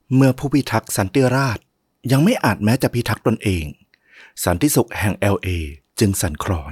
เมื่อผู้พิทักษ์สันติราษฎร์ยังไม่อาจแม้จะพิทักษ์ตนเองสันติสุขแห่ง LA จึงสั่นคลอน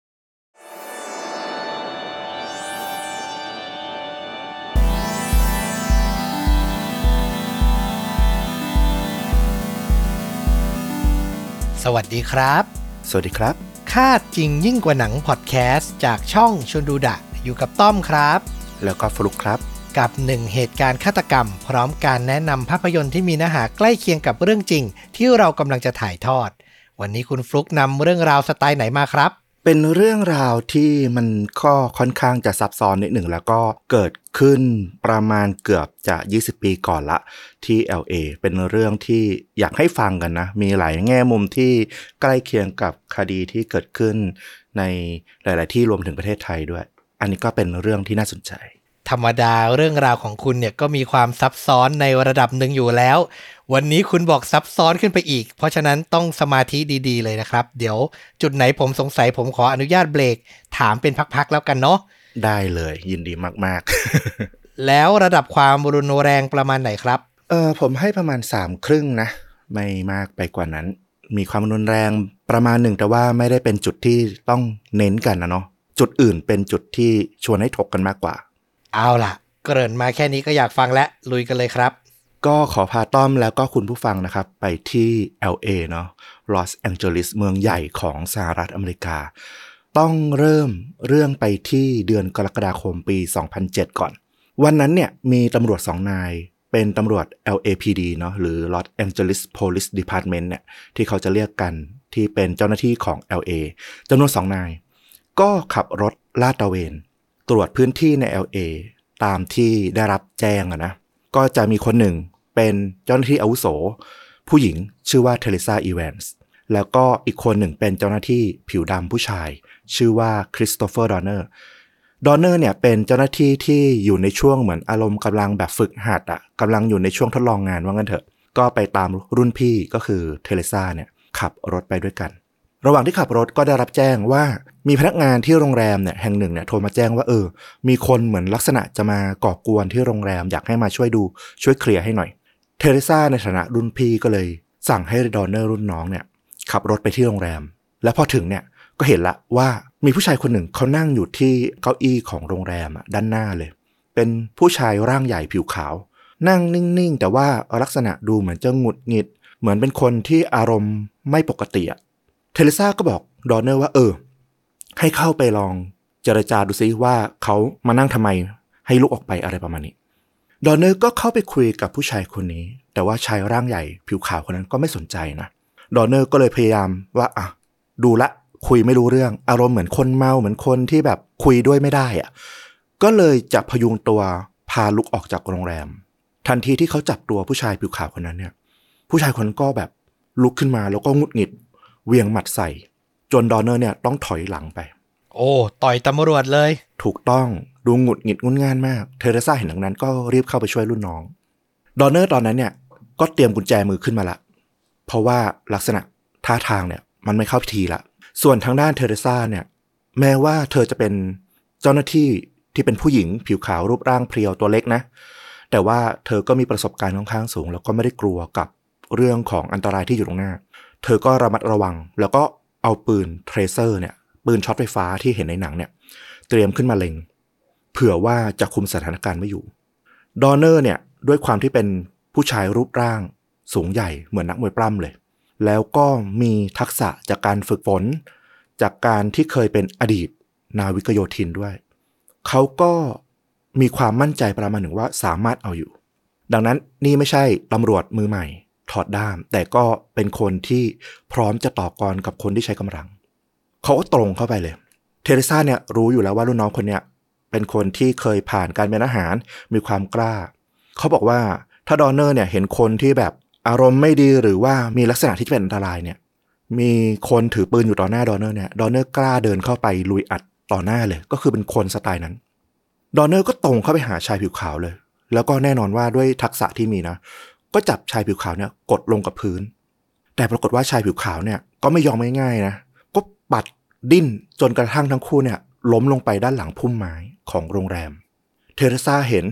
สวัสดีครับสวัสดีครับคาดจริงยิ่งกว่าหนังพอดแคสต์จากช่องชวนดูดะอยู่กับต้อมครับแล้วก็ฟลุกครับกับ1เหตุการณ์ฆาตกรรมพร้อมการแนะนำภาพยนตร์ที่มีเนื้อหาใกล้เคียงกับเรื่องจริงที่เรากำลังจะถ่ายทอดวันนี้คุณฟลุกนำเรื่องราวสไตล์ไหนมาครับเป็นเรื่องราวที่มันก็ค่อนข้างจะซับซ้อนนิดหนึ่งแล้วก็เกิดขึ้นประมาณเกือบจะ20ปีก่อนละที่ LA เป็นเรื่องที่อยากให้ฟังกันนะมีหลายแง่มุมที่ใกล้เคียงกับคดีที่เกิดขึ้นในหลายๆที่รวมถึงประเทศไทยด้วยอันนี้ก็เป็นเรื่องที่น่าสนใจธรรมดาเรื่องราวของคุณเนี่ยก็มีความซับซ้อนในระดับหนึ่งอยู่แล้ววันนี้คุณบอกซับซ้อนขึ้นไปอีกเพราะฉะนั้นต้องสมาธิดีๆเลยนะครับเดี๋ยวจุดไหนผมสงสัยผมขออนุญาตเบรกถามเป็นพักๆแล้วกันเนาะได้เลยยินดีมากๆ แล้วระดับความรุนแรงประมาณไหนครับผมให้ประมาณ3.5นะไม่มากไปกว่านั้นมีความรุนแรงประมาณหนึ่งแต่ว่าไม่ได้เป็นจุดที่ต้องเน้นกันนะเนาะจุดอื่นเป็นจุดที่ชวนให้ถกกันมากกว่าเอาล่ะเกริ่นมาแค่นี้ก็อยากฟังและลุยกันเลยครับก็ขอพาต้อมแล้วก็คุณผู้ฟังนะครับไปที่ LA เนาะลอสแองเจลิสเมืองใหญ่ของสหรัฐอเมริกาต้องเริ่มเรื่องไปที่เดือนกรกฎาคมปี 2007 ก่อนวันนั้นเนี่ยมีตำรวจ2นายเป็นตำรวจ LAPD เนาะหรือ Los Angeles Police Department เนี่ยที่เขาจะเรียกกันที่เป็นเจ้าหน้าที่ของ LA จำนวน2นายก็ขับรถลาดตระเวนตรวจพื้นที่ใน LA ตามที่ได้รับแจ้งนะก็จะมีคนหนึ่งเป็นเจ้าหน้าที่อาวุโสผู้หญิงชื่อว่าเทเรซาอีแวนส์แล้วก็อีกคนหนึ่งเป็นเจ้าหน้าที่ผิวดำผู้ชายชื่อว่าคริสโตเฟอร์ดอนเนอร์เนี่ยเป็นเจ้าหน้าที่ที่อยู่ในช่วงเหมือนอารมณ์กำลังแบบฝึกหัดกำลังอยู่ในช่วงทดลองงานว่างั้นเถอะก็ไปตามรุ่นพี่ก็คือเทเรซาเนี่ยขับรถไปด้วยกันระหว่างที่ขับรถก็ได้รับแจ้งว่ามีพนักงานที่โรงแรมเนี่ยแห่งหนึ่งเนี่ยโทรมาแจ้งว่ามีคนเหมือนลักษณะจะมาก่อกวนที่โรงแรมอยากให้มาช่วยเคลียร์ให้หน่อยเทเรซาในฐานะรุ่นพี่ก็เลยสั่งให้ดอนเนอร์รุ่นน้องเนี่ยขับรถไปที่โรงแรมและพอถึงเนี่ยก็เห็นละว่ามีผู้ชายคนหนึ่งเขานั่งอยู่ที่เก้าอี้ของโรงแรมด้านหน้าเลยเป็นผู้ชายร่างใหญ่ผิวขาวนั่งนิ่งๆแต่ว่าลักษณะดูเหมือนจะหงุดหงิดเหมือนเป็นคนที่อารมณ์ไม่ปกติเทเรซาก็บอกดอนเนอร์ว่าให้เข้าไปลองเจรจาดูซิว่าเขามานั่งทำไมให้ลุกออกไปอะไรประมาณนี้ดอนเนอร์ก็เข้าไปคุยกับผู้ชายคนนี้แต่ว่าชายร่างใหญ่ผิวขาวคนนั้นก็ไม่สนใจนะดอนเนอร์ก็เลยพยายามว่าดูละคุยไม่รู้เรื่องอารมณ์เหมือนคนเมาเหมือนคนที่แบบคุยด้วยไม่ได้ก็เลยจะพยุงตัวพาลุกออกจากโรงแรมทันทีที่เขาจับตัวผู้ชายผิวขาวคนนั้นเนี่ยผู้ชายคนนั้นก็แบบลุกขึ้นมาแล้วก็งุดหงิดเวียงหมัดใส่จนดอนเนอร์เนี่ยต้องถอยหลังไปโอ้ต่อยตำรวจเลยถูกต้องดูหงุดหงิดงุนง่านมากเทเรซาเห็นดังนั้นก็รีบเข้าไปช่วยรุ่นน้องดอนเนอร์ตอนนั้นเนี่ยก็เตรียมกุญแจมือขึ้นมาละเพราะว่าลักษณะท่าทางเนี่ยมันไม่เข้าพิธีละส่วนทางด้านเทเรซาเนี่ยแม้ว่าเธอจะเป็นเจ้าหน้าที่ที่เป็นผู้หญิงผิวขาวรูปร่างเพรียวตัวเล็กนะแต่ว่าเธอก็มีประสบการณ์ค่อนข้างสูงแล้วก็ไม่ได้กลัวกับเรื่องของอันตรายที่อยู่ตรงหน้าเธอก็ระมัดระวังแล้วก็เอาปืนเทรเซอร์เนี่ยปืนช็อตไฟฟ้าที่เห็นในหนังเนี่ยเตรียมขึ้นมาเล็งเผื่อว่าจะคุมสถานการณ์ไม่อยู่ดอนเนอร์เนี่ยด้วยความที่เป็นผู้ชายรูปร่างสูงใหญ่เหมือนนักมวยปล้ำเลยแล้วก็มีทักษะจากการฝึกฝนจากการที่เคยเป็นอดีตนาวิกโยธินด้วยเขาก็มีความมั่นใจประมาณหนึ่งว่าสามารถเอาอยู่ดังนั้นนี่ไม่ใช่ตำรวจมือใหม่ถอดด้ามแต่ก็เป็นคนที่พร้อมจะต่อกรกับคนที่ใช้กำลังเขาก็ตรงเข้าไปเลยเทเรซาเนี่ยรู้อยู่แล้วว่ารุ่นน้องคนเนี้ยเป็นคนที่เคยผ่านการเป็นอาหารมีความกล้าเขาบอกว่าถ้าดอนเนอร์เนี่ยเห็นคนที่แบบอารมณ์ไม่ดีหรือว่ามีลักษณะที่เป็นอันตรายเนี่ยมีคนถือปืนอยู่ต่อหน้าดอนเนอร์เนี่ยดอนเนอร์กล้าเดินเข้าไปลุยอัดต่อหน้าเลยก็คือเป็นคนสไตล์นั้นดอนเนอร์ก็ตรงเข้าไปหาชายผิวขาวเลยแล้วก็แน่นอนว่าด้วยทักษะที่มีนะก็จับชายผิวขาวเนี่ยกดลงกับพื้นแต่ปรากฏว่าชายผิวขาวเนี่ยก็ไม่ยอมง่ายๆนะก็ปัดดิ้นจนกระทั่งทั้งคู่เนี่ยล้มลงไปด้านหลังพุ่มไม้ของโรงแรมเทเรซาเห็น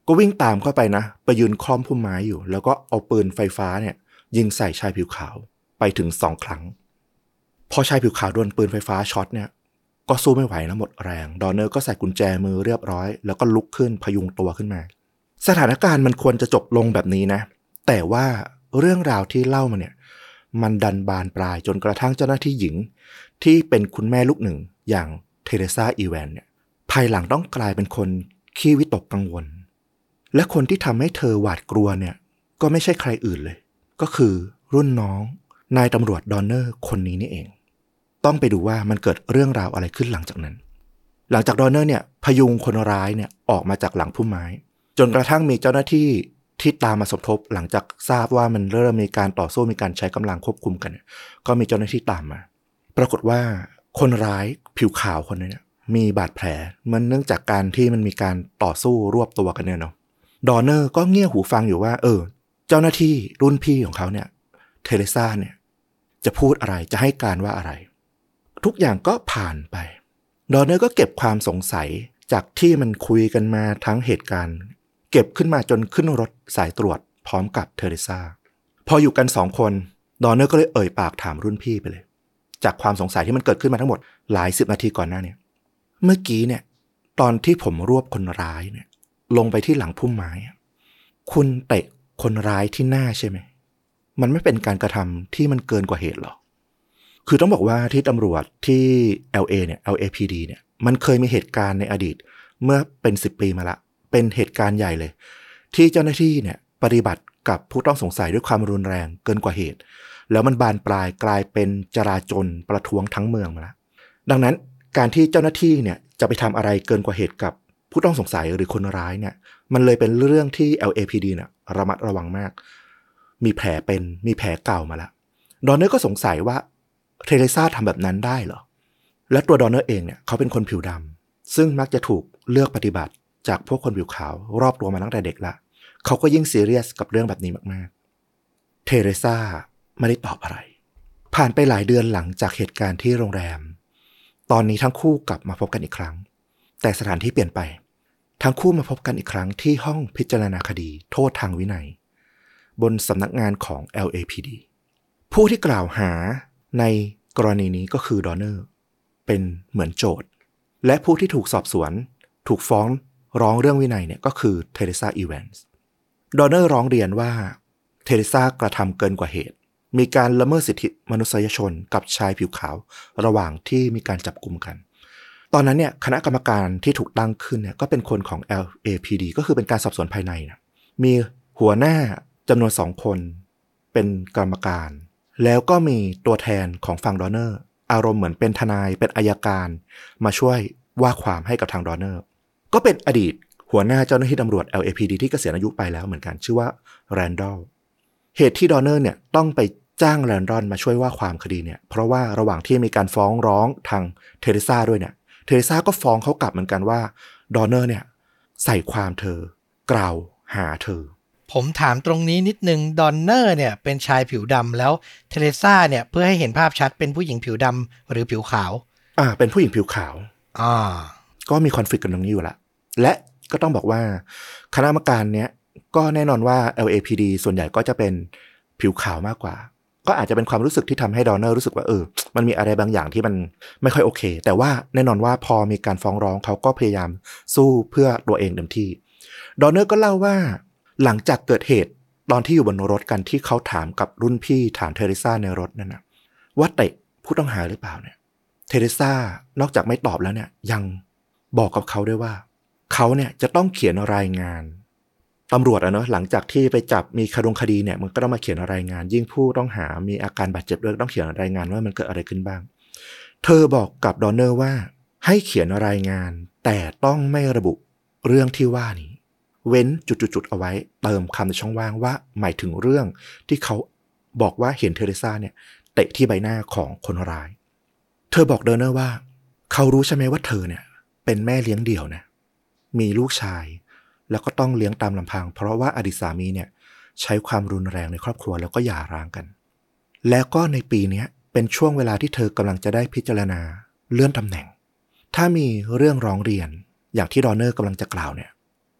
ก็วิ่งตามเข้าไปนะไปยืนคล่อมพุ่มไม้อยู่แล้วก็เอาปืนไฟฟ้าเนี่ยยิงใส่ชายผิวขาวไปถึง2 ครั้งพอชายผิวขาวโดนปืนไฟฟ้าช็อตเนี่ยก็สู้ไม่ไหวแล้วหมดแรงดอนเนอร์ก็ใส่กุญแจมือเรียบร้อยแล้วก็ลุกขึ้นพยุงตัวขึ้นมาสถานการณ์มันควรจะจบลงแบบนี้นะแต่ว่าเรื่องราวที่เล่ามาเนี่ยมันดันบานปลายจนกระทั่งเจ้าหน้าที่หญิงที่เป็นคุณแม่ลูกหนึ่งอย่างเทเรซาอีแวนเนี่ยภายหลังต้องกลายเป็นคนขี้วิตกกังวลและคนที่ทำให้เธอหวาดกลัวเนี่ยก็ไม่ใช่ใครอื่นเลยก็คือรุ่นน้องนายตำรวจดอนเนอร์คนนี้นี่เองต้องไปดูว่ามันเกิดเรื่องราวอะไรขึ้นหลังจากนั้นหลังจากดอนเนอร์เนี่ยพยุงคนร้ายเนี่ยออกมาจากหลังพุ่มไม้จนกระทั่งมีเจ้าหน้าที่ที่ตามมาสมทบหลังจากทราบว่ามันเริ่มมีการต่อสู้มีการใช้กำลังควบคุมกันก็มีเจ้าหน้าที่ตามมาปรากฏว่าคนร้ายผิวขาวคนนี้เนี่ยมีบาดแผลมันเนื่องจากการที่มันมีการต่อสู้รวบตัวกันเนี่ยเนาะดอนเนอร์ก็เงี่ยหูฟังอยู่ว่าเจ้าหน้าที่รุ่นพี่ของเขาเนี่ยเทเรซาเนี่ยจะพูดอะไรจะให้การว่าอะไรทุกอย่างก็ผ่านไปดอนเนอร์ก็เก็บความสงสัยจากที่มันคุยกันมาทั้งเหตุการณ์เก็บขึ้นมาจนขึ้นรถสายตรวจพร้อมกับเทเรซาพออยู่กัน2 คนดอนเนอร์ก็เลยเอ่ยปากถามรุ่นพี่ไปเลยจากความสงสัยที่มันเกิดขึ้นมาทั้งหมดหลาย10 นาทีก่อนหน้าเนี่ยเมื่อกี้เนี่ยตอนที่ผมรวบคนร้ายเนี่ยลงไปที่หลังพุ่มไม้คุณเตะคนร้ายที่หน้าใช่ไหมมันไม่เป็นการกระทำที่มันเกินกว่าเหตุหรอคือต้องบอกว่าที่ตำรวจที่ LA เนี่ย LAPD เนี่ยมันเคยมีเหตุการณ์ในอดีตเมื่อเป็น10 ปีมาละเป็นเหตุการณ์ใหญ่เลยที่เจ้าหน้าที่เนี่ยปฏิบัติกับผู้ต้องสงสัยด้วยความรุนแรงเกินกว่าเหตุแล้วมันบานปลายกลายเป็นจลาจลประท้วงทั้งเมืองมาแล้วดังนั้นการที่เจ้าหน้าที่เนี่ยจะไปทำอะไรเกินกว่าเหตุกับผู้ต้องสงสัยหรือคนร้ายเนี่ยมันเลยเป็นเรื่องที่ LAPD เนี่ยระมัดระวังมากมีแผลเก่ามาแล้วดอนเนอร์ก็สงสัยว่าเทเรซาทำแบบนั้นได้เหรอและตัวดอนเนอร์เองเนี่ยเขาเป็นคนผิวดำซึ่งมักจะถูกเลือกปฏิบัติจากพวกคนผิวขาวรอบตัวมาตั้งแต่เด็กละเขาก็ยิ่งซีเรียสกับเรื่องแบบนี้มากๆเทเรซาไม่ได้ตอบอะไรผ่านไปหลายเดือนหลังจากเหตุการณ์ที่โรงแรมตอนนี้ทั้งคู่กลับมาพบกันอีกครั้งแต่สถานที่เปลี่ยนไปทั้งคู่มาพบกันอีกครั้งที่ห้องพิจารณาคดีโทษทางวินัยบนสำนักงานของ LAPD ผู้ที่กล่าวหาในกรณีนี้ก็คือดอนเนอร์เป็นเหมือนโจทย์และผู้ที่ถูกสอบสวนถูกฟ้องร้องเรื่องวินัยเนี่ยก็คือเทเรซาอีแวนส์ดอนเนอร์ร้องเรียนว่าเทเรซากระทำเกินกว่าเหตุมีการละเมิดสิทธิมนุษยชนกับชายผิวขาวระหว่างที่มีการจับกุมกันตอนนั้นเนี่ยคณะกรรมการที่ถูกตั้งขึ้นเนี่ยก็เป็นคนของ LAPD ก็คือเป็นการสอบสวนภายในนะมีหัวหน้าจำนวน2 คนเป็นกรรมการแล้วก็มีตัวแทนของฝั่งดอนเนอร์อารมณ์เหมือนเป็นทนายเป็นอัยการมาช่วยว่าความให้กับทางดอนเนอร์ก็เป็นอดีตหัวหน้าเจ้าหน้าที่ตำรวจ LAPD ที่เกษียณอายุไปแล้วเหมือนกันชื่อว่าแรนดอลเหตุที่ดอนเนอร์เนี่ยต้องไปจ้างแรนดอลมาช่วยว่าความคดีเนี่ยเพราะว่าระหว่างที่มีการฟ้องร้องทางเทเรซาด้วยเนี่ยเทเรซาก็ฟ้องเขากลับเหมือนกันว่าดอนเนอร์เนี่ยใส่ความเธอกล่าวหาเธอผมถามตรงนี้นิดนึงดอนเนอร์เนี่ยเป็นชายผิวดำแล้วเทเรซาเนี่ยเพื่อให้เห็นภาพชัดเป็นผู้หญิงผิวดำหรือผิวขาวเป็นผู้หญิงผิวขาวก็มีคอนฟลิกต์กันตรงนี้อยู่ละและก็ต้องบอกว่าคณะกรรมการเนี้ยก็แน่นอนว่า LAPD ส่วนใหญ่ก็จะเป็นผิวขาวมากกว่าก็อาจจะเป็นความรู้สึกที่ทำให้ดอนเนอร์รู้สึกว่ามันมีอะไรบางอย่างที่มันไม่ค่อยโอเคแต่ว่าแน่นอนว่าพอมีการฟ้องร้องเขาก็พยายามสู้เพื่อตัวเองเต็มที่ดอนเนอร์ก็เล่าว่าหลังจากเกิดเหตุตอนที่อยู่บนรถกันที่เขาถามกับรุ่นพี่ถามเทเรซาในรถนั่นนะว่าเตะผู้ต้องหาหรือเปล่าเนี่ยเทเรซานอกจากไม่ตอบแล้วเนี่ยยังบอกกับเขาด้วยว่าเขาเนี่ยจะต้องเขียนรายงานตำรวจเนอะหลังจากที่ไปจับมีคดีเนี่ยมันก็ต้องมาเขียนรายงานยิ่งผู้ต้องหามีอาการบาดเจ็บด้วยต้องเขียนรายงานว่ามันเกิดอะไรขึ้นบ้างเธอบอกกับดอนเนอร์ว่าให้เขียนรายงานแต่ต้องไม่ระบุเรื่องที่ว่านี้เว้นจุดๆเอาไว้เติมคำในช่องว่างว่าหมายถึงเรื่องที่เขาบอกว่าเห็นเทเรซาเนี่ยเตะที่ใบหน้าของคนร้ายเธอบอกดอนเนอร์ว่าเขารู้ใช่ไหมว่าเธอเนี่ยเป็นแม่เลี้ยงเดี่ยวนะมีลูกชายแล้วก็ต้องเลี้ยงตามลำพังเพราะว่าอดีตสามีเนี่ยใช้ความรุนแรงในครอบครัวแล้วก็หย่าร้างกันแล้วก็ในปีนี้เป็นช่วงเวลาที่เธอกำลังจะได้พิจารณาเลื่อนตำแหน่งถ้ามีเรื่องร้องเรียนอย่างที่ดอนเนอร์กำลังจะกล่าวเนี่ย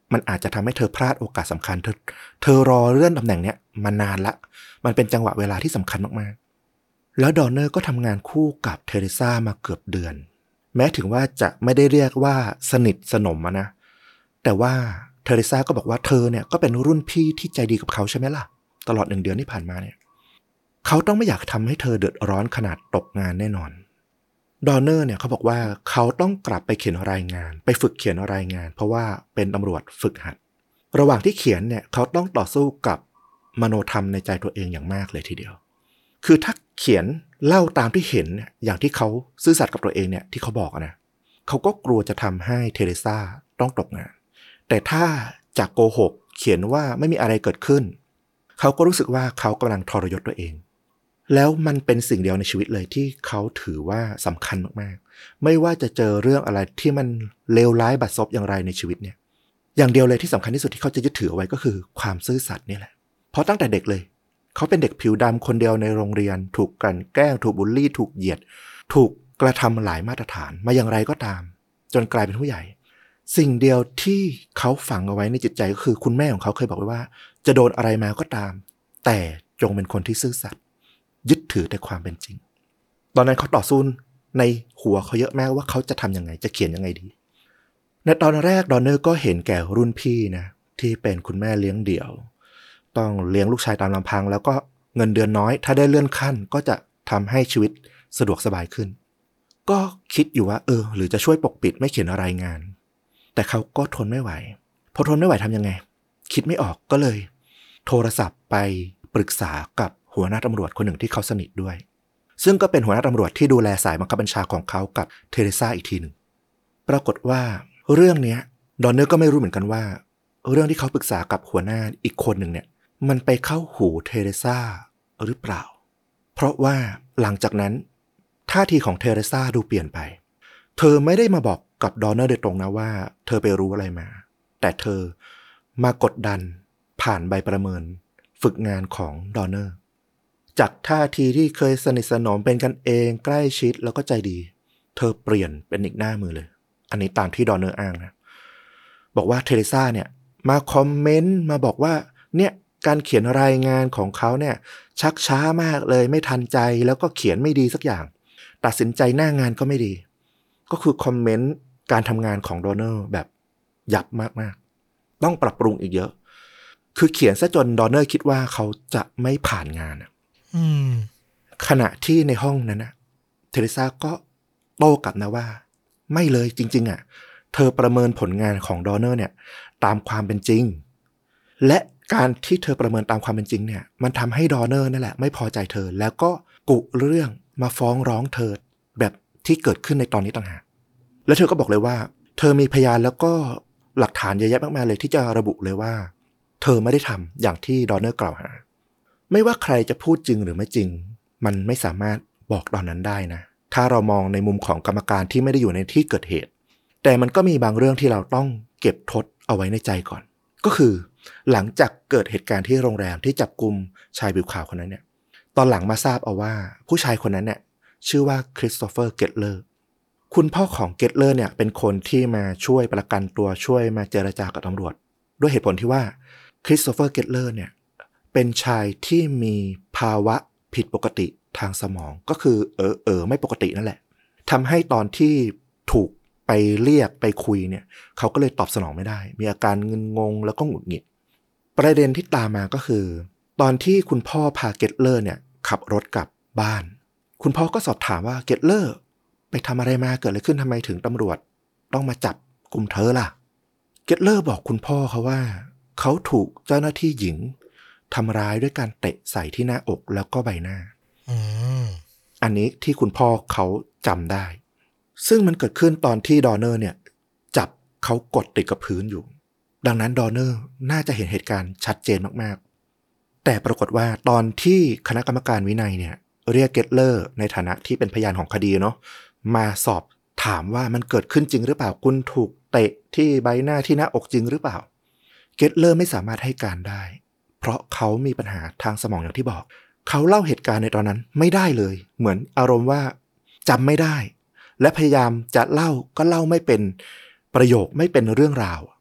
มันอาจจะทำให้เธอพลาดโอกาสสำคัญเธอรอเลื่อนตำแหน่งเนี้ยมานานละมันเป็นจังหวะเวลาที่สำคัญมากๆแล้วดอนเนอร์ก็ทำงานคู่กับเทเรซ่ามาเกือบเดือนแม้ถึงว่าจะไม่ได้เรียกว่าสนิทสนมนะแต่ว่าเทเรซ่าก็บอกว่าเธอเนี่ยก็เป็นรุ่นพี่ที่ใจดีกับเขาใช่ไหมล่ะตลอด1 เดือนที่ผ่านมาเนี่ยเขาต้องไม่อยากทำให้เธอเดือดร้อนขนาดตกงานแน่นอนดอนเนอร์เนี่ยเขาบอกว่าเขาต้องกลับไปเขียนรายงานไปฝึกเขียนรายงานเพราะว่าเป็นตำรวจฝึกหัดระหว่างที่เขียนเนี่ยเขาต้องต่อสู้กับมโนธรรมในใจตัวเองอย่างมากเลยทีเดียวคือถ้าเขียนเล่าตามที่เห็นอย่างที่เขาซื่อสัตย์กับตัวเองเนี่ยที่เขาบอกนะเขาก็กลัวจะทำให้เทเรซ่าต้องตกงานแต่ถ้าจากโกหกเขียนว่าไม่มีอะไรเกิดขึ้นเขาก็รู้สึกว่าเขากำลังทรยศตัวเองแล้วมันเป็นสิ่งเดียวในชีวิตเลยที่เขาถือว่าสำคัญมากๆไม่ว่าจะเจอเรื่องอะไรที่มันเลวร้ายบัดซบอย่างไรในชีวิตเนี่ยอย่างเดียวเลยที่สำคัญที่สุดที่เขาจะยึดถือเอาไว้ก็คือความซื่อสัตย์นี่แหละเพราะตั้งแต่เด็กเลยเขาเป็นเด็กผิวดำคนเดียวในโรงเรียนถูกกลั่นแกล้งถูกบูลลี่ถูกเหยียดถูกกระทำหลายมาตรฐานมาอย่างไรก็ตามจนกลายเป็นผู้ใหญ่สิ่งเดียวที่เขาฝังเอาไว้ในจิตใจก็คือคุณแม่ของเขาเคยบอกไว้ว่าจะโดนอะไรมาก็ตามแต่จงเป็นคนที่ซื่อสัตย์ยึดถือแต่ความเป็นจริงตอนนั้นเขาต่อสู้ในหัวเขาเยอะมากว่าเขาจะทำยังไงจะเขียนยังไงดีในตอนแรกดอนเนอร์ก็เห็นแก่รุ่นพี่นะที่เป็นคุณแม่เลี้ยงเดี่ยวต้องเลี้ยงลูกชายตามลำพังแล้วก็เงินเดือนน้อยถ้าได้เลื่อนขั้นก็จะทำให้ชีวิตสะดวกสบายขึ้นก็คิดอยู่ว่าหรือจะช่วยปกปิดไม่เขียนรายงานแต่เขาก็ทนไม่ไหวพอทนไม่ไหวทำยังไงคิดไม่ออกก็เลยโทรศัพท์ไปปรึกษากับหัวหน้าตำรวจคนหนึ่งที่เขาสนิทด้วยซึ่งก็เป็นหัวหน้าตำรวจที่ดูแลสายบังคับบัญชาของเขากับเทเรซ่าอีกทีหนึ่งปรากฏว่าเรื่องนี้ดอนเนอร์ก็ไม่รู้เหมือนกันว่าเรื่องที่เขาปรึกษากับหัวหน้าอีกคนหนึ่งเนี่ยมันไปเข้าหูเทเรซ่าหรือเปล่าเพราะว่าหลังจากนั้นท่าทีของเทเรซ่าดูเปลี่ยนไปเธอไม่ได้มาบอกกับดอนเนอร์โดยตรงนะว่าเธอไปรู้อะไรมาแต่เธอมากดดันผ่านใบประเมินฝึกงานของดอนเนอร์จากท่าทีที่เคยสนิทสนมเป็นกันเองใกล้ชิดแล้วก็ใจดีเธอเปลี่ยนเป็นอีกหน้ามือเลยอันนี้ตามที่ดอนเนอร์อ้างนะบอกว่าเทเรซ่าเนี่ยมาคอมเมนต์มาบอกว่าเนี่ยการเขียนรายงานของเขาเนี่ยชักช้ามากเลยไม่ทันใจแล้วก็เขียนไม่ดีสักอย่างตัดสินใจหน้างานก็ไม่ดีก็คือคอมเมนต์การทำงานของดอนเนอร์แบบยับมากๆต้องปรับปรุงอีกเยอะคือเขียนซะจนดอนเนอร์คิดว่าเขาจะไม่ผ่านงานขณะที่ในห้องนั้นนะเทเรซ่าก็โต้กลับนะว่าไม่เลยจริงๆเธอประเมินผลงานของดอนเนอร์เนี่ยตามความเป็นจริงและการที่เธอประเมินตามความเป็นจริงเนี่ยมันทำให้ดอนเนอร์นั่นแหละไม่พอใจเธอแล้วก็กุเรื่องมาฟ้องร้องเธอแบบที่เกิดขึ้นในตอนนี้ต่างหากแล้วเธอก็บอกเลยว่าเธอมีพยานแล้วก็หลักฐานเยอะแยะมากมายเลยที่จะระบุเลยว่าเธอไม่ได้ทำอย่างที่ดอนเนอร์กล่าวหาไม่ว่าใครจะพูดจริงหรือไม่จริงมันไม่สามารถบอกตอนนั้นได้นะถ้าเรามองในมุมของกรรมการที่ไม่ได้อยู่ในที่เกิดเหตุแต่มันก็มีบางเรื่องที่เราต้องเก็บทดเอาไว้ในใจก่อนก็คือหลังจากเกิดเหตุการณ์ที่โรงแรมที่จับกุมชายผิวขาวคนนั้นเนี่ยตอนหลังมาทราบเอาว่าผู้ชายคนนั้นเนี่ยชื่อว่าคริสโตเฟอร์เกตเลอร์คุณพ่อของเกตเลอร์เนี่ยเป็นคนที่มาช่วยประกันตัวช่วยมาเจรจากับตำรวจด้วยเหตุผลที่ว่าคริสโตเฟอร์เกตเลอร์เนี่ยเป็นชายที่มีภาวะผิดปกติทางสมองก็คือไม่ปกตินั่นแหละทำให้ตอนที่ถูกไปเรียกไปคุยเนี่ยเขาก็เลยตอบสนองไม่ได้มีอาการงุนงงแล้วก็หงุดหงิดประเด็นที่ตามมาก็คือตอนที่คุณพ่อพาเกตเลอร์เนี่ยขับรถกลับบ้านคุณพ่อก็สอบถามว่าเกตเลอร์ไปทำอะไรมาเกิดอะไรขึ้นทำไมถึงตำรวจต้องมาจับกุมเธอล่ะเกตเลอร์บอกคุณพ่อเขาว่าเขาถูกเจ้าหน้าที่หญิงทำร้ายด้วยการเตะใส่ที่หน้าอกแล้วก็ใบหน้าอันนี้ที่คุณพ่อเขาจำได้ซึ่งมันเกิดขึ้นตอนที่ดอนเนอร์เนี่ยจับเขากดติดกับพื้นอยู่ดังนั้นดอนเนอร์น่าจะเห็นเหตุการณ์ชัดเจนมากๆแต่ปรากฏว่าตอนที่คณะกรรมการวินัยเนี่ยเรียกเกตเลอร์ในฐานะที่เป็นพยานของคดีเนาะมาสอบถามว่ามันเกิดขึ้นจริงหรือเปล่าคุณถูกเตะที่ใบหน้าที่หน้าอกจริงหรือเปล่าเกตเลอร์ไม่สามารถให้การได้เพราะเขามีปัญหาทางสมองอย่างที่บอกเขาเล่าเหตุการณ์ในตอนนั้นไม่ได้เลยเหมือนอารมณ์ว่าจำไม่ได้และพยายามจะเล่าก็เล่าไม่เป็นประโยคไม่เป็นเรื่องราว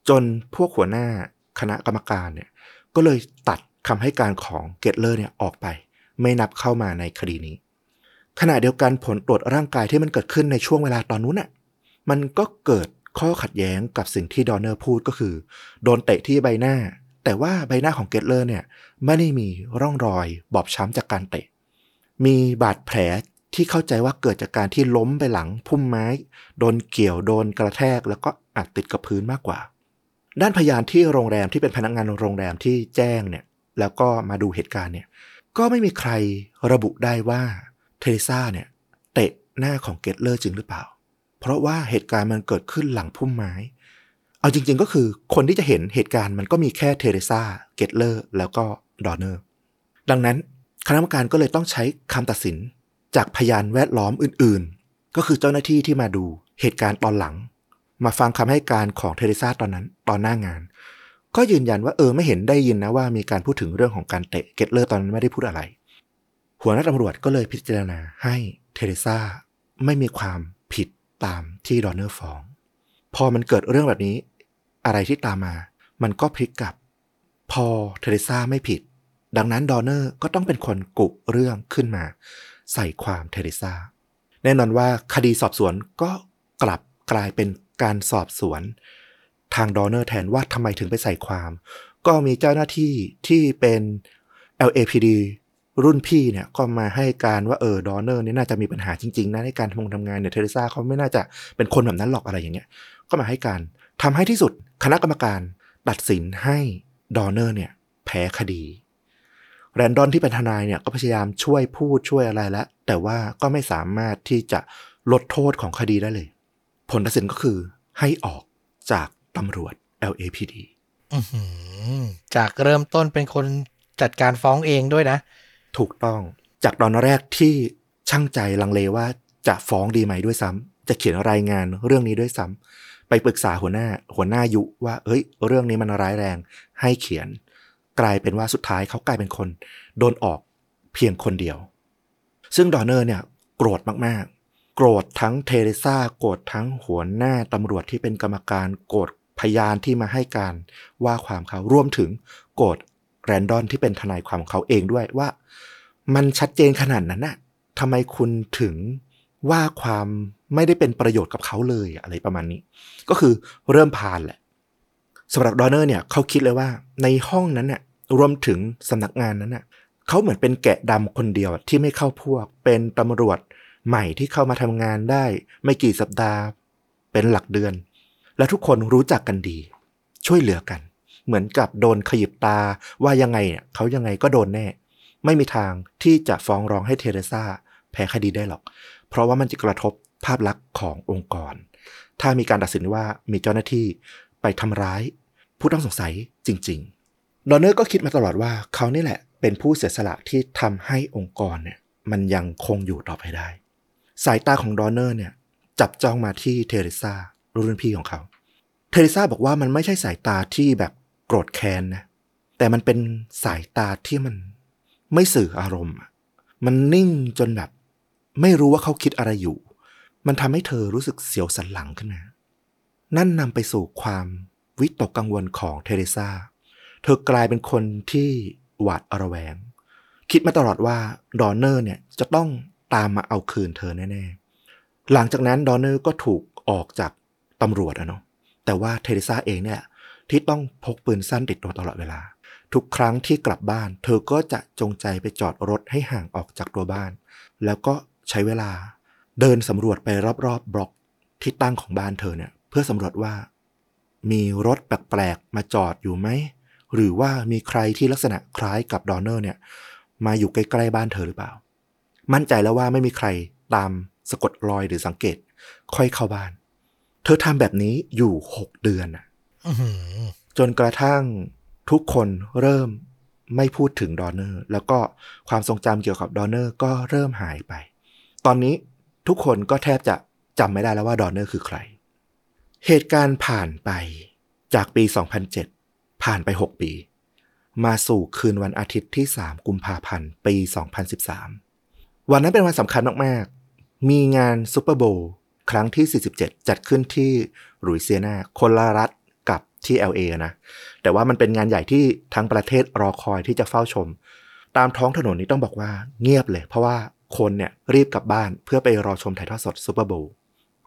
จนพวกหัวหน้าคณะกรรมการเนี่ยก็เลยตัดคำให้การของเกตเลอร์เนี่ยออกไปไม่นับเข้ามาในคดีนี้ขณะเดียวกันผลตรวจร่างกายที่มันเกิดขึ้นในช่วงเวลาตอนนู้นน่ะมันก็เกิดข้อขัดแย้งกับสิ่งที่ดอนเนอร์พูดก็คือโดนเตะที่ใบหน้าแต่ว่าใบหน้าของเกตเลอร์เนี่ยไม่ได้มีร่องรอยบอบช้ำจากการเตะมีบาดแผลที่เข้าใจว่าเกิดจากการที่ล้มไปหลังพุ่มไม้โดนเกี่ยวโดนกระแทกแล้วก็อัดติดกับพื้นมากกว่าด้านพยานที่โรงแรมที่เป็นพนักงานโรงแรมที่แจ้งเนี่ยแล้วก็มาดูเหตุการณ์เนี่ยก็ไม่มีใครระบุได้ว่าเทเรซ่าเนี่ยเตะหน้าของเกตเลอร์จริงหรือเปล่าเพราะว่าเหตุการณ์มันเกิดขึ้นหลังพุ่มไม้เอาจริงๆก็คือคนที่จะเห็นเหตุการณ์มันก็มีแค่เทเรซ่าเกตเลอร์แล้วก็ดอนเนอร์ดังนั้นคณะกรรมการก็เลยต้องใช้คำตัดสินจากพยานแวดล้อมอื่นๆก็คือเจ้าหน้าที่ที่มาดูเหตุการณ์ตอนหลังมาฟังคำให้การของเทเรซ่าตอนนั้นตอนหน้างานก็ยืนยันว่าไม่เห็นได้ยินนะว่ามีการพูดถึงเรื่องของการเตะเกตเลอร์ตอนนั้นไม่ได้พูดอะไรหัวหน้าตำรวจก็เลยพิจารณาให้เทเรซ่าไม่มีความผิดตามที่ดอนเนอร์ฟ้องพอมันเกิดเรื่องแบบนี้อะไรที่ตามมามันก็พลิกกลับพอเทเรซ่าไม่ผิดดังนั้นดอนเนอร์ก็ต้องเป็นคนกุเรื่องขึ้นมาใส่ความเทเรซ่าแน่นอนว่าคดีสอบสวนก็กลับกลายเป็นการสอบสวนทางดอนเนอร์แทนว่าทำไมถึงไปใส่ความก็มีเจ้าหน้าที่ที่เป็น LAPD รุ่นพี่เนี่ยก็มาให้การว่าดอนเนอร์นี่น่าจะมีปัญหาจริงๆนะในการทำงานเนี่ยเทเรซ่าเขาไม่น่าจะเป็นคนแบบนั้นหรอกอะไรอย่างเงี้ยก็มาให้การทำให้ที่สุดคณะกรรมการตัดสินให้ดอนเนอร์เนี่ยแพ้คดีแรนดอนที่เป็นทนายเนี่ยก็พยายามช่วยพูดช่วยอะไรแล้วแต่ว่าก็ไม่สามารถที่จะลดโทษของคดีได้เลยผลตัดสินก็คือให้ออกจากตำรวจ LAPD จากเริ่มต้นเป็นคนจัดการฟ้องเองด้วยนะถูกต้องจากตอนแรกที่ช่างใจลังเลว่าจะฟ้องดีไหมด้วยซ้ำจะเขียนรายงานเรื่องนี้ด้วยซ้ำไปปรึกษาหัวหน้ายุว่าเรื่องนี้มันร้ายแรงให้เขียนกลายเป็นว่าสุดท้ายเขากลายเป็นคนโดนออกเพียงคนเดียวซึ่งดอนเนอร์เนี่ยโกรธมากๆโกรธทั้งเทเรซ่าโกรธทั้งหัวหน้าตำรวจที่เป็นกรรมการโกรธพยานที่มาให้การว่าความเขารวมถึงโกรธแรนดอนที่เป็นทนายความของเขาเองด้วยว่ามันชัดเจนขนาดนั้นน่ะทำไมคุณถึงว่าความไม่ได้เป็นประโยชน์กับเขาเลยอะไรประมาณนี้ก็คือเริ่มพานแหละสำหรับดอนเนอร์เนี่ยเขาคิดเลยว่าในห้องนั้นน่ะรวมถึงสำนักงานนั้นน่ะเขาเหมือนเป็นแกะดำคนเดียวที่ไม่เข้าพวกเป็นตำรวจใหม่ที่เข้ามาทำงานได้ไม่กี่สัปดาห์เป็นหลักเดือนและทุกคนรู้จักกันดีช่วยเหลือกันเหมือนกับโดนขยิบตาว่ายังไงเขายังไงก็โดนแน่ไม่มีทางที่จะฟ้องร้องให้เทเรซ่าแพ้คดีได้หรอกเพราะว่ามันจะกระทบภาพลักษณ์ขององค์กรถ้ามีการตัดสินว่ามีเจ้าหน้าที่ไปทำร้ายผู้ต้องสงสัยจริงๆดอนเนอร์ก็คิดมาตลอดว่าเขานี่แหละเป็นผู้เสียสละที่ทำให้องค์กรเนี่ยมันยังคงอยู่ต่อไปได้สายตาของดอนเนอร์เนี่ยจับจ้องมาที่เทเรซ่ารุ่นพี่ของเขาเทเรซ่าบอกว่ามันไม่ใช่สายตาที่แบบโกรธแค้นนะแต่มันเป็นสายตาที่มันไม่สื่ออารมณ์มันนิ่งจนแบบไม่รู้ว่าเขาคิดอะไรอยู่มันทำให้เธอรู้สึกเสียวสันหลังขึ้นมานั่นนำไปสู่ความวิตกกังวลของเทเรซ่าเธอกลายเป็นคนที่หวาดระแวงคิดมาตลอดว่าดอนเนอร์เนี่ยจะต้องตามมาเอาคืนเธอแน่ๆหลังจากนั้นดอนเนอร์ก็ถูกออกจากตำรวจเนาะแต่ว่าเทเรซ่าเองเนี่ยที่ต้องพกปืนสั้นติดตัวตลอดเวลาทุกครั้งที่กลับบ้านเธอก็จะจงใจไปจอดรถให้ห่างออกจากตัวบ้านแล้วก็ใช้เวลาเดินสำรวจไปรอบๆบล็อกที่ตั้งของบ้านเธอเนี่ยเพื่อสำรวจว่ามีรถแปลกๆมาจอดอยู่ไหมหรือว่ามีใครที่ลักษณะคล้ายกับดอนเนอร์เนี่ยมาอยู่ใกล้ๆบ้านเธอหรือเปล่ามั่นใจแล้วว่าไม่มีใครตามสะกดรอยหรือสังเกตค่อยเข้าบ้านเธอทำแบบนี้อยู่6 เดือนจนกระทั่งทุกคนเริ่มไม่พูดถึงดอนเนอร์แล้วก็ความทรงจำเกี่ยวกับดอนเนอร์ก็เริ่มหายไปตอนนี้ทุกคนก็แทบจะจำไม่ได้แล้วว่าดอนเนอร์คือใครเหตุการณ์ผ่านไปจากปี 2007 ผ่านไป6 ปีมาสู่คืนวันอาทิตย์ที่3 กุมภาพันธ์ปี 2013วันนั้นเป็นวันสำคัญมากๆมีงานซุปเปอร์โบว์ครั้งที่47จัดขึ้นที่ลุยเซียนาคนละรัฐกับที่ LA นะแต่ว่ามันเป็นงานใหญ่ที่ทั้งประเทศรอคอยที่จะเฝ้าชมตามท้องถนนนี้ต้องบอกว่าเงียบเลยเพราะว่าคนเนี่ยรีบกลับบ้านเพื่อไปรอชมถ่ายทอดสดซูเปอร์โบว์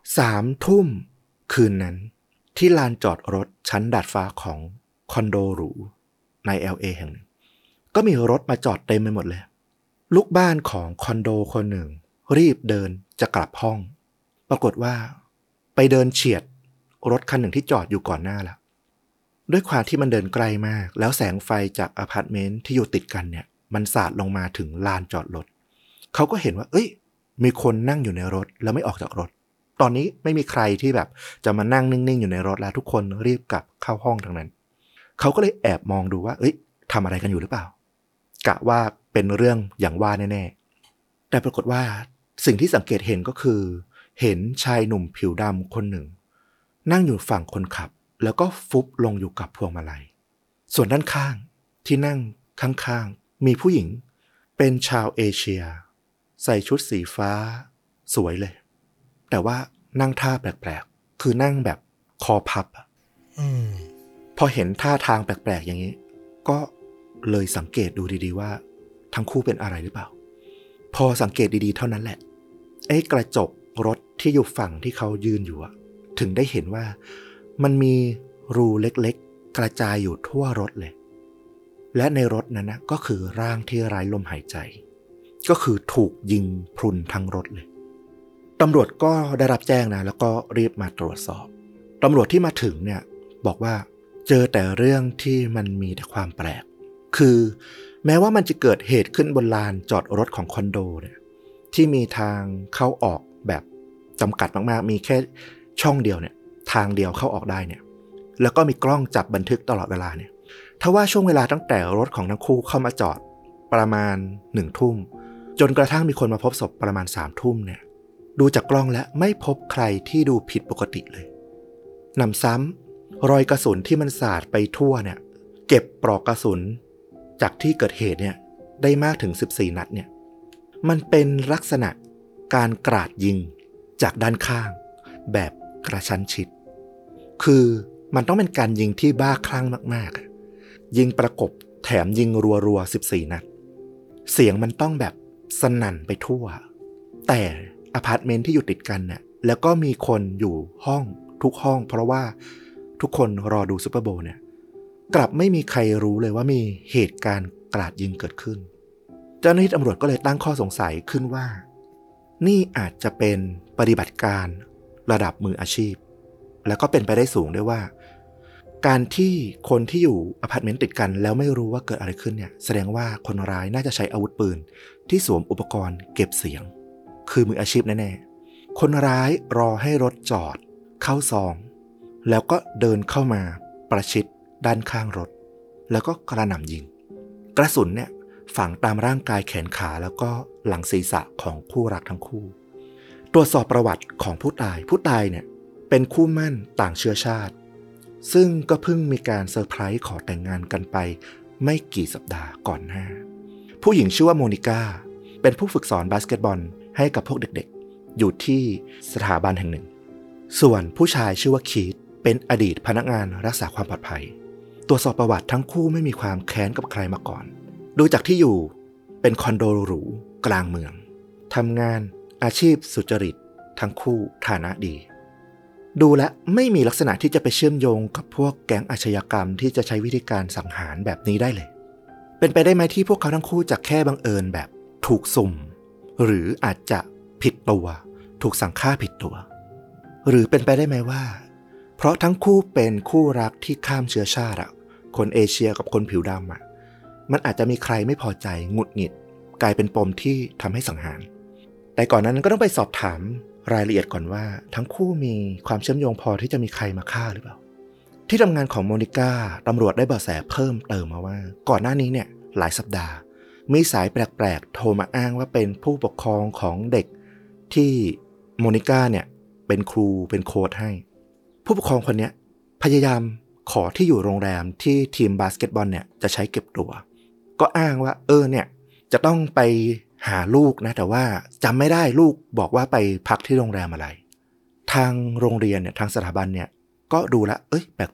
3 ทุ่มคืนนั้นที่ลานจอดรถชั้นดาดฟ้าของคอนโดหรูใน LA แห่งหนึ่งก็มีรถมาจอดเต็มไปหมดเลยลูกบ้านของคอนโดคนหนึ่งรีบเดินจะกลับห้องปรากฏว่าไปเดินเฉียดรถคันหนึ่งที่จอดอยู่ก่อนหน้าแล้วด้วยความที่มันเดินไกลมากแล้วแสงไฟจากอพาร์ตเมนต์ที่อยู่ติดกันเนี่ยมันสาดลงมาถึงลานจอดรถเขาก็เห็นว่ามีคนนั่งอยู่ในรถแล้วไม่ออกจากรถตอนนี้ไม่มีใครที่แบบจะมานั่งนิ่งๆอยู่ในรถแล้วทุกคนรีบกลับเข้าห้องทั้งนั้นเขาก็เลยแอบมองดูว่าทำอะไรกันอยู่หรือเปล่ากะว่าเป็นเรื่องอย่างว่าแน่ๆแต่ปรากฏว่าสิ่งที่สังเกตเห็นก็คือเห็นชายหนุ่มผิวดำคนหนึ่งนั่งอยู่ฝั่งคนขับแล้วก็ฟุบลงอยู่กับพวงมาลัยส่วนด้านข้างที่นั่งข้างๆมีผู้หญิงเป็นชาวเอเชียใส่ชุดสีฟ้าสวยเลยแต่ว่านั่งท่าแปลกๆคือนั่งแบบคอพับพอเห็นท่าทางแปลกๆอย่างนี้ก็เลยสังเกตดูดีๆว่าทั้งคู่เป็นอะไรหรือเปล่าพอสังเกตดีๆเท่านั้นแหละกระจกรถที่อยู่ฝั่งที่เขายืนอยู่ถึงได้เห็นว่ามันมีรูเล็กๆกระจายอยู่ทั่วรถเลยและในรถนั้นนะก็คือร่างที่ไร้ลมหายใจก็คือถูกยิงพรุนทั้งรถเลยตำรวจก็ได้รับแจ้งนะแล้วก็รีบมาตรวจสอบตำรวจที่มาถึงเนี่ยบอกว่าเจอแต่เรื่องที่มันมีแต่ความแปลกคือแม้ว่ามันจะเกิดเหตุขึ้นบนลานจอดรถของคอนโดเนี่ยที่มีทางเข้าออกแบบจำกัดมากๆมีแค่ช่องเดียวเนี่ยทางเดียวเข้าออกได้เนี่ยแล้วก็มีกล้องจับบันทึกตลอดเวลาเนี่ยถ้าว่าช่วงเวลาตั้งแต่รถของทั้งคู่เข้ามาจอดประมาณ1 ทุ่มจนกระทั่งมีคนมาพบศพประมาณ3 ทุ่มเนี่ยดูจากกล้องแล้วไม่พบใครที่ดูผิดปกติเลยนำซ้ำรอยกระสุนที่มันสาดไปทั่วเนี่ยเก็บปลอกกระสุนจากที่เกิดเหตุเนี่ยได้มากถึง14 นัดเนี่ยมันเป็นลักษณะการกราดยิงจากด้านข้างแบบกระชั้นชิดคือมันต้องเป็นการยิงที่บ้าคลั่งมากๆยิงประกบแถมยิงรัวๆ14 นัดเสียงมันต้องแบบสนั่นไปทั่วแต่อพาร์ตเมนต์ที่อยู่ติดกันเนี่ยแล้วก็มีคนอยู่ห้องทุกห้องเพราะว่าทุกคนรอดูซุปเปอร์โบว์เนี่ยกลับไม่มีใครรู้เลยว่ามีเหตุการณ์กราดยิงเกิดขึ้นเจ้าหน้าที่ตำรวจก็เลยตั้งข้อสงสัยขึ้นว่านี่อาจจะเป็นปฏิบัติการระดับมืออาชีพแล้วก็เป็นไปได้สูงด้วยว่าการที่คนที่อยู่อพาร์ตเมนต์ติดกันแล้วไม่รู้ว่าเกิดอะไรขึ้นเนี่ยแสดงว่าคนร้ายน่าจะใช้อาวุธปืนที่สวมอุปกรณ์เก็บเสียงคือมืออาชีพแน่ๆคนร้ายรอให้รถจอดเข้าซองแล้วก็เดินเข้ามาประชิดด้านข้างรถแล้วก็กระหน่ำยิงกระสุนเนี่ยฝังตามร่างกายแขนขาแล้วก็หลังศีรษะของคู่รักทั้งคู่ตรวจสอบประวัติของผู้ตายเนี่ยเป็นคู่หมั่นต่างเชื้อชาติซึ่งก็เพิ่งมีการเซอร์ไพรส์ขอแต่งงานกันไปไม่กี่สัปดาห์ก่อนหน้าผู้หญิงชื่อว่าโมนิก้าเป็นผู้ฝึกสอนบาสเกตบอลให้กับพวกเด็กๆอยู่ที่สถาบันแห่งหนึ่งส่วนผู้ชายชื่อว่าคีธเป็นอดีตพนักงานรักษาความปลอดภัยตรวจสอบประวัติทั้งคู่ไม่มีความแค้นกับใครมาก่อนดูจากที่อยู่เป็นคอนโดหรูกลางเมืองทำงานอาชีพสุจริตทั้งคู่ฐานะดีดูและไม่มีลักษณะที่จะไปเชื่อมโยงกับพวกแก๊งอาชญากรรมที่จะใช้วิธีการสังหารแบบนี้ได้เลยเป็นไปได้ไหมที่พวกเขาทั้งคู่จะแค่บังเอิญแบบถูกสุ่มหรืออาจจะผิดตัวถูกสั่งฆ่าผิดตัวหรือเป็นไปได้ไหมว่าเพราะทั้งคู่เป็นคู่รักที่ข้ามเชื้อชาติคนเอเชียกับคนผิวดำมันอาจจะมีใครไม่พอใจหงุดหงิดกลายเป็นปมที่ทำให้สังหารแต่ก่อนนั้นก็ต้องไปสอบถามรายละเอียดก่อนว่าทั้งคู่มีความเชื่อมโยงพอที่จะมีใครมาฆ่าหรือเปล่าที่ทำงานของโมนิก้าตำรวจได้เบาะแสเพิ่มเติมมาว่าก่อนหน้านี้เนี่ยหลายสัปดาห์มีสายแปลกๆโทรมาอ้างว่าเป็นผู้ปกครองของเด็กที่โมนิก้าเนี่ยเป็นครูเป็นโค้ชให้ผู้ปกครองคนนี้พยายามขอที่อยู่โรงแรมที่ทีมบาสเกตบอลเนี่ยจะใช้เก็บตัวก็อ้างว่าเนี่ยจะต้องไปหาลูกนะแต่ว่าจำไม่ได้ลูกบอกว่าไปพักที่โรงแรมอะไรทางโรงเรียนเนี่ยทางสถาบันเนี่ยก็ดูละแปลกๆ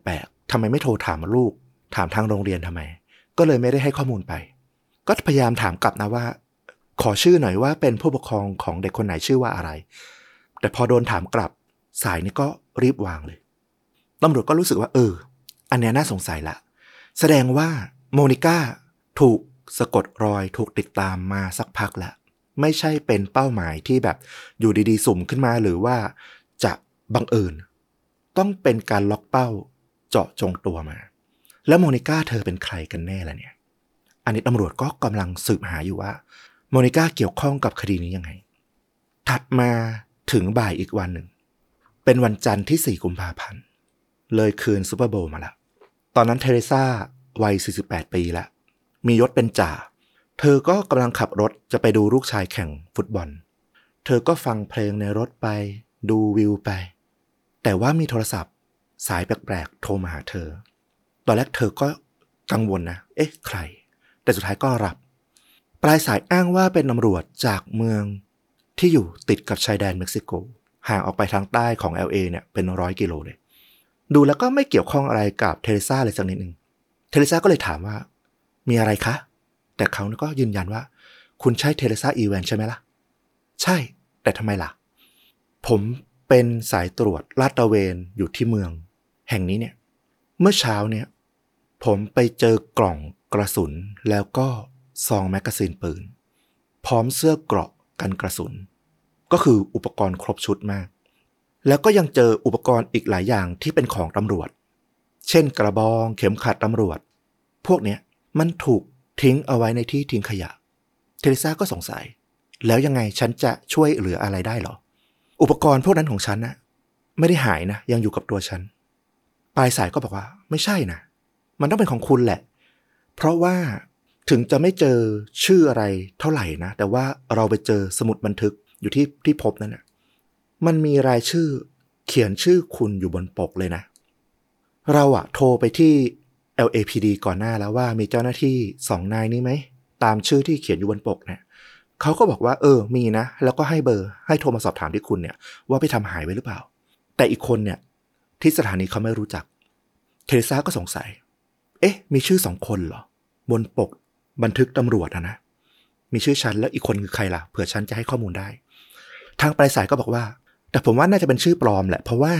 ทำไมไม่โทรถามลูกถามทางโรงเรียนทำไมก็เลยไม่ได้ให้ข้อมูลไปก็พยายามถามกลับนะว่าขอชื่อหน่อยว่าเป็นผู้ปกครองของเด็กคนไหนชื่อว่าอะไรแต่พอโดนถามกลับสายนี่ก็รีบวางเลยตำรวจก็รู้สึกว่าอันเนี้ยน่าสงสัยละแสดงว่าโมนิก้าถูกสะกดรอยถูกติดตามมาสักพักแล้วไม่ใช่เป็นเป้าหมายที่แบบอยู่ดีๆสุ่มขึ้นมาหรือว่าจะบังเอิญต้องเป็นการล็อกเป้าเจาะจงตัวมาแล้วโมนิก้าเธอเป็นใครกันแน่ล่ะเนี่ยอันนี้ตำรวจก็กำลังสืบหาอยู่ว่าโมนิก้าเกี่ยวข้องกับคดีนี้ยังไงถัดมาถึงบ่ายอีกวันหนึ่งเป็นวันจันทร์ที่4 กุมภาพันธ์เลยคืนซูเปอร์โบว์มาแล้วตอนนั้นเทเรซ่าวัย48 ปีแล้วมียศเป็นจ่าเธอก็กำลังขับรถจะไปดูลูกชายแข่งฟุตบอลเธอก็ฟังเพลงในรถไปดูวิวไปแต่ว่ามีโทรศัพท์สายแปลกๆโทรมาหาเธอตอนแรกเธอก็กังวลนะใครแต่สุดท้ายก็รับปลายสายอ้างว่าเป็นตำรวจจากเมืองที่อยู่ติดกับชายแดนเม็กซิโกห่างออกไปทางใต้ของ LA เนี่ยเป็น100 กิโลเลยดูแล้วก็ไม่เกี่ยวข้องอะไรกับเทเรซ่าเลยสักนิดนึงเทเรซ่าก็เลยถามว่ามีอะไรคะแต่เขาก็ยืนยันว่าคุณใช่เทเรซ่าอีแวนใช่ไหมล่ะใช่แต่ทำไมล่ะผมเป็นสายตรวจลาดตระเวนอยู่ที่เมืองแห่งนี้เนี่ยเมื่อเช้าเนี่ยผมไปเจอกล่องกระสุนแล้วก็ซองแมกกาซีนปืนพร้อมเสื้อเกราะกันกระสุนก็คืออุปกรณ์ครบชุดมากแล้วก็ยังเจออุปกรณ์อีกหลายอย่างที่เป็นของตำรวจเช่นกระบองเข็มขัดตำรวจพวกเนี้ยมันถูกทิ้งเอาไว้ในที่ทิ้งขยะเทเรซ่าก็สงสัยแล้วยังไงฉันจะช่วยเหลืออะไรได้หรออุปกรณ์พวกนั้นของฉันนะไม่ได้หายนะยังอยู่กับตัวฉันปลายสายก็บอกว่าไม่ใช่นะมันต้องเป็นของคุณแหละเพราะว่าถึงจะไม่เจอชื่ออะไรเท่าไหร่นะแต่ว่าเราไปเจอสมุดบันทึกอยู่ที่พบนั่นนะมันมีรายชื่อเขียนชื่อคุณอยู่บนปกเลยนะเราโทรไปที่ LAPD ก่อนหน้าแล้วว่ามีเจ้าหน้าที่2 นายนี้ไหมตามชื่อที่เขียนอยู่บนปกเนี่ยเขาก็บอกว่ามีนะแล้วก็ให้เบอร์ให้โทรมาสอบถามที่คุณเนี่ยว่าไปทำหายไว้หรือเปล่าแต่อีกคนเนี่ยที่สถานีเขาไม่รู้จักเทเรซ่าก็สงสัยมีชื่อ2 คนเหรอบนปกบันทึกตำรวจนะมีชื่อฉันแล้วอีกคนคือใครล่ะเผื่อฉันจะให้ข้อมูลได้ทางปลายสายก็บอกว่าแต่ผมว่าน่าจะเป็นชื่อปลอมแหละเพราะว่า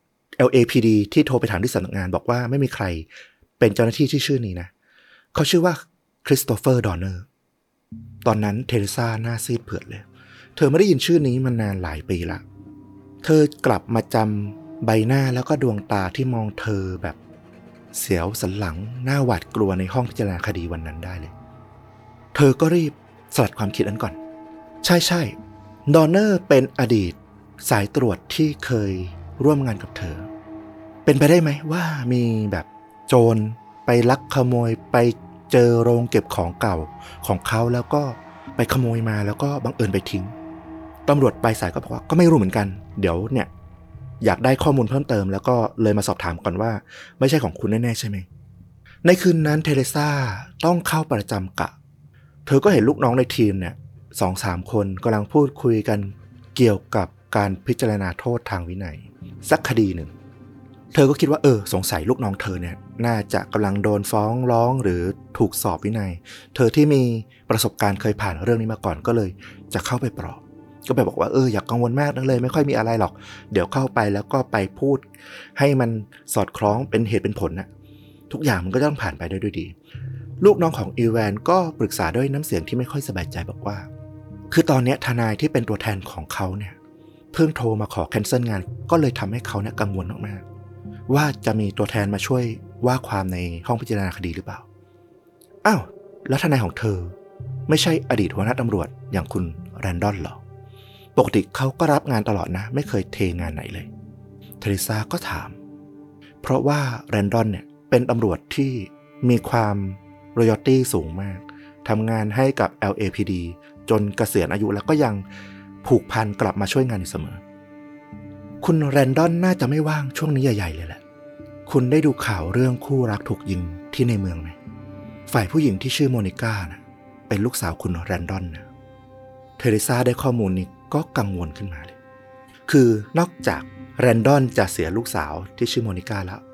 LAPD ที่โทรไปถามที่สำนักงานบอกว่าไม่มีใครเป็นเจ้าหน้าที่ที่ชื่อนี้นะเขาชื่อว่าคริสโตเฟอร์ดอนเนอร์ตอนนั้นเทเรซ่าหน้าซีดเผือดเลยเธอไม่ได้ยินชื่อนี้มานานหลายปีละเธอกลับมาจำใบหน้าแล้วก็ดวงตาที่มองเธอแบบเสียวสันหลังหน้าหวาดกลัวในห้องพิจารณาคดีวันนั้นได้เลยเธอก็รีบสลัดความคิดนั้นก่อนใช่ดอนเนอร์เป็นอดีตสายตรวจที่เคยร่วมงานกับเธอเป็นไปได้ไหมว่ามีแบบโจรไปลักขโมยไปเจอโรงเก็บของเก่าของเขาแล้วก็ไปขโมยมาแล้วก็บังเอิญไปทิ้งตำรวจปลายสายก็บอกว่าก็ไม่รู้เหมือนกันเดี๋ยวเนี่ยอยากได้ข้อมูลเพิ่มเติมแล้วก็เลยมาสอบถามก่อนว่าไม่ใช่ของคุณแน่ๆใช่ไหมในคืนนั้นเทเรซ่าต้องเข้าประจำกะเธอก็เห็นลูกน้องในทีมเนี่ย2-3 คนกำลังพูดคุยกันเกี่ยวกับการพิจารณาโทษทางวินัยสักคดีหนึ่งเธอก็คิดว่าสงสัยลูกน้องเธอเนี่ยน่าจะกำลังโดนฟ้องร้องหรือถูกสอบวินัยเธอที่มีประสบการณ์เคยผ่านเรื่องนี้มาก่อนก็เลยจะเข้าไปปลอบก็ไปบอกว่าอย่ากังวลมากนักเลยไม่ค่อยมีอะไรหรอกเดี๋ยวเข้าไปแล้วก็ไปพูดให้มันสอดคล้องเป็นเหตุเป็นผลนะทุกอย่างมันก็ต้องผ่านไปได้ด้วยดีลูกน้องของอีแวนก็ปรึกษาด้วยน้ำเสียงที่ไม่ค่อยสบายใจบอกว่าคือตอนนี้ทนายที่เป็นตัวแทนของเขาเนี่ยเพิ่งโทรมาขอแคนเซิลงานก็เลยทำให้เขาเนี่ยกังวลมากๆว่าจะมีตัวแทนมาช่วยว่าความในห้องพิจารณาคดีหรือเปล่าอ้าวแล้วทนายของเธอไม่ใช่อดีตหัวหน้าตำรวจอย่างคุณแรนดอนหรอปกติเขาก็รับงานตลอดนะไม่เคยเทงานไหนเลยเทเรซ่าก็ถามเพราะว่าแรนดอนเนี่ยเป็นตำรวจที่มีความรอยัลตี้สูงมากทำงานให้กับ LAPD จนเกษียณอายุแล้วก็ยังผูกพันกลับมาช่วยงานอยู่เสมอคุณแรนดอนน่าจะไม่ว่างช่วงนี้ใหญ่ๆเลยแหละคุณได้ดูข่าวเรื่องคู่รักถูกยิงที่ในเมืองไหมฝ่ายผู้หญิงที่ชื่อโมนิก้านะเป็นลูกสาวคุณแรนดอนนะเทเรซ่าได้ข้อมูลนี้ก็กังวลขึ้นมาเลยคือนอกจากแรนดอนจะเสียลูกสาวที่ชื่อโมนิก้าแล้ว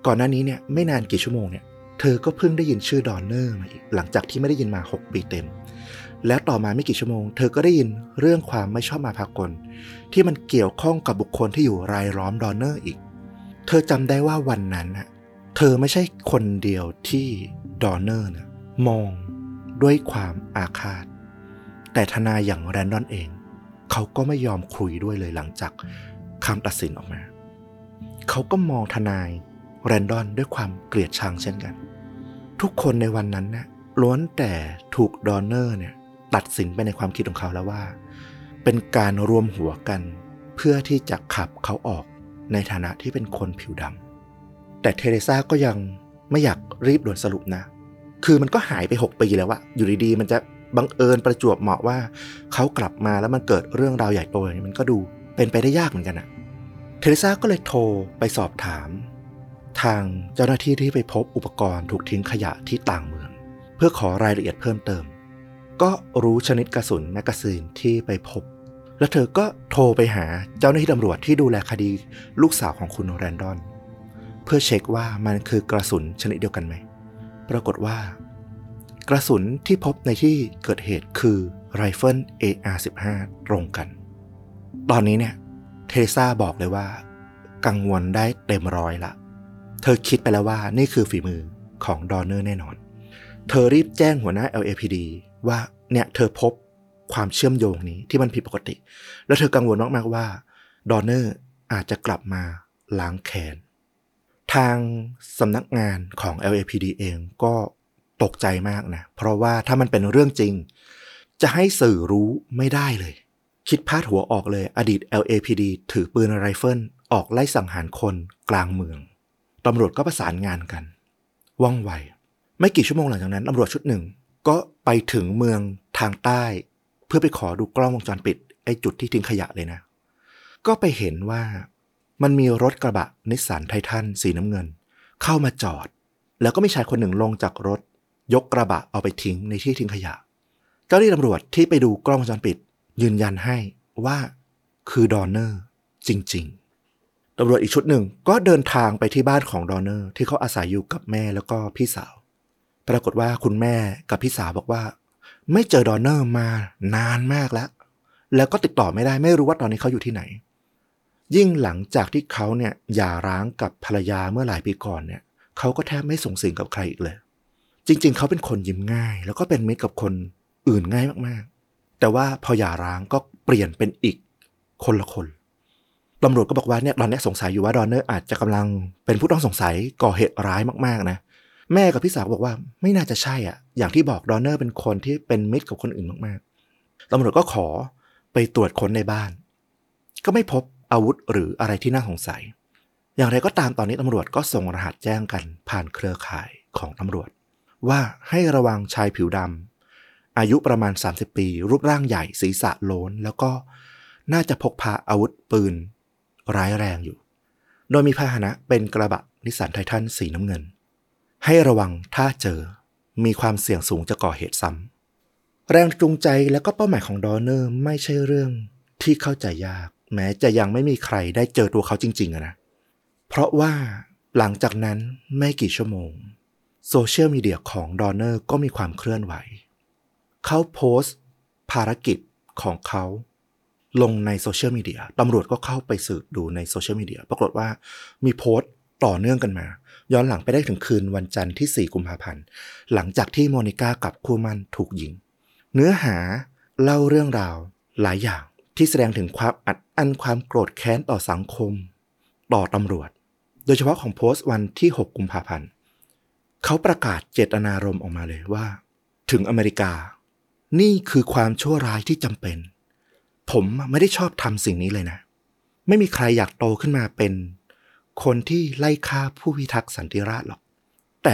ก่อนหน้านี้เนี่ยไม่นานกี่ชั่วโมงเนี่ยเธอก็เพิ่งได้ยินชื่อดอนเนอร์มาอีกหลังจากที่ไม่ได้ยินมา6 ปีเต็มและต่อมาไม่กี่ชั่วโมงเธอก็ได้ยินเรื่องความไม่ชอบมาพากลที่มันเกี่ยวข้องกับบุคคลที่อยู่รายล้อมดอนเนอร์อีกเธอจำได้ว่าวันนั้นน่ะเธอไม่ใช่คนเดียวที่ดอนเนอร์นะมองด้วยความอาฆาตแต่ทนายอย่างแรนดอนเองเขาก็ไม่ยอมคุยด้วยเลยหลังจากคำตัดสินออกมาเขาก็มองทนายแรนดอนด้วยความเกลียดชังเช่นกันทุกคนในวันนั้นนะล้วนแต่ถูกดอนเนอร์เนี่ยตัดสินไปในความคิดของเขาแล้วว่าเป็นการรวมหัวกันเพื่อที่จะขับเขาออกในฐานะที่เป็นคนผิวดำแต่เทเรซ่าก็ยังไม่อยากรีบด่วนสรุปนะคือมันก็หายไป6 ปีแล้วอะอยู่ดีๆมันจะบังเอิญประจวบเหมาะว่าเขากลับมาแล้วมันเกิดเรื่องราวใหญ่โตอย่างนี้มันก็ดูเป็นไปได้ยากเหมือนกันอะเทเรซ่าก็เลยโทรไปสอบถามทางเจ้าหน้าที่ที่ไปพบอุปกรณ์ถูกทิ้งขยะที่ต่างเมืองเพื่อขอรายละเอียดเพิ่มเติมก็รู้ชนิดกระสุนแมกกาซีนที่ไปพบแล้วเธอก็โทรไปหาเจ้าหน้าที่ตำรวจที่ดูแลคดีลูกสาวของคุณแรนดอนเพื่อเช็คว่ามันคือกระสุนชนิดเดียวกันไหมปรากฏว่ากระสุนที่พบในที่เกิดเหตุคือไรเฟิล AR-15 ตรงกันตอนนี้เนี่ยเทเรซ่าบอกเลยว่ากังวลได้เต็มร้อยละเธอคิดไปแล้วว่านี่คือฝีมือของดอนเนอร์แน่นอนเธอรีบแจ้งหัวหน้า LAPD ว่าเนี่ยเธอพบความเชื่อมโยงนี้ที่มันผิดปกติแล้วเธอกังวลมากๆว่าดอนเนอร์อาจจะกลับมาล้างแค้นทางสำนักงานของ LAPD เองก็ตกใจมากนะเพราะว่าถ้ามันเป็นเรื่องจริงจะให้สื่อรู้ไม่ได้เลยคิดพาดหัวออกเลยอดีต LAPD ถือปืนไรเฟิลออกไล่สังหารคนกลางเมืองตำรวจก็ประสานงานกันว่องไวไม่กี่ชั่วโมงหลังจากนั้นตำรวจชุดหนึ่งก็ไปถึงเมืองทางใต้เพื่อไปขอดูกล้องวงจรปิดไอ้จุดที่ทิ้งขยะเลยนะก็ไปเห็นว่ามันมีรถกระบะนิสสันไททันสีน้ำเงินเข้ามาจอดแล้วก็มีชายคนหนึ่งลงจากรถยกกระบะเอาไปทิ้งในที่ทิ้งขยะเจ้าหน้าที่ตำรวจที่ไปดูกล้องวงจรปิดยืนยันให้ว่าคือดอนเนอร์จริงๆตำรวจอีกชุดหนึ่งก็เดินทางไปที่บ้านของดอนเนอร์ที่เขาอาศัยอยู่กับแม่แล้วก็พี่สาวปรากฏว่าคุณแม่กับพี่สาวบอกว่าไม่เจอดอนเนอร์มานานมากแล้วก็ติดต่อไม่ได้ไม่รู้ว่าตอนนี้เขาอยู่ที่ไหนยิ่งหลังจากที่เขาเนี่ยหย่าร้างกับภรรยาเมื่อหลายปีก่อนเนี่ยเขาก็แทบไม่ส่งสิงกับใครอีกเลยจริงๆเขาเป็นคนยิ้มง่ายแล้วก็เป็นมิตรกับคนอื่นง่ายมากๆแต่ว่าพอหย่าร้างก็เปลี่ยนเป็นอีกคนละคนตำรวจก็บอกว่าเนี่ยตอนนี้สงสัยอยู่ว่าดอนเนอร์อาจจะกำลังเป็นผู้ต้องสงสัยก่อเหตุร้ายมากๆนะแม่กับพี่สาวบอกว่าไม่น่าจะใช่อ่ะอย่างที่บอกดอนเนอร์เป็นคนที่เป็นมิตรกับคนอื่นมากๆตำรวจก็ขอไปตรวจค้นในบ้านก็ไม่พบอาวุธหรืออะไรที่น่าสงสัยอย่างไรก็ตามตอนนี้ตำรวจก็ส่งรหัสแจ้งกันผ่านเครือข่ายของตำรวจว่าให้ระวังชายผิวดำอายุประมาณ30 ปีรูปร่างใหญ่ศีรษะโล้นแล้วก็น่าจะพกพาอาวุธปืนร้ายแรงอยู่โดยมีพาหนะเป็นกระบะนิสสันไททันสีน้ำเงินให้ระวังถ้าเจอมีความเสี่ยงสูงจะก่อเหตุซ้ำแรงจูงใจและก็เป้าหมายของดอนเนอร์ไม่ใช่เรื่องที่เข้าใจยากแม้จะยังไม่มีใครได้เจอตัวเขาจริงๆนะเพราะว่าหลังจากนั้นไม่กี่ชั่วโมงโซเชียลมีเดียของดอนเนอร์ก็มีความเคลื่อนไหวเขาโพสต์ภารกิจของเขาลงในโซเชียลมีเดียตำรวจก็เข้าไปสืบดูในโซเชียลมีเดียปรากฏว่ามีโพสต์ต่อเนื่องกันมาย้อนหลังไปได้ถึงคืนวันจันทร์ที่4 กุมภาพันธ์หลังจากที่โมนิก้ากับคู่มั่นถูกยิงเนื้อหาเล่าเรื่องราวหลายอย่างที่แสดงถึงความอัดอั้นความโกรธแค้นต่อสังคมต่อตำรวจโดยเฉพาะของโพสต์วันที่6 กุมภาพันธ์เขาประกาศเจตนารมณ์ออกมาเลยว่าถึงอเมริกานี่คือความชั่วร้ายที่จำเป็นผมไม่ได้ชอบทำสิ่งนี้เลยนะไม่มีใครอยากโตขึ้นมาเป็นคนที่ไล่ฆ่าผู้พิทักษ์สันติราษฎร์หรอกแต่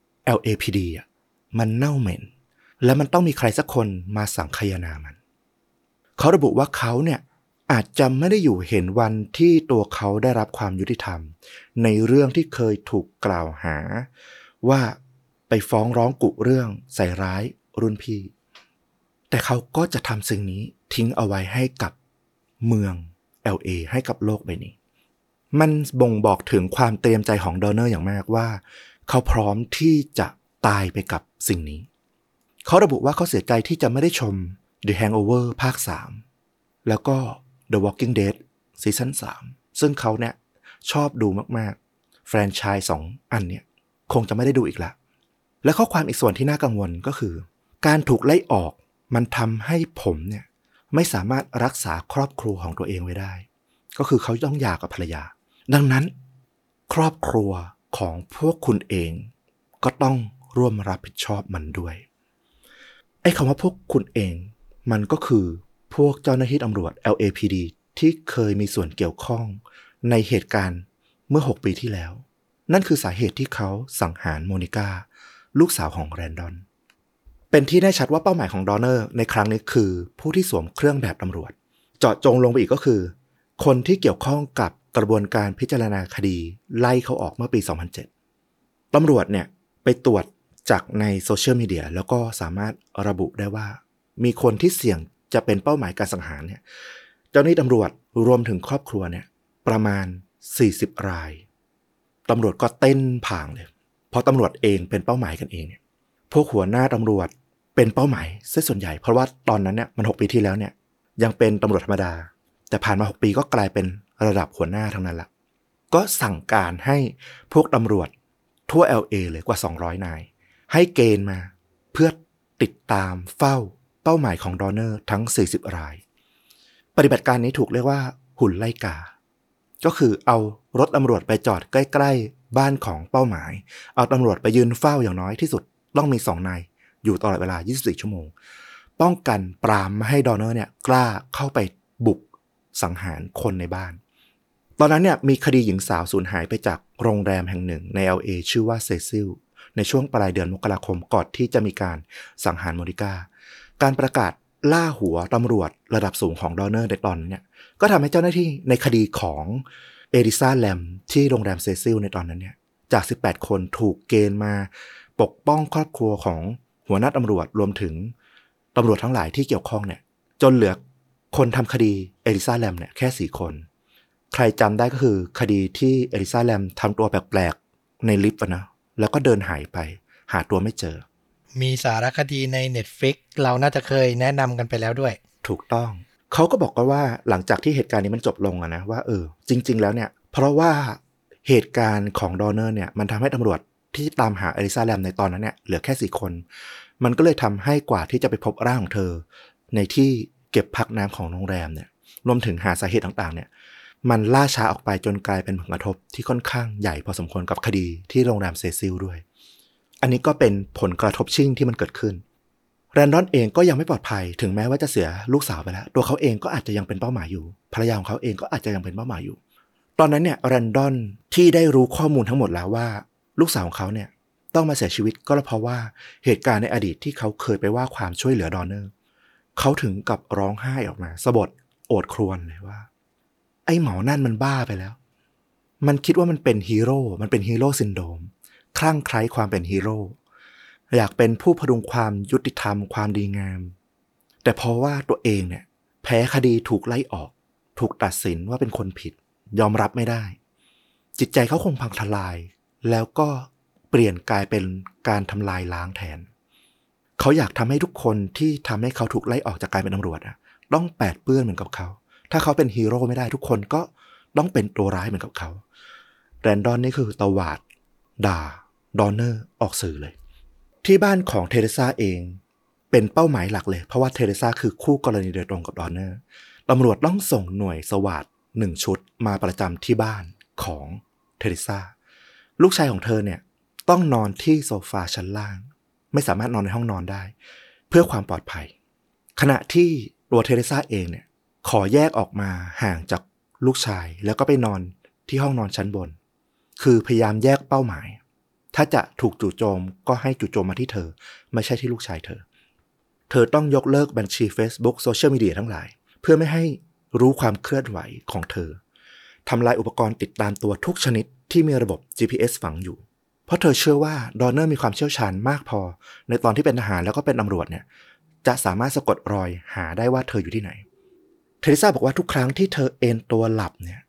LAPD อ่ะมันเน่าเหม็นและมันต้องมีใครสักคนมาสังคายนามันเขาระบุว่าเขาเนี่ยอาจจะไม่ได้อยู่เห็นวันที่ตัวเขาได้รับความยุติธรรมในเรื่องที่เคยถูกกล่าวหาว่าไปฟ้องร้องกุเรื่องใส่ร้ายรุ่นพี่แต่เขาก็จะทำสิ่งนี้ทิ้งเอาไว้ให้กับเมือง LA ให้กับโลกใบนี้มันบ่งบอกถึงความเตรียมใจของดอนเนอร์อย่างมากว่าเขาพร้อมที่จะตายไปกับสิ่งนี้เขาระบุว่าเขาเสียใจที่จะไม่ได้ชม The Hangover ภาค 3 แล้วก็ The Walking Dead ซีซั่น 3 ซึ่งเขาเนี่ยชอบดูมากๆแฟรนไชส์2 อันเนี่ยคงจะไม่ได้ดูอีกละและข้อความอีกส่วนที่น่ากังวลก็คือการถูกไล่ออกมันทำให้ผมเนี่ยไม่สามารถรักษาครอบครัวของตัวเองไว้ได้ก็คือเขาต้องหย่ากับภรรยาดังนั้นครอบครัวของพวกคุณเองก็ต้องร่วมรับผิดชอบมันด้วยไอ้คำว่าพวกคุณเองมันก็คือพวกเจ้าหน้าที่ตำรวจ LAPD ที่เคยมีส่วนเกี่ยวข้องในเหตุการณ์เมื่อ6 ปีที่แล้วนั่นคือสาเหตุที่เขาสังหารโมนิก้าลูกสาวของแรนดอนเป็นที่แน่ชัดว่าเป้าหมายของดอนเนอร์ในครั้งนี้คือผู้ที่สวมเครื่องแบบตำรวจเจาะจงลงไปอีกก็คือคนที่เกี่ยวข้องกับกระบวนการพิจารณาคดีไล่เขาออกเมื่อปี 2007 ตำรวจเนี่ยไปตรวจจากในโซเชียลมีเดียแล้วก็สามารถระบุได้ว่ามีคนที่เสี่ยงจะเป็นเป้าหมายการสังหารเนี่ยเจ้าหน้าที่ตำรวจรวมถึงครอบครัวเนี่ยประมาณ40 รายตำรวจก็เต้นผางเลยเพราะตำรวจเองเป็นเป้าหมายกันเองเนี่ยพวกหัวหน้าตำรวจเป็นเป้าหมายซะส่วนใหญ่เพราะว่าตอนนั้นเนี่ยมัน6 ปีที่แล้วเนี่ยยังเป็นตำรวจธรรมดาแต่ผ่านมา6 ปีก็กลายเป็นระดับหัวหน้าทั้งนั้นละก็สั่งการให้พวกตำรวจทั่ว LA เลยกว่า200 นายให้เกณฑ์มาเพื่อติดตามเฝ้าเป้าหมายของดอนเนอร์ทั้ง40 รายปฏิบัติการนี้ถูกเรียกว่าหุ่นไล่กาก็คือเอารถตำรวจไปจอดใกล้ๆบ้านของเป้าหมายเอาตำรวจไปยืนเฝ้าอย่างน้อยที่สุดต้องมี2 นายอยู่ตลอดเวลา24 ชั่วโมงป้องกันปรามไม่ให้ดอนเนอร์เนี่ยกล้าเข้าไปบุกสังหารคนในบ้านตอนนั้นเนี่ยมีคดีหญิงสาวสูญหายไปจากโรงแรมแห่งหนึ่งใน LA ชื่อว่าเซซิลในช่วงปลายเดือนมกราคมก่อนที่จะมีการสังหารโมนิก้าการประกาศล่าหัวตำรวจระดับสูงของดอนเนอร์ในตอนนี้ก็ทำให้เจ้าหน้าที่ในคดีของเอลิซาแลมที่โรงแรมเซซิลในตอนนั้นเนี่ยจาก18 คนถูกเกณฑ์มาปกป้องครอบครัวของหัวหน้าตำรวจรวมถึงตำรวจทั้งหลายที่เกี่ยวข้องเนี่ยจนเหลือคนทำคดีเอลิซาแลมเนี่ยแค่4 คนใครจำได้ก็คือคดีที่เอลิซาแลมทำตัวแปลกๆในลิฟต์นะแล้วก็เดินหายไปหาตัวไม่เจอมีสารคดีใน Netflix เราน่าจะเคยแนะนำกันไปแล้วด้วยถูกต้องเขาก็บอกว่าหลังจากที่เหตุการณ์นี้มันจบลงอะนะว่าจริงๆแล้วเนี่ยเพราะว่าเหตุการณ์ของดอนเนอร์เนี่ยมันทำให้ตำรวจที่ตามหาเอลิซาแลมในตอนนั้นเนี่ยเหลือแค่4 คนมันก็เลยทำให้กว่าที่จะไปพบร่างของเธอในที่เก็บพักน้ำของโรงแรมเนี่ยรวมถึงหาสาเหตุต่างๆเนี่ยมันล่าช้าออกไปจนกลายเป็นผลกระทบที่ค่อนข้างใหญ่พอสมควรกับคดีที่โรงแรมเซซิลด้วยอันนี้ก็เป็นผลกระทบชิ่งที่มันเกิดขึ้นแรนดอนเองก็ยังไม่ปลอดภัยถึงแม้ว่าจะเสียลูกสาวไปแล้วตัวเขาเองก็อาจจะยังเป็นเป้าหมายอยู่ภรรยาของเขาเองก็อาจจะยังเป็นเป้าหมายอยู่ตอนนั้นเนี่ยแรนดอนที่ได้รู้ข้อมูลทั้งหมดแล้วว่าลูกสาวของเขาเนี่ยต้องมาเสียชีวิตก็เพราะว่าเหตุการณ์ในอดีตที่เขาเคยไปว่าความช่วยเหลือดอนเนอร์เขาถึงกับร้องไห้ออกมาสะบดโอดครวญเลยว่าไอ้หมอนั่นมันบ้าไปแล้วมันคิดว่ามันเป็นฮีโร่มันเป็นฮีโร่ซินโดรมคลั่งไคล้ความเป็นฮีโร่อยากเป็นผู้พดุงความยุติธรรมความดีงามแต่เพราะว่าตัวเองเนี่ยแพ้คดีถูกไล่ออกถูกตัดสินว่าเป็นคนผิดยอมรับไม่ได้จิตใจเขาคงพังทลายแล้วก็เปลี่ยนกลายเป็นการทำลายล้างแทนเขาอยากทำให้ทุกคนที่ทำให้เขาถูกไล่ออกจากการเป็นตำรวจต้องแปดเปื้อนเหมือนกับเขาถ้าเขาเป็นฮีโร่ไม่ได้ทุกคนก็ต้องเป็นตัวร้ายเหมือนกับเขาแรนดอนนี่คือตวาดด่าดอนเนอร์ออกสื่อเลยที่บ้านของเทเรซาเองเป็นเป้าหมายหลักเลยเพราะว่าเทเรซาคือคู่กรณีโดยตรงกับดอนเนอร์ตำรวจต้องส่งหน่วยสวาท1 ชุดมาประจำที่บ้านของเทเรซาลูกชายของเธอเนี่ยต้องนอนที่โซฟาชั้นล่างไม่สามารถนอนในห้องนอนได้เพื่อความปลอดภัยขณะที่ตัวเทเรซาเองเนี่ยขอแยกออกมาห่างจากลูกชายแล้วก็ไปนอนที่ห้องนอนชั้นบนคือพยายามแยกเป้าหมายถ้าจะถูกจู่โจมก็ให้จู่โจมมาที่เธอไม่ใช่ที่ลูกชายเธอต้องยกเลิกบัญชี Facebook โซเชียลมีเดียทั้งหลายเพื่อไม่ให้รู้ความเคลื่อนไหวของเธอทำลายอุปกรณ์ติดตามตัวทุกชนิดที่มีระบบ GPS ฝังอยู่เพราะเธอเชื่อว่าดอนเนอร์มีความเชี่ยวชาญมากพอในตอนที่เป็นทหารแล้วก็เป็นตำรวจเนี่ยจะสามารถสะกดรอยหาได้ว่าเธออยู่ที่ไหนเทเรซาบอกว่าทุกครั้งที่เธอเอนตัวหลับเนี่ย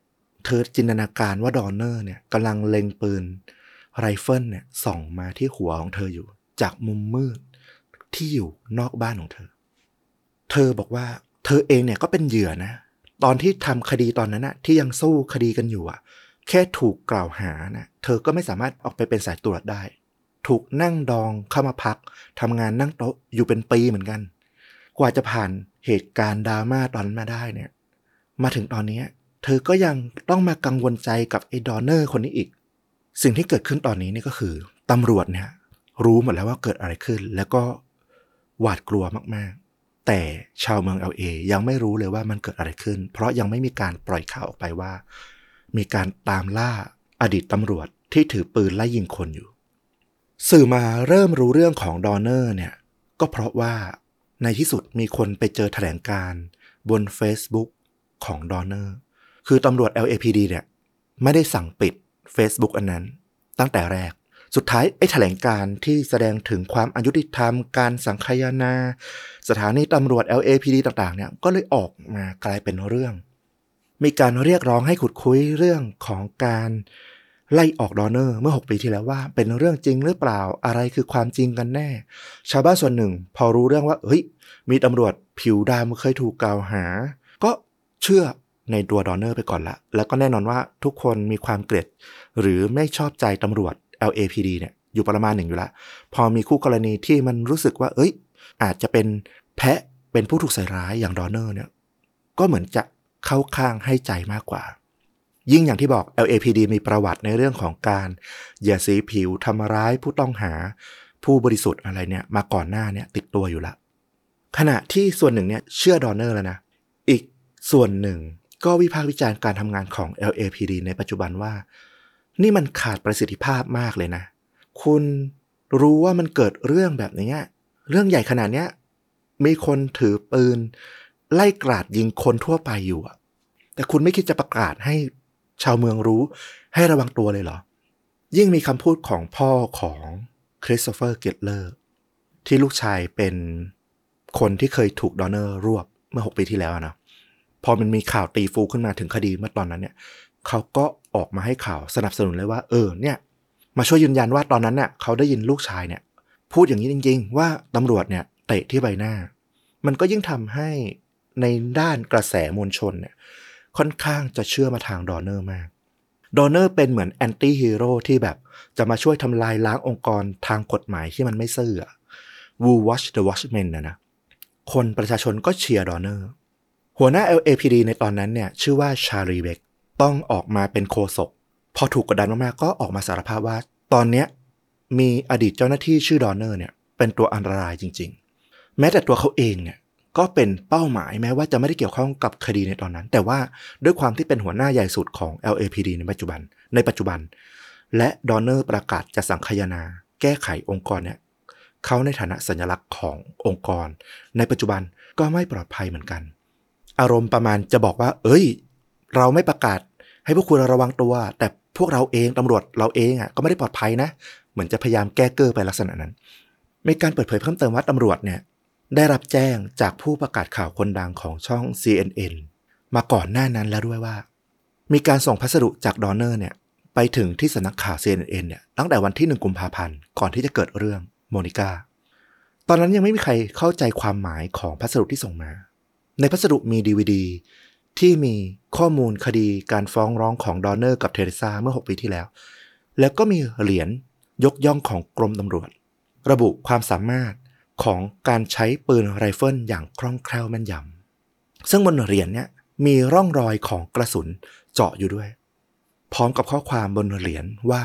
เธอจินตนาการว่าดอนเนอร์เนี่ยกำลังเล็งปืนไรเฟิลเนี่ยส่องมาที่หัวของเธออยู่จากมุมมืดที่อยู่นอกบ้านของเธอเธอบอกว่าเธอเองเนี่ยก็เป็นเหยื่อนะตอนที่ทำคดีตอนนั้นนะที่ยังสู้คดีกันอยู่แค่ถูกกล่าวหานะเธอก็ไม่สามารถออกไปเป็นสายตรวจได้ถูกนั่งดองเข้ามาพักทำงานนั่งโต๊ะอยู่เป็นปีเหมือนกันกว่าจะผ่านเหตุการณ์ดราม่าตอนนั้นมาได้เนี่ยมาถึงตอนนี้เธอก็ยังต้องมากังวลใจกับไอ้ดอนเนอร์คนนี้อีกสิ่งที่เกิดขึ้นตอนนี้นี่ก็คือตำรวจเนี่ยรู้หมดแล้วว่าเกิดอะไรขึ้นแล้วก็หวาดกลัวมากๆแต่ชาวเมือง LA ยังไม่รู้เลยว่ามันเกิดอะไรขึ้นเพราะยังไม่มีการปล่อยข่าวออกไปว่ามีการตามล่าอดีตตำรวจที่ถือปืนไล่ยิงคนอยู่สื่อมาเริ่มรู้เรื่องของดอนเนอร์เนี่ยก็เพราะว่าในที่สุดมีคนไปเจอแถลงการณ์บน Facebook ของดอนเนอร์คือตำรวจ LAPD เนี่ยไม่ได้สั่งปิด Facebook อันนั้นตั้งแต่แรกสุดท้ายไอ้แถลงการณ์ที่แสดงถึงความอายุติธรรมการสังคายนาสถานีตำรวจ LAPD ต่างๆเนี่ยก็เลยออกมากลายเป็นเรื่องมีการเรียกร้องให้ขุดคุยเรื่องของการไล่ออกดอนเนอร์เมื่อ6 ปีที่แล้วว่าเป็นเรื่องจริงหรือเปล่าอะไรคือความจริงกันแน่ชาวบ้านส่วนหนึ่งพอรู้เรื่องว่าเฮ้ยมีตำรวจผิวดำเคยถูกกล่าวหาก็เชื่อในตัวดอนเนอร์ไปก่อนละแล้วก็แน่นอนว่าทุกคนมีความเกลียดหรือไม่ชอบใจตำรวจ LAPD เนี่ยอยู่ประมาณหนึ่งอยู่ละพอมีคู่กรณีที่มันรู้สึกว่าอาจจะเป็นแพะเป็นผู้ถูกใส่ร้ายอย่างดอนเนอร์เนี่ยก็เหมือนจะเข้าข้างให้ใจมากกว่ายิ่งอย่างที่บอก LAPD มีประวัติในเรื่องของการเหยียดสีผิวทำร้ายผู้ต้องหาผู้บริสุทธิ์อะไรเนี่ยมาก่อนหน้าเนี่ยติดตัวอยู่ละขณะที่ส่วนหนึ่งเนี่ยเชื่อดอนเนอร์แล้วนะอีกส่วนหนึ่งก็วิพากษ์วิจารณ์การทำงานของ LAPD ในปัจจุบันว่านี่มันขาดประสิทธิภาพมากเลยนะคุณรู้ว่ามันเกิดเรื่องแบบนี้เรื่องใหญ่ขนาดนี้มีคนถือปืนไล่กราดยิงคนทั่วไปอยู่แต่คุณไม่คิดจะประกาศให้ชาวเมืองรู้ให้ระวังตัวเลยเหรอยิ่งมีคำพูดของพ่อของคริสโตเฟอร์เกตเลอร์ที่ลูกชายเป็นคนที่เคยถูกดอนเนอร์รวบเมื่อ6 ปีที่แล้วนะพอมันมีข่าวตีฟูขึ้นมาถึงคดีเมื่อตอนนั้นเนี่ยเขาก็ออกมาให้ข่าวสนับสนุนเลยว่าเนี่ยมาช่วยยืนยันว่าตอนนั้นเนี่ยเขาได้ยินลูกชายเนี่ยพูดอย่างนี้จริงๆว่าตำรวจเนี่ยเตะที่ใบหน้ามันก็ยิ่งทำให้ในด้านกระแสมวลชนเนี่ยค่อนข้างจะเชื่อมาทางดอนเนอร์มากดอนเนอร์เป็นเหมือนแอนตี้ฮีโร่ที่แบบจะมาช่วยทำลายล้างองค์กรทางกฎหมายที่มันไม่ซื่อWho Watch the Watchmen นะคนประชาชนก็เชียร์ดอนเนอร์หัวหน้า LAPD ในตอนนั้นเนี่ยชื่อว่าชาลีเบกต้องออกมาเป็นโฆษกพอถูกกดดันมากๆก็ออกมาสารภาพว่าตอนนี้มีอดีตเจ้าหน้าที่ชื่อดอนเนอร์เนี่ยเป็นตัวอันตรายจริงๆแม้แต่ตัวเขาเองเนี่ยก็เป็นเป้าหมายแม้ว่าจะไม่ได้เกี่ยวข้องกับคดีในตอนนั้นแต่ว่าด้วยความที่เป็นหัวหน้าใหญ่สุดของ LAPD ในปัจจุบันและดอนเนอร์ประกาศจะสังคายนาแก้ไของค์กรเนี่ยเขาในฐานะสัญลักษณ์ขององค์กรในปัจจุบันก็ไม่ปลอดภัยเหมือนกันอารมณ์ประมาณจะบอกว่าเราไม่ประกาศให้พวกคุณระวังตัวแต่พวกเราเองตำรวจเราเองก็ไม่ได้ปลอดภัยนะเหมือนจะพยายามแก้เก้อไปลักษณะนั้นมีการเปิดเผยเพิ่มเติมว่าตำรวจเนี่ยได้รับแจ้งจากผู้ประกาศข่าวคนดังของช่อง CNN มาก่อนหน้านั้นแล้วด้วยว่ามีการส่งพัสดุจากดอนเนอร์เนี่ยไปถึงที่สำนักข่าว CNN เนี่ยตั้งแต่วันที่1 กุมภาพันธ์ก่อนที่จะเกิดเรื่องโมนิก้าตอนนั้นยังไม่มีใครเข้าใจความหมายของพัสดุที่ส่งมาในพัสดุมี DVD ที่มีข้อมูลคดีการฟ้องร้องของดอนเนอร์กับเทเรซาเมื่อ6 ปีที่แล้วแล้วก็มีเหรียญยกย่องของกรมตำรวจระบุความสามารถของการใช้ปืนไรเฟิลอย่างคล่องแคล่วแม่นยำซึ่งบนเหรียญเนี่ยมีร่องรอยของกระสุนเจาะอยู่ด้วยพร้อมกับข้อความบนเหรียญว่า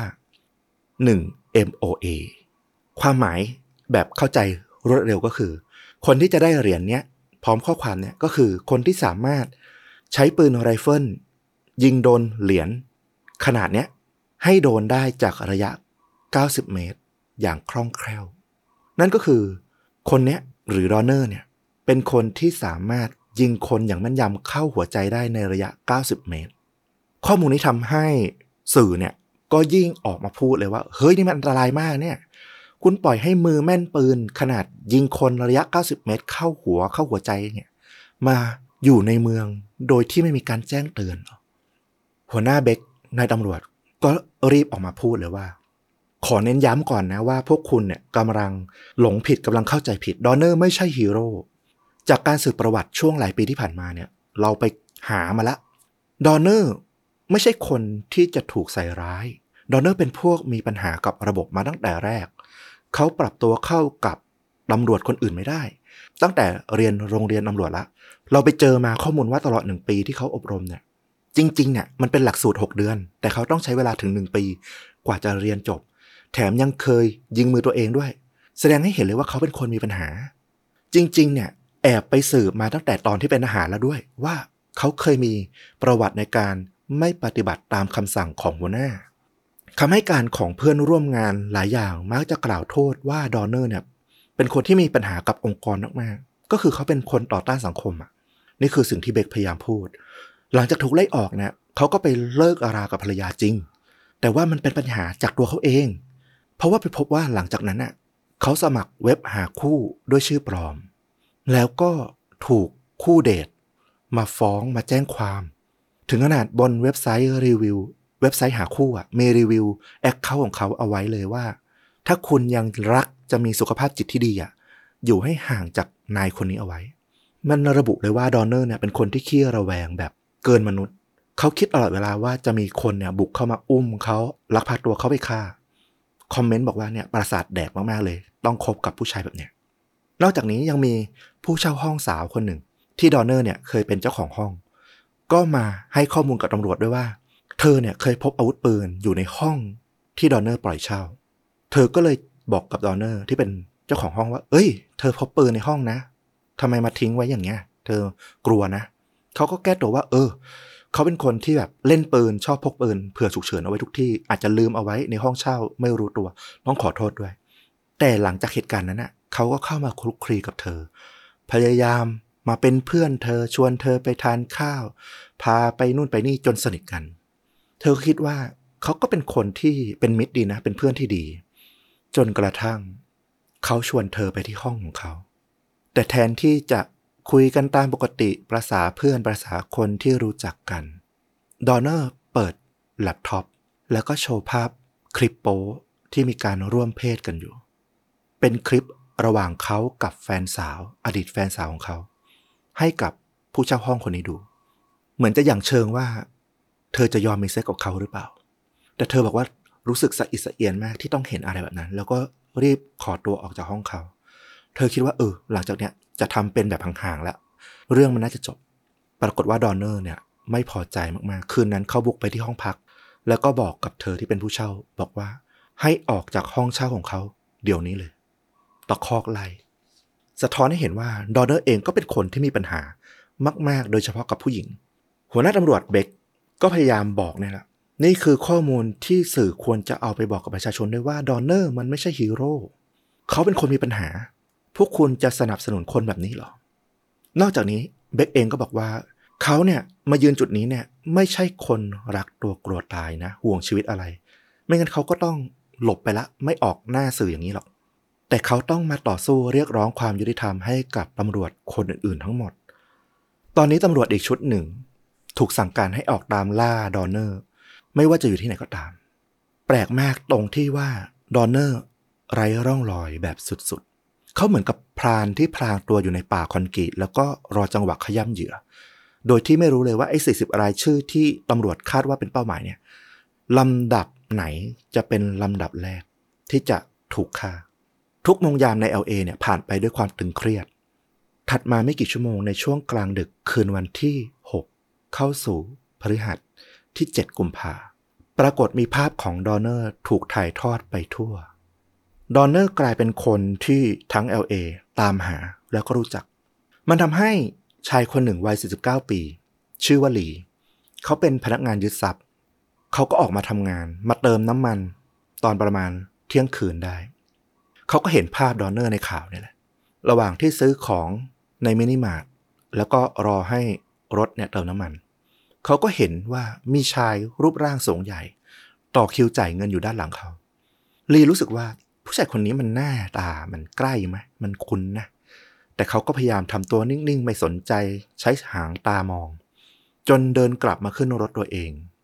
1 MOA ความหมายแบบเข้าใจรวดเร็วก็คือคนที่จะได้เหรียญเนี้ยพร้อมข้อความเนี่ยก็คือคนที่สามารถใช้ปืนไรเฟิลยิงโดนเหรียญขนาดเนี้ยให้โดนได้จากระยะ90 เมตรอย่างคล่องแคล่วนั่นก็คือคนเนี้ยหรือดอนเนอร์เนี่ยเป็นคนที่สามารถยิงคนอย่างแม่นยำเข้าหัวใจได้ในระยะ90 เมตรข้อมูลนี้ทำให้สื่อเนี่ยก็ยิ่งออกมาพูดเลยว่าเฮ้ยนี่มันอันตรายมากเนี่ยคุณปล่อยให้มือแม่นปืนขนาดยิงคนระยะ90 เมตรเข้าหัวใจเนี่ยมาอยู่ในเมืองโดยที่ไม่มีการแจ้งเตือนหัวหน้าเบคนายตำรวจก็รีบออกมาพูดเลยว่าขอเน้นย้ำก่อนนะว่าพวกคุณเนี่ยกำลังหลงผิดกำลังเข้าใจผิดดอนเนอร์ไม่ใช่ฮีโร่จากการสืบประวัติช่วงหลายปีที่ผ่านมาเนี่ยเราไปหามาละดอนเนอร์ไม่ใช่คนที่จะถูกใส่ร้ายดอนเนอร์เป็นพวกมีปัญหากับระบบมาตั้งแต่แรกเขาปรับตัวเข้ากับตำรวจคนอื่นไม่ได้ตั้งแต่เรียนโรงเรียนตำรวจละเราไปเจอมาข้อมูลว่าตลอด1 ปีที่เขาอบรมเนี่ยจริงๆเนี่ยมันเป็นหลักสูตร6 เดือนแต่เขาต้องใช้เวลาถึง1 ปีกว่าจะเรียนจบแถมยังเคยยิงมือตัวเองด้วยแสดงให้เห็นเลยว่าเขาเป็นคนมีปัญหาจริงๆเนี่ยแอบไปสืบมาตั้งแต่ตอนที่เป็นทหารแล้วด้วยว่าเขาเคยมีประวัติในการไม่ปฏิบัติตามคำสั่งของหัวหน้าคำให้การของเพื่อนร่วมงานหลายอย่างมักจะกล่าวโทษว่าดอนเนอร์เนี่ยเป็นคนที่มีปัญหากับองค์กรมากๆก็คือเขาเป็นคนต่อต้านสังคมอ่ะนี่คือสิ่งที่เบคพยายามพูดหลังจากถูกไล่ออกเนี่ยเขาก็ไปเลิกอารากับภรรยาจริงแต่ว่ามันเป็นปัญหาจากตัวเขาเองเพราะว่าไปพบว่าหลังจากนั้นน่ะเขาสมัครเว็บหาคู่ด้วยชื่อปลอมแล้วก็ถูกคู่เดทมาฟ้องมาแจ้งความถึงขนาดบนเว็บไซต์รีวิวเว็บไซต์หาคู่อ่ะมีรีวิวแอคเคาท์ของเขาเอาไว้เลยว่าถ้าคุณยังรักจะมีสุขภาพจิตที่ดีอ่ะอยู่ให้ห่างจากนายคนนี้เอาไว้มันระบุเลยว่าดอนเนอร์เนี่ยเป็นคนที่ขี้ระแวงแบบเกินมนุษย์เขาคิดตลอดเวลาว่าจะมีคนเนี่ยบุกเข้ามาอุ้มเขาลักพาตัวเขาไปฆ่าคอมเมนต์บอกว่าเนี่ยประสาทแดกมากๆเลยต้องคบกับผู้ชายแบบเนี้ยนอกจากนี้ยังมีผู้เช่าห้องสาวคนหนึ่งที่ดอนเนอร์เนี่ยเคยเป็นเจ้าของห้องก็มาให้ข้อมูลกับตำรวจด้วยว่าเธอเนี่ยเคยพบอาวุธปืนอยู่ในห้องที่ดอนเนอร์ปล่อยเช่าเธอก็เลยบอกกับดอนเนอร์ที่เป็นเจ้าของห้องว่าเอ้ยเธอพบปืนในห้องนะทำไมมาทิ้งไว้อย่างเงี้ยเธอกลัวนะเขาก็แก้ตัวว่าเขาเป็นคนที่แบบเล่นปืนชอบพกปืนเผื่อฉุกเฉินเอาไว้ทุกที่อาจจะลืมเอาไว้ในห้องเช่าไม่รู้ตัวต้องขอโทษด้วยแต่หลังจากเหตุการณ์นั้นน่ะเขาก็เข้ามาคลุกคลีกับเธอพยายามมาเป็นเพื่อนเธอชวนเธอไปทานข้าวพาไปนู่นไปนี่จนสนิทกันเธอคิดว่าเขาก็เป็นคนที่เป็นมิตรดีนะเป็นเพื่อนที่ดีจนกระทั่งเขาชวนเธอไปที่ห้องของเขาแต่แทนที่จะคุยกันตามปกติประสาเพื่อนประสาคนที่รู้จักกันดอนเนอร์เปิดแล็ปท็อปแล้วก็โชว์ภาพคลิปโป๊ที่มีการร่วมเพศกันอยู่เป็นคลิประหว่างเขากับแฟนสาวอดีตแฟนสาวของเขาให้กับผู้เช่าห้องคนนี้ดูเหมือนจะอย่างเชิงว่าเธอจะยอมมีเซ็กกับเขาหรือเปล่าแต่เธอบอกว่ารู้สึกสะอิดสะเอียนมากที่ต้องเห็นอะไรแบบนั้นแล้วก็รีบขอตัวออกจากห้องเขาเธอคิดว่าหลังจากเนี้ยจะทำเป็นแบบห่างๆแล้วเรื่องมันน่าจะจบปรากฏว่าดอนเนอร์เนี่ยไม่พอใจมากๆคืนนั้นเขาบุกไปที่ห้องพักแล้วก็บอกกับเธอที่เป็นผู้เช่าบอกว่าให้ออกจากห้องเช่าของเขาเดี๋ยวนี้เลยตะคอกไล่สะท้อนให้เห็นว่าดอนเนอร์เองก็เป็นคนที่มีปัญหามากๆโดยเฉพาะกับผู้หญิงหัวหน้าตำรวจเบคก็พยายามบอกเนี่ยแหละนี่คือข้อมูลที่สื่อควรจะเอาไปบอกกับประชาชนด้วยว่าดอนเนอร์มันไม่ใช่ฮีโร่เขาเป็นคนมีปัญหาพวกคุณจะสนับสนุนคนแบบนี้หรอนอกจากนี้เบคเองก็บอกว่าเขาเนี่ยมายืนจุดนี้เนี่ยไม่ใช่คนรักตัวกลัวตายนะห่วงชีวิตอะไรไม่งั้นเขาก็ต้องหลบไปละไม่ออกหน้าสื่ออย่างนี้หรอกแต่เขาต้องมาต่อสู้เรียกร้องความยุติธรรมให้กับตำรวจคนอื่นๆทั้งหมดตอนนี้ตำรวจอีกชุดหนึ่งถูกสั่งการให้ออกตามล่าดอนเนอร์ไม่ว่าจะอยู่ที่ไหนก็ตามแปลกมากตรงที่ว่าดอนเนอร์ไร้ร่องรอยแบบสุดๆเขาเหมือนกับพรานที่พลางตัวอยู่ในป่าคอนกรีตแล้วก็รอจังหวะขย้ำเหยื่อโดยที่ไม่รู้เลยว่าไอ้40 รายชื่อที่ตำรวจคาดว่าเป็นเป้าหมายเนี่ยลำดับไหนจะเป็นลำดับแรกที่จะถูกฆ่าทุกโมงยามใน LA เนี่ยผ่านไปด้วยความตึงเครียดถัดมาไม่กี่ชั่วโมงในช่วงกลางดึกคืนวันที่6เข้าสู่พฤหัสที่7กุมภาพันธ์ปรากฏมีภาพของดอนเนอร์ถูกถ่ายทอดไปทั่วดอนเนอร์กลายเป็นคนที่ทั้ง LA ตามหาแล้วก็รู้จักมันทำให้ชายคนหนึ่งวัย49 ปีชื่อว่าลีเขาเป็นพนักงานยึดทรัพย์เขาก็ออกมาทำงานมาเติมน้ำมันตอนประมาณเที่ยงคืนได้เขาก็เห็นภาพดอนเนอร์ในข่าวนี่แหละระหว่างที่ซื้อของในมินิมาร์ทแล้วก็รอให้รถเนี่ยเติมน้ำมันเขาก็เห็นว่ามีชายรูปร่างสูงใหญ่ต่อคิวจ่ายเงินอยู่ด้านหลังเขาลีรู้สึกว่าผู้ชายคนนี้มันหน้าตามันใกล้ไหมมันคุ้นนะแต่เขาก็พยายามทำตัวนิ่งๆไม่สนใจใช้หางตามองจนเดินกลับมาขึ้นรถตัวเอง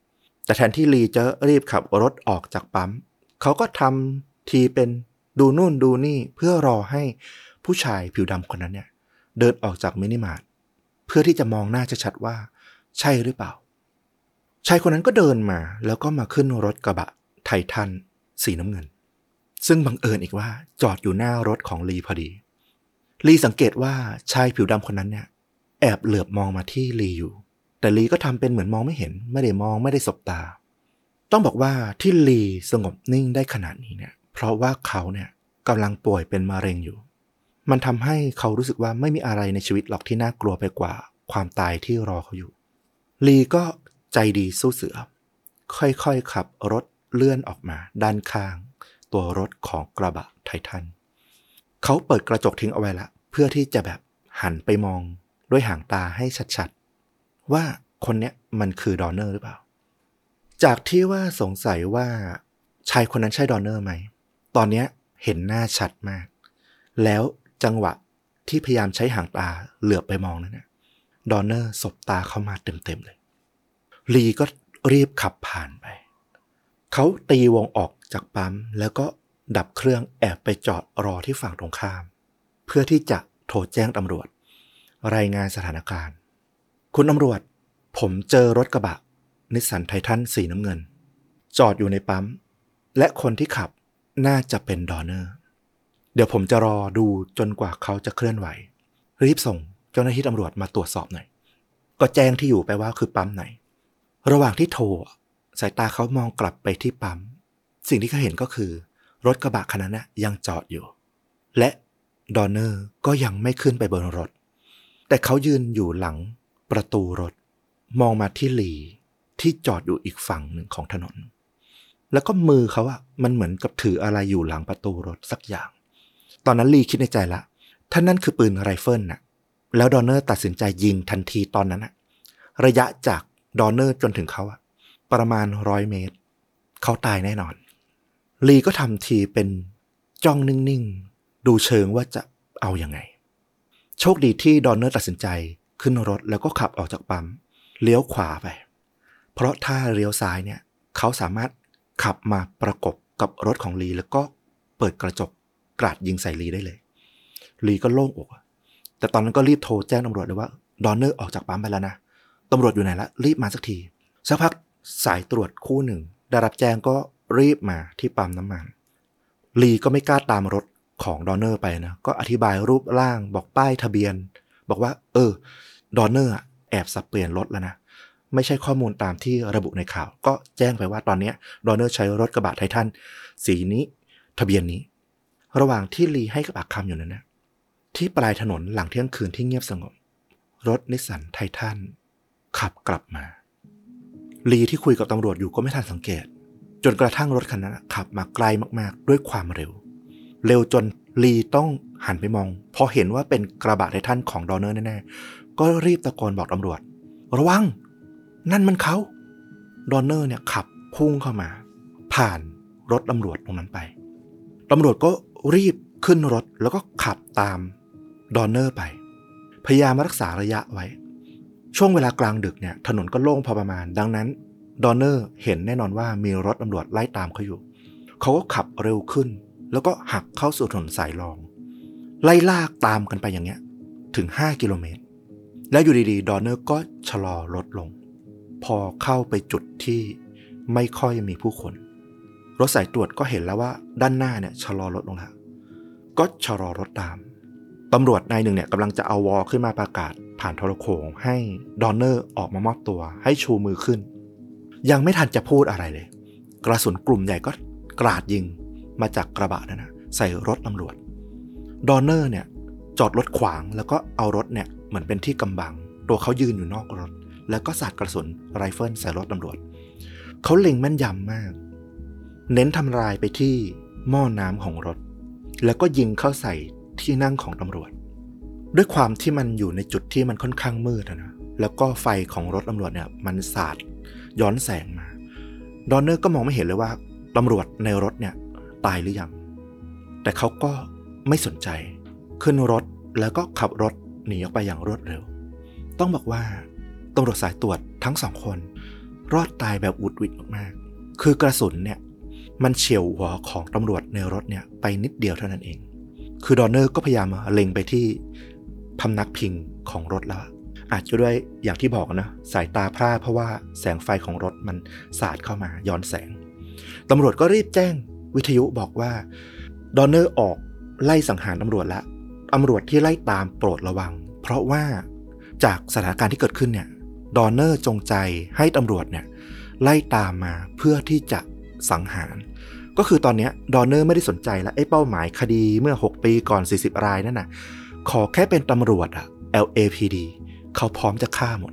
แต่แทนที่ลีจะรีบขับรถออกจากปั๊มเขาก็ทำทีเป็นดูนู่นดูนี่เพื่อรอให้ผู้ชายผิวดำคนนั้นเนี่ยเดินออกจากมินิมาร์ทเพื่อที่จะมองหน้าชัดๆว่าใช่หรือเปล่าชายคนนั้นก็เดินมาแล้วก็มาขึ้นรถกระบะไททันสีน้ำเงินซึ่งบังเอิญอีกว่าจอดอยู่หน้ารถของลีพอดีลีสังเกตว่าชายผิวดำคนนั้นเนี่ยแอบเหลือบมองมาที่ลีอยู่แต่ลีก็ทำเป็นเหมือนมองไม่เห็นไม่ได้มองไม่ได้สบตาต้องบอกว่าที่ลีสงบนิ่งได้ขนาดนี้เนี่ยเพราะว่าเขาเนี่ยกำลังป่วยเป็นมะเร็งอยู่มันทำให้เขารู้สึกว่าไม่มีอะไรในชีวิตหรอกที่น่ากลัวไปกว่าความตายที่รอเขาอยู่ลีก็ใจดีสู้เสือค่อยๆขับรถเลื่อนออกมาด้านข้างตัวรถของกระบะไททันเขาเปิดกระจกทิ้งเอาไว้ละเพื่อที่จะแบบหันไปมองด้วยหางตาให้ชัดๆว่าคนเนี้ยมันคือดอนเนอร์หรือเปล่าจากที่ว่าสงสัยว่าชายคนนั้นใช่ดอนเนอร์ไหมตอนเนี้ยเห็นหน้าชัดมากแล้วจังหวะที่พยายามใช้หางตาเหลือบไปมองนั่นนะดอนเนอร์สบตาเข้ามาเต็มๆเลยลีก็รีบขับผ่านไปเขาตีวงออกจากปั๊มแล้วก็ดับเครื่องแอบไปจอดรอที่ฝั่งตรงข้ามเพื่อที่จะโทรแจ้งตำรวจรายงานสถานการณ์คุณตำรวจผมเจอรถกระบะนิสสันไททันสีน้ำเงินจอดอยู่ในปั๊มและคนที่ขับน่าจะเป็นดอนเนอร์เดี๋ยวผมจะรอดูจนกว่าเขาจะเคลื่อนไหวรีบส่งเจ้าหน้าที่ตำรวจมาตรวจสอบหน่อยก็แจ้งที่อยู่ไปว่าคือปั๊มไหนระหว่างที่โทรสายตาเขามองกลับไปที่ปั๊มสิ่งที่เขาเห็นก็คือรถกระบะคันนั้นยังจอดอยู่และดอนเนอร์ก็ยังไม่ขึ้นไปบนรถแต่เขายืนอยู่หลังประตูรถมองมาที่ลีที่จอดอยู่อีกฝั่งหนึ่งของถนนแล้วก็มือเขามันเหมือนกับถืออะไรอยู่หลังประตูรถสักอย่างตอนนั้นลีคิดในใจละถ้านั่นคือปืนไรเฟิลแล้วดอนเนอร์ตัดสินใจยิงทันทีตอนนั้นระยะจากดอนเนอร์จนถึงเขาประมาณ100 เมตรเขาตายแน่นอนลีก็ทำทีเป็นจ้องนิ่งๆดูเชิงว่าจะเอายังไงโชคดีที่ดอนเนอร์ตัดสินใจขึ้นรถแล้วก็ขับออกจากปั๊มเลี้ยวขวาไปเพราะถ้าเลี้ยวซ้ายเนี่ยเขาสามารถขับมาประกบกับรถของลีแล้วก็เปิดกระจกกราดยิงใส่ลีได้เลยลีก็โล่งอกแต่ตอนนั้นก็รีบโทรแจ้งตำรวจเลยว่าดอนเนอร์ออกจากปั๊มไปแล้วนะตำรวจอยู่ไหนละรีบมาสักทีสักพักสายตรวจคู่หนึ่งได้รับแจ้งก็รีบมาที่ปั๊มน้ำมันลีก็ไม่กล้าตามรถของดอนเนอร์ไปนะก็อธิบายรูปร่างบอกป้ายทะเบียนบอกว่าดอนเนอร์แอบสับเปลี่ยนรถแล้วนะไม่ใช่ข้อมูลตามที่ระบุในข่าวก็แจ้งไปว่าตอนนี้ดอนเนอร์ใช้รถกระบะไททันสีนี้ทะเบียนนี้ระหว่างที่ลีให้ปากคำอยู่นั้นนะที่ปลายถนนหลังเที่ยงคืนที่เงียบสงบรถนิสสันไททันขับกลับมาลีที่คุยกับตำรวจอยู่ก็ไม่ทันสังเกตจนกระทั่งรถคันนั้นขับมาไกลมากๆด้วยความเร็วจนลีต้องหันไปมองพอเห็นว่าเป็นกระบะไททันของดอนเนอร์แน่ๆก็รีบตะโกนบอกตำรวจระวังนั่นมันเขาดอนเนอร์เนี่ยขับพุ่งเข้ามาผ่านรถตำรวจตรงนั้นไปตำรวจก็รีบขึ้นรถแล้วก็ขับตามดอนเนอร์ไปพยายามรักษาระยะไว้ช่วงเวลากลางดึกเนี่ยถนนก็โล่งพอประมาณดังนั้นดอนเนอร์เห็นแน่นอนว่ามีรถตำรวจไล่ตามเขาอยู่เขาก็ขับเร็วขึ้นแล้วก็หักเข้าสู่ถนนสายรองไล่ลากตามกันไปอย่างเงี้ยถึง5 กิโลเมตรแล้วอยู่ดีๆดอนเนอร์ก็ชะลอรถลงพอเข้าไปจุดที่ไม่ค่อยมีผู้คนรถสายตรวจก็เห็นแล้วว่าด้านหน้าเนี่ยชะลอรถลงแล้วก็ชะลอรถตามตำรวจนายหนึ่งเนี่ยกำลังจะเอาวอขึ้นมาประกาศผ่านโทรโข่งให้ดอนเนอร์ออกมามอบตัวให้ชูมือขึ้นยังไม่ทันจะพูดอะไรเลยกระสุนกลุ่มใหญ่ก็กราดยิงมาจากกระบะนั่นนะใส่รถตำรวจดอนเนอร์เนี่ยจอดรถขวางแล้วก็เอารถเนี่ยเหมือนเป็นที่กำบังตัวเขายืนอยู่นอกรถแล้วก็สาดกระสุนไรเฟิลใส่รถตำรวจเขาเล็งแม่นยำมากเน้นทำลายไปที่หม้อน้ำของรถแล้วก็ยิงเข้าใส่ที่นั่งของตำรวจด้วยความที่มันอยู่ในจุดที่มันค่อนข้างมืดนะแล้วก็ไฟของรถตำรวจเนี่ยมันสาดย้อนแสงมาดอนเนอร์ก็มองไม่เห็นเลยว่าตำรวจในรถเนี่ยตายหรือยังแต่เขาก็ไม่สนใจขึ้นรถแล้วก็ขับรถหนีออกไปอย่างรวดเร็วต้องบอกว่าตำรวจสายตรวจทั้ง2 คนรอดตายแบบอุดหวิดมากๆคือกระสุนเนี่ยมันเฉี่ยวหัวของตำรวจในรถเนี่ยไปนิดเดียวเท่านั้นเองคือดอนเนอร์ก็พยายามเล็งไปที่พำนักพิงของรถแล้วอาจจะด้วยอย่างที่บอกนะสายตาพร่าเพราะว่าแสงไฟของรถมันสาดเข้ามาย้อนแสงตำรวจก็รีบแจ้งวิทยุบอกว่าดอนเนอร์ออกไล่สังหารตำรวจแล้วตำรวจที่ไล่ตามโปรดระวังเพราะว่าจากสถานการณ์ที่เกิดขึ้นเนี่ยดอนเนอร์จงใจให้ตำรวจเนี่ยไล่ตามมาเพื่อที่จะสังหารก็คือตอนนี้ดอนเนอร์ไม่ได้สนใจแล้วไอ้เป้าหมายคดีเมื่อ6ปีก่อน40รายนั่นน่ะขอแค่เป็นตำรวจLAPD เขาพร้อมจะฆ่าหมด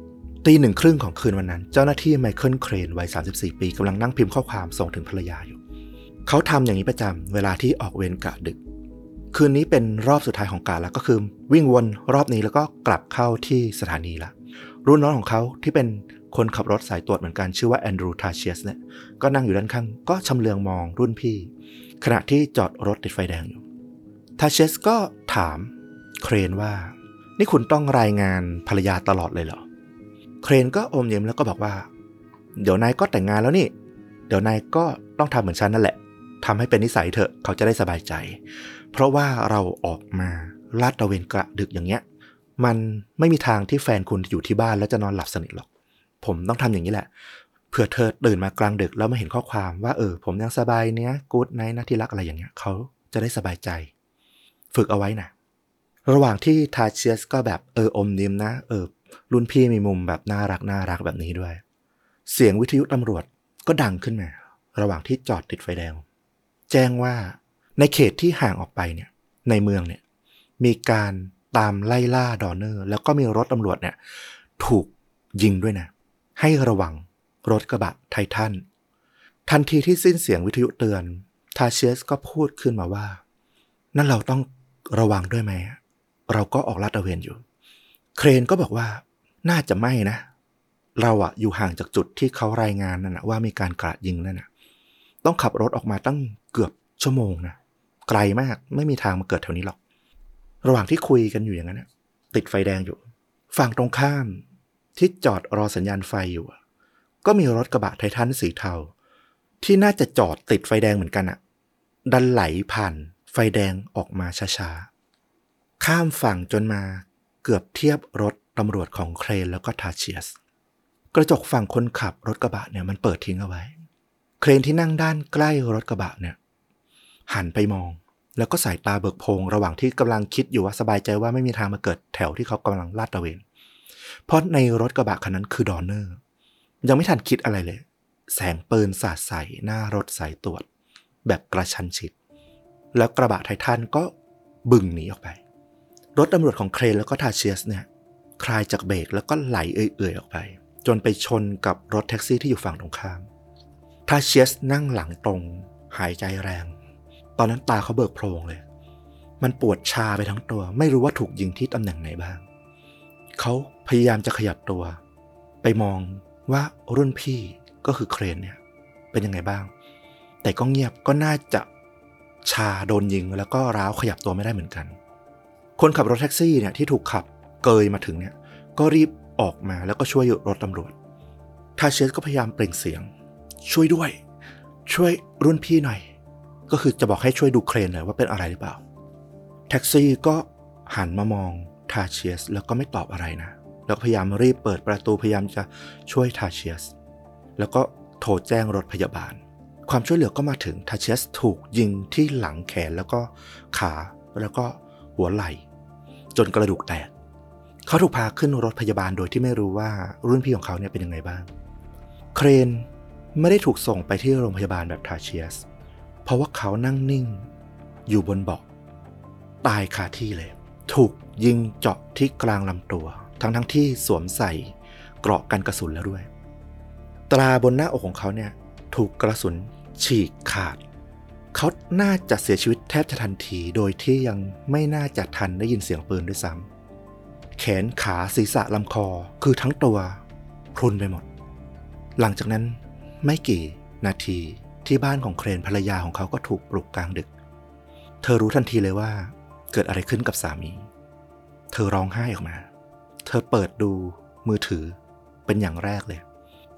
1:30 ของคืนวันนั้นเจ้าหน้าที่ไมเคิลเครนวัย34ปีกำลังนั่งพิมพ์ข้อความส่งถึงภรรยาอยู่เขาทำอย่างนี้ประจำเวลาที่ออกเวรกะดึกคืนนี้เป็นรอบสุดท้ายของกะแล้วก็คือวิ่งวนรอบนี้แล้วก็กลับเข้าที่สถานีละรุ่นน้องของเขาที่เป็นคนขับรถสายตรวจเหมือนกันชื่อว่าแอนดรูว์ ทาเชียสเนี่ยก็นั่งอยู่ด้านข้างก็ชำเลืองมองรุ่นพี่ขณะที่จอดรถติดไฟแดงอยู่ทาเชียสก็ถามเครนว่านี่คุณต้องรายงานภรรยาตลอดเลยเหรอเครนก็อมยิ้มแล้วก็บอกว่าเดี๋ยวนายก็แต่งงานแล้วนี่เดี๋ยวนายก็ต้องทำเหมือนฉันนั่นแหละทำให้เป็นนิสัยเถอะเขาจะได้สบายใจเพราะว่าเราออกมาลาดตระเวนกะดึกอย่างเงี้ยมันไม่มีทางที่แฟนคุณอยู่ที่บ้านแล้วจะนอนหลับสนิทหรอกผมต้องทำอย่างนี้แหละเผื่อเธอตื่นมากลางดึกแล้วมาเห็นข้อความว่าผมยังสบายเนี้ยกู๊ดไนท์นะที่รักอะไรอย่างเงี้ยเขาจะได้สบายใจฝึกเอาไว้นะระหว่างที่ทาเชียสก็แบบอมยิ้มนะรุ่นพี่มีมุมแบบน่ารักแบบนี้ด้วยเสียงวิทยุตำรวจก็ดังขึ้นมาระหว่างที่จอดติดไฟแดงแจ้งว่าในเขตที่ห่างออกไปเนี่ยในเมืองเนี่ยมีการตามไล่ล่าดอนเนอร์แล้วก็มีรถตำรวจเนี่ยถูกยิงด้วยนะให้ระวังรถกระบะไททันทันทีที่สิ้นเสียงวิทยุเตือนทาเชียสก็พูดขึ้นมาว่านั่นเราต้องระวังด้วยไหมเราก็ออกลาดตระเวนอยู่เครนก็บอกว่าน่าจะไม่นะเราอยู่ห่างจากจุดที่เขารายงานนั่นนะว่ามีการกราดยิงนั่นนะต้องขับรถออกมาตั้งเกือบชั่วโมงนะไกลมากไม่มีทางมาเกิดแถวนี้หรอกระหว่างที่คุยกันอยู่อย่างนั้นติดไฟแดงอยู่ฝั่งตรงข้ามที่จอดรอสัญญาณไฟอยู่ก็มีรถกระบะไททันสีเทาที่น่าจะจอดติดไฟแดงเหมือนกันดันไหลผ่านไฟแดงออกมาช้าๆข้ามฝั่งจนมาเกือบเทียบรถตำรวจของเครนแล้วก็ทาเชียสกระจกฝั่งคนขับรถกระบะเนี่ยมันเปิดทิ้งเอาไว้เครนที่นั่งด้านใกล้รถกระบะเนี่ยหันไปมองแล้วก็สายตาเบิกโพลงระหว่างที่กำลังคิดอยู่ว่าสบายใจว่าไม่มีทางมาเกิดแถวที่เขากำลังลาดตระเวนเพราะในรถกระบะคันนั้นคือดอนเนอร์ยังไม่ทันคิดอะไรเลยแสงปืนสาดใส่หน้ารถสายตรวจแบบกระชั้นชิดแล้วกระบะไททันก็บึ่งหนีออกไปรถตำรวจของเครนแล้วก็ทาเชียสเนี่ยคลายจากเบรกแล้วก็ไหลเอื่อยๆออกไปจนไปชนกับรถแท็กซี่ที่อยู่ฝั่งตรงข้ามทาเชียสนั่งหลังตรงหายใจแรงตอนนั้นตาเขาเบิกโพลงเลยมันปวดชาไปทั้งตัวไม่รู้ว่าถูกยิงที่ตำแหน่งไหนบ้างเขาพยายามจะขยับตัวไปมองว่ารุ่นพี่ก็คือเครนเนี่ยเป็นยังไงบ้างแต่ก็เงียบก็น่าจะชาโดนยิงแล้วก็ร้าวขยับตัวไม่ได้เหมือนกันคนขับรถแท็กซี่เนี่ยที่ถูกขับเกยมาถึงเนี่ยก็รีบออกมาแล้วก็ช่วยรถตำรวจทาเชียสก็พยายามเปล่งเสียงช่วยด้วยช่วยรุ่นพี่หน่อยก็คือจะบอกให้ช่วยดูเครนหน่อยว่าเป็นอะไรหรือเปล่าแท็กซี่ก็หันมามองทาเชียสแล้วก็ไม่ตอบอะไรนะแล้วพยายามรีบเปิดประตูพยายามจะช่วยทาเชียสแล้วก็โทรแจ้งรถพยาบาลความช่วยเหลือก็มาถึงทาเชียสถูกยิงที่หลังแขนแล้วก็ขาแล้วก็หัวไหล่จนกระดูกแตกเขาถูกพาขึ้นรถพยาบาลโดยที่ไม่รู้ว่ารุ่นพี่ของเขาเนี่ยเป็นยังไงบ้างเครนไม่ได้ถูกส่งไปที่โรงพยาบาลแบบทาเชียสเพราะว่าเขานั่งนิ่งอยู่บนเบาะตายคาที่เลยถูกยิงเจาะที่กลางลำตัวทั้งที่สวมใส่เกราะกันกระสุนแล้วด้วยตราบนหน้าอกของเขาเนี่ยถูกกระสุนฉีกขาดเขาน่าจะเสียชีวิตแทบจะทันทีโดยที่ยังไม่น่าจะทันได้ยินเสียงปืนด้วยซ้ำแขนขาศีรษะลำคอคือทั้งตัวพรุนไปหมดหลังจากนั้นไม่กี่นาทีที่บ้านของเครนภรรยาของเขาก็ถูกปลุกกลางดึกเธอรู้ทันทีเลยว่าเกิดอะไรขึ้นกับสามีเธอร้องไห้ออกมาเธอเปิดดูมือถือเป็นอย่างแรกเลย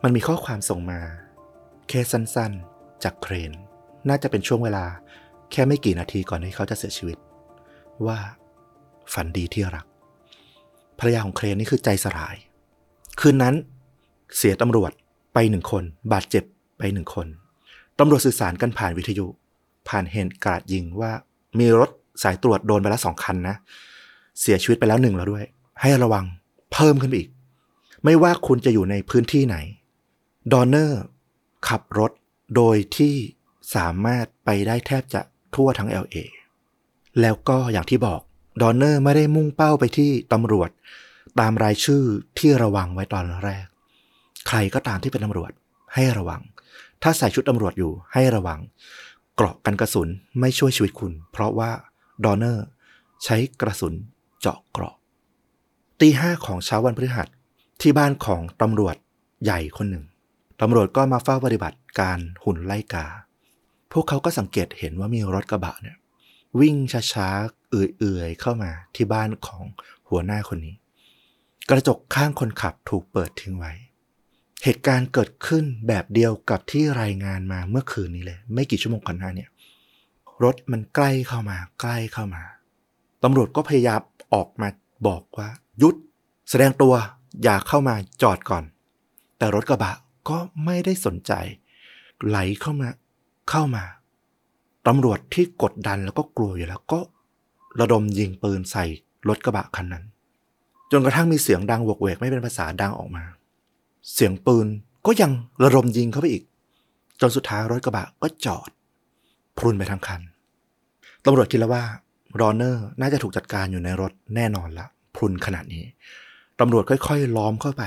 มันมีข้อความส่งมาแค่สั้นๆจากเครนน่าจะเป็นช่วงเวลาแค่ไม่กี่นาทีก่อนที่เขาจะเสียชีวิตว่าฝันดีที่รักภรรยาของเครนนี่คือใจสลายคืนนั้นเสียตำรวจไป1 คนบาดเจ็บไป1 คนตำรวจสื่อสารกันผ่านวิทยุผ่านเหตุกราดยิงว่ามีรถสายตรวจโดนไปแล้ว2 คันนะเสียชีวิตไปแล้ว1แล้วด้วยให้ระวังเพิ่มขึ้นไปอีกไม่ว่าคุณจะอยู่ในพื้นที่ไหนดอนเนอร์ขับรถโดยที่สามารถไปได้แทบจะทั่วทั้ง LA แล้วก็อย่างที่บอกดอนเนอร์ไม่ได้มุ่งเป้าไปที่ตำรวจตามรายชื่อที่ระวังไว้ตอนแรกใครก็ตามที่เป็นตำรวจให้ระวังถ้าใส่ชุดตำรวจอยู่ให้ระวังเกราะกันกระสุนไม่ช่วยชีวิตคุณเพราะว่าดอนเนอร์ใช้กระสุนเจาะเกราะตี 5ของเช้าวันพฤหัสที่บ้านของตำรวจใหญ่คนหนึ่งตำรวจก็มาเฝ้าปฏิบัติการหุ่นไล่กาพวกเขาก็สังเกตเห็นว่ามีรถกระบะเนี่ยวิ่งช้าๆเอื่อยๆเข้ามาที่บ้านของหัวหน้าคนนี้กระจกข้างคนขับถูกเปิดทิ้งไว้เหตุการณ์เกิดขึ้นแบบเดียวกับที่รายงานมาเมื่อคืนนี้เลยไม่กี่ชั่วโมงก่อนหน้าเนี่ยรถมันใกล้เข้ามาตำรวจก็พยายามออกมาบอกว่าหยุดแสดงตัวอย่าเข้ามาจอดก่อนแต่รถกระบะก็ไม่ได้สนใจไหลเข้ามาตำรวจที่กดดันแล้วก็กลัวอยู่แล้วก็ระดมยิงปืนใส่รถกระบะคันนั้นจนกระทั่งมีเสียงดังโหวกเวกไม่เป็นภาษาดังออกมาเสียงปืนก็ยังระดมยิงเข้าไปอีกจนสุดท้ายรถกระบะก็จอดพรุนไปทั้งคันตำรวจคิดแล้วว่ารอเนอร์น่าจะถูกจัดการอยู่ในรถแน่นอนละพรุนขนาดนี้ตำรวจค่อยๆล้อมเข้าไป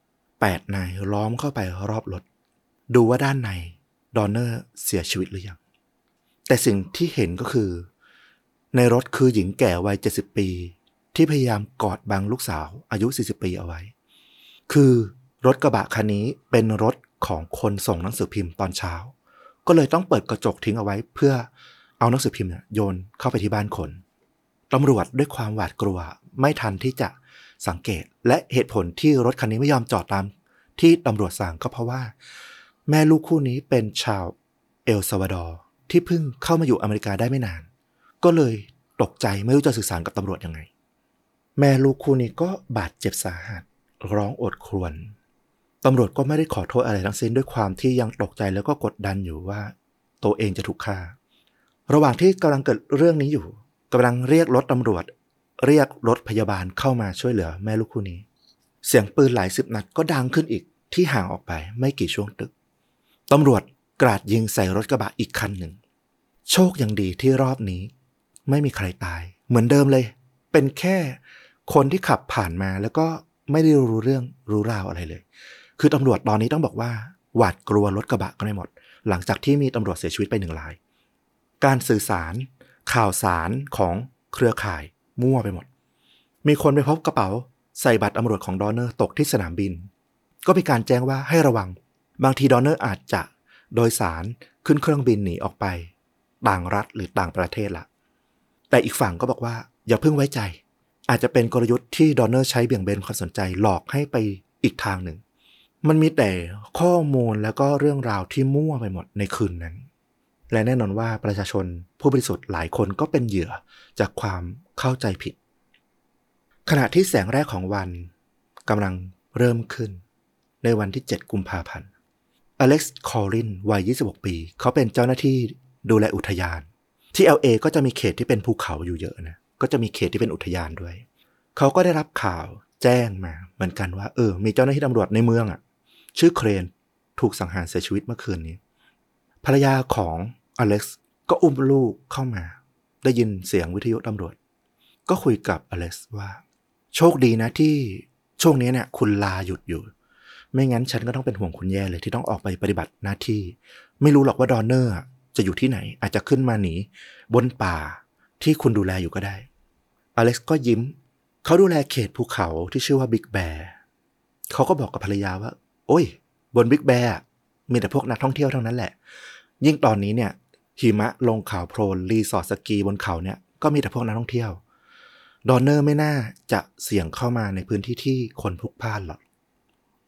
8 นายล้อมเข้าไปรอบรถดูว่าด้านในดอนเนอร์เสียชีวิตหรือยังแต่สิ่งที่เห็นก็คือในรถคือหญิงแก่วัย70 ปีที่พยายามกอดบังลูกสาวอายุ40 ปีเอาไว้คือรถกระบะคันนี้เป็นรถของคนส่งหนังสือพิมพ์ตอนเช้าก็เลยต้องเปิดกระจกทิ้งเอาไว้เพื่อเอาหนังสือพิมพ์โยนเข้าไปที่บ้านคนตำรวจด้วยความหวาดกลัวไม่ทันที่จะสังเกตและเหตุผลที่รถคันนี้ไม่ยอมจอดตามที่ตำรวจสั่งก็เพราะว่าแม่ลูกคู่นี้เป็นชาวเอลซัลวาดอร์ที่เพิ่งเข้ามาอยู่อเมริกาได้ไม่นานก็เลยตกใจไม่รู้จะสื่อสารกับตำรวจยังไงแม่ลูกคู่นี้ก็บาดเจ็บสาหัสร้องโอดครวญตำรวจก็ไม่ได้ขอโทษอะไรทั้งสิ้นด้วยความที่ยังตกใจแล้วก็กดดันอยู่ว่าตัวเองจะถูกฆ่าระหว่างที่กำลังเกิดเรื่องนี้อยู่กำลังเรียกรถตำรวจเรียกรถพยาบาลเข้ามาช่วยเหลือแม่ลูกคู่นี้เสียงปืนหลาย10 นัดก็ดังขึ้นอีกที่ห่างออกไปไม่กี่ช่วงตึกตำรวจกราดยิงใส่รถกระบะอีกคันหนึ่งโชคยังดีที่รอบนี้ไม่มีใครตายเหมือนเดิมเลยเป็นแค่คนที่ขับผ่านมาแล้วก็ไม่ได้รู้เรื่องรู้ราวอะไรเลยคือตำรวจตอนนี้ต้องบอกว่าหวาดกลัวรถกระบะกันไปหมดหลังจากที่มีตำรวจเสียชีวิตไป1 รายการสื่อสารข่าวสารของเครือข่ายมั่วไปหมดมีคนไปพบกระเป๋าใส่บัตรตำรวจของดอนเนอร์ตกที่สนามบินก็มีการแจ้งว่าให้ระวังบางทีดอนเนอร์อาจจะโดยสารขึ้นเครื่องบินหนีออกไปต่างรัฐหรือต่างประเทศละแต่อีกฝั่งก็บอกว่าอย่าเพิ่งไว้ใจอาจจะเป็นกลยุทธ์ที่ดอนเนอร์ใช้เบี่ยงเบนความสนใจหลอกให้ไปอีกทางหนึ่งมันมีแต่ข้อมูลแล้วก็เรื่องราวที่มั่วไปหมดในคืนนั้นและแน่นอนว่าประชาชนผู้บริสุทธิ์หลายคนก็เป็นเหยื่อจากความเข้าใจผิดขณะที่แสงแรกของวันกำลังเริ่มขึ้นในวันที่7 กุมภาพันธ์อเล็กซ์คอลลินวัย26 ปีเขาเป็นเจ้าหน้าที่ดูแลอุทยานที่ LA ก็จะมีเขตที่เป็นภูเขาอยู่เยอะนะก็จะมีเขตที่เป็นอุทยานด้วยเขาก็ได้รับข่าวแจ้งมาเหมือนกันว่ามีเจ้าหน้าที่ตำรวจในเมืองชื่อเครนถูกสังหารเสียชีวิตเมื่อคืนนี้ภรรยาของอเล็กซ์ก็อุ้มลูกเข้ามาได้ยินเสียงวิทยุตำรวจก็คุยกับอเล็กซ์ว่าโชคดีนะที่ช่วงนี้เนี่ยคุณลาหยุดอยู่ไม่งั้นฉันก็ต้องเป็นห่วงคุณแย่เลยที่ต้องออกไปปฏิบัติหน้าที่ไม่รู้หรอกว่าดอนเนอร์จะอยู่ที่ไหนอาจจะขึ้นมาหนีบนป่าที่คุณดูแลอยู่ก็ได้อเล็กซ์ก็ยิ้มเขาดูแลเขตภูเขาที่ชื่อว่าบิ๊กแบร์เขาก็บอกกับภรรยาว่าโอ้ยบนบิ๊กแบร์มีแต่พวกนักท่องเที่ยวเท่านั้นแหละยิ่งตอนนี้เนี่ยหิมะลงเขาโพลนรีสอร์ทสกีบนเขาเนี่ยก็มีแต่พวกนักท่องเที่ยวดอนเนอร์ไม่น่าจะเสี่ยงเข้ามาในพื้นที่ที่คนพลุกพล่านหรอก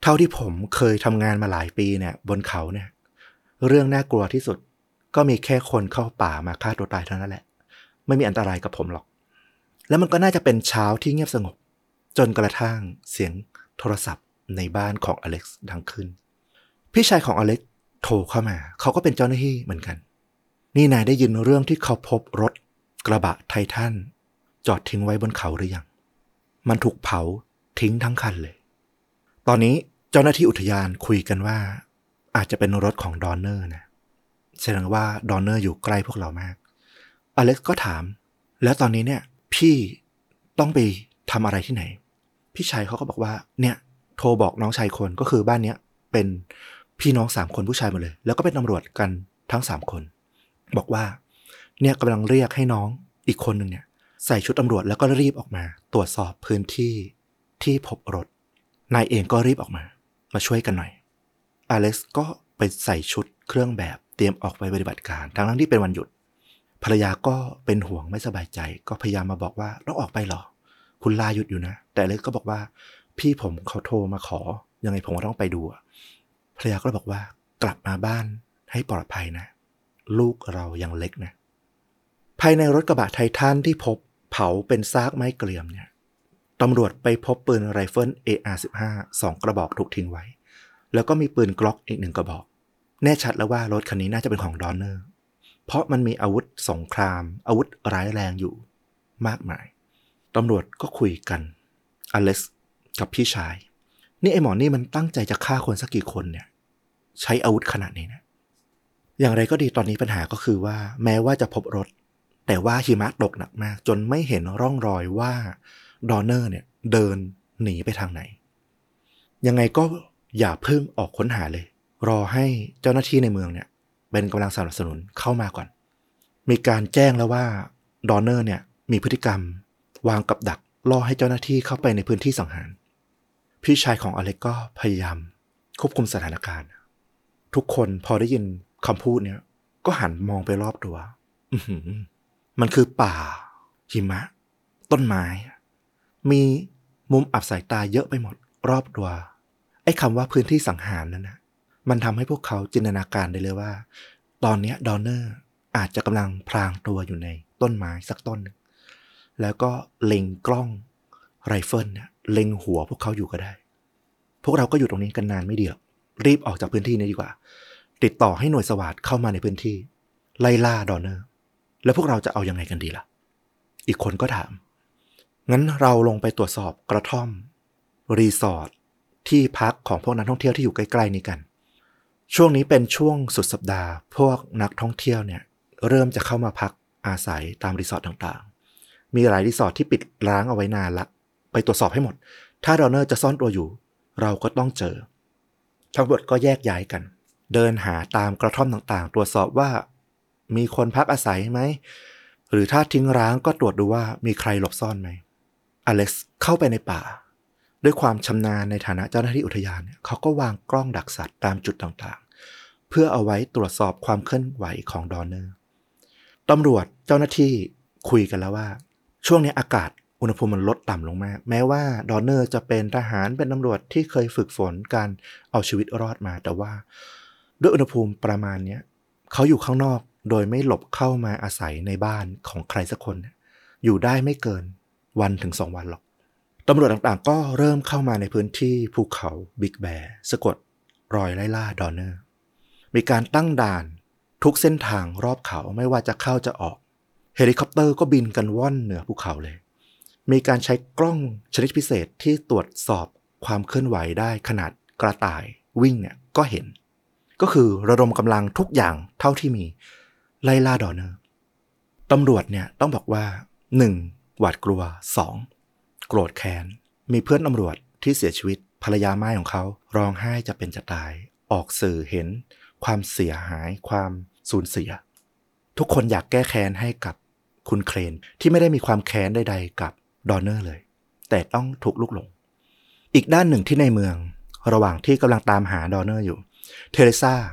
เท่าที่ผมเคยทำงานมาหลายปีเนี่ยบนเขาเนี่ยเรื่องน่ากลัวที่สุดก็มีแค่คนเข้าป่ามาฆ่าตัวตายเท่านั้นแหละไม่มีอันตรายกับผมหรอกแล้วมันก็น่าจะเป็นเช้าที่เงียบสงบจนกระทั่งเสียงโทรศัพท์ในบ้านของอเล็กซ์ดังขึ้นพี่ชายของอเล็กซ์โทรเข้ามาเขาก็เป็นเจ้าหน้าที่เหมือนกันนี่นายได้ยินเรื่องที่เขาพบรถกระบะไททันจอดทิ้งไว้บนเขาหรือยังมันถูกเผาทิ้งทั้งคันเลยตอนนี้เจ้าหน้าที่อุทยานคุยกันว่าอาจจะเป็นรถของดอนเนอร์นะแสดงว่าดอนเนอร์อยู่ใกล้พวกเรามากอเล็กซ์ก็ถามแล้วตอนนี้เนี่ยพี่ต้องไปทำอะไรที่ไหนพี่ชายเขาก็บอกว่าเนี่ยโทรบอกน้องชายคนก็คือบ้านเนี้ยเป็นพี่น้อง3 คนผู้ชายหมดเลยแล้วก็เป็นตำรวจกันทั้ง3 คนบอกว่าเนี่ยกำลังเรียกให้น้องอีกคนหนึ่งเนี่ยใส่ชุดตำรวจแล้วก็รีบออกมาตรวจสอบพื้นที่ที่พบรถนายเองก็รีบออกมาช่วยกันหน่อยอเล็กซ์ก็ไปใส่ชุดเครื่องแบบเตรียมออกไปปฏิบัติการทั้งที่เป็นวันหยุดภรรยาก็เป็นห่วงไม่สบายใจก็พยายามมาบอกว่าต้องออกไปหรอคุณลาหยุดอยู่นะแต่อเล็กซ์ก็บอกว่าพี่ผมเขาโทรมาขอยังไงผมก็ต้องไปดูภรรยาก็บอกว่ากลับมาบ้านให้ปลอดภัยนะลูกเรายังเล็กนะภายในรถกระบะไททันที่พบเผาเป็นซากไม้เกรียมเนี่ยตำรวจไปพบปืนไรเฟิล AR-15 2 กระบอกถูกทิ้งไว้แล้วก็มีปืนกล็อกอีก1 กระบอกแน่ชัดแล้วว่ารถคันนี้น่าจะเป็นของดอนเนอร์เพราะมันมีอาวุธสงครามอาวุธร้ายแรงอยู่มากมายตำรวจก็คุยกันอเล็กซ์กับพี่ชายนี่ไอ้หมอนี่มันตั้งใจจะฆ่าคนสักกี่คนเนี่ยใช้อาวุธขนาดนี้นะอย่างไรก็ดีตอนนี้ปัญหาก็คือว่าแม้ว่าจะพบรถแต่ว่าหิมะตกหนักมากจนไม่เห็นร่องรอยว่าดอนเนอร์เนี่ยเดินหนีไปทางไหนยังไงก็อย่าเพิ่งออกค้นหาเลยรอให้เจ้าหน้าที่ในเมืองเนี่ยเป็นกำลังสนับสนุนเข้ามาก่อนมีการแจ้งแล้วว่าดอนเนอร์เนี่ยมีพฤติกรรมวางกับดักล่อให้เจ้าหน้าที่เข้าไปในพื้นที่สังหารพี่ชายของอเล็กก็พยายามควบคุมสถานการณ์ทุกคนพอได้ยินคำพูดเนี่ยก็หันมองไปรอบตัวมันคือป่าหิมะต้นไม้มีมุมอับสายตาเยอะไปหมดรอบตัวไอ้คำว่าพื้นที่สังหารนั่นนะมันทำให้พวกเขาจินตนาการได้เลยว่าตอนนี้ดอนเนอร์อาจจะกำลังพรางตัวอยู่ในต้นไม้สักต้นนึงแล้วก็เล็งกล้องไรเฟิลเนี่ยเล็งหัวพวกเขาอยู่ก็ได้พวกเราก็อยู่ตรงนี้กันนานไม่ดีหรอกรีบออกจากพื้นที่นี้ดีกว่าติดต่อให้หน่วยสวาทเข้ามาในพื้นที่ไล่ล่าดอนเนอร์แล้วพวกเราจะเอายังไงกันดีล่ะอีกคนก็ถามงั้นเราลงไปตรวจสอบกระท่อมรีสอร์ทที่พักของพวกนักท่องเที่ยวที่อยู่ใกล้ๆนี้กันช่วงนี้เป็นช่วงสุดสัปดาห์พวกนักท่องเที่ยวเนี่ยเริ่มจะเข้ามาพักอาศัยตามรีสอร์ทต่างๆมีหลายรีสอร์ทที่ปิดร้างเอาไว้นานละไปตรวจสอบให้หมดถ้าดอนเนอร์จะซ่อนตัวอยู่เราก็ต้องเจอทั้งหมดก็แยกย้ายกันเดินหาตามกระท่อมต่างๆตรวจสอบว่ามีคนพักอาศัยไหมหรือถ้าทิ้งร้างก็ตรวจดูว่ามีใครหลบซ่อนไหมอเล็กซ์เข้าไปในป่าด้วยความชำนาญในฐานะเจ้าหน้าที่อุทยานเขาก็วางกล้องดักสัตว์ตามจุดต่างๆเพื่อเอาไว้ตรวจสอบความเคลื่อนไหวของดอนเนอร์ตำรวจเจ้าหน้าที่คุยกันแล้วว่าช่วงนี้อากาศอุณหภูมิมันลดต่ำลงมากแม้ว่าดอนเนอร์จะเป็นทหารเป็นตำรวจที่เคยฝึกฝนการเอาชีวิตรอดมาแต่ว่าด้วยอุณหภูมิประมาณนี้เขาอยู่ข้างนอกโดยไม่หลบเข้ามาอาศัยในบ้านของใครสักคนอยู่ได้ไม่เกิน1 ถึง 2 วันหรอกตำรวจต่างๆก็เริ่มเข้ามาในพื้นที่ภูเขาบิ๊กแบร์สะกดรอยไล่ล่าดอนเนอร์มีการตั้งด่านทุกเส้นทางรอบเขาไม่ว่าจะเข้าจะออกเฮลิคอปเตอร์ก็บินกันว่อนเหนือภูเขาเลยมีการใช้กล้องชนิดพิเศษที่ตรวจสอบความเคลื่อนไหวได้ขนาดกระต่ายวิ่งเนี่ยก็เห็นก็คือระดมกำลังทุกอย่างเท่าที่มีไล่ล่าดอนเนอร์ตำรวจเนี่ยต้องบอกว่า 1. หวาดกลัว 2. โกรธแค้นมีเพื่อนตำรวจที่เสียชีวิตภรรยาม่ายของเขาร้องไห้จะเป็นจะตายออกสื่อเห็นความเสียหายความสูญเสียทุกคนอยากแก้แค้นให้กับคุณเครนที่ไม่ได้มีความแค้นใดๆกับดอนเนอร์เลยแต่ต้องถูกลุกหลงอีกด้านหนึ่งที่ในเมืองระหว่างที่กำลังตามหาดอนเนอร์อยู่เทเรซา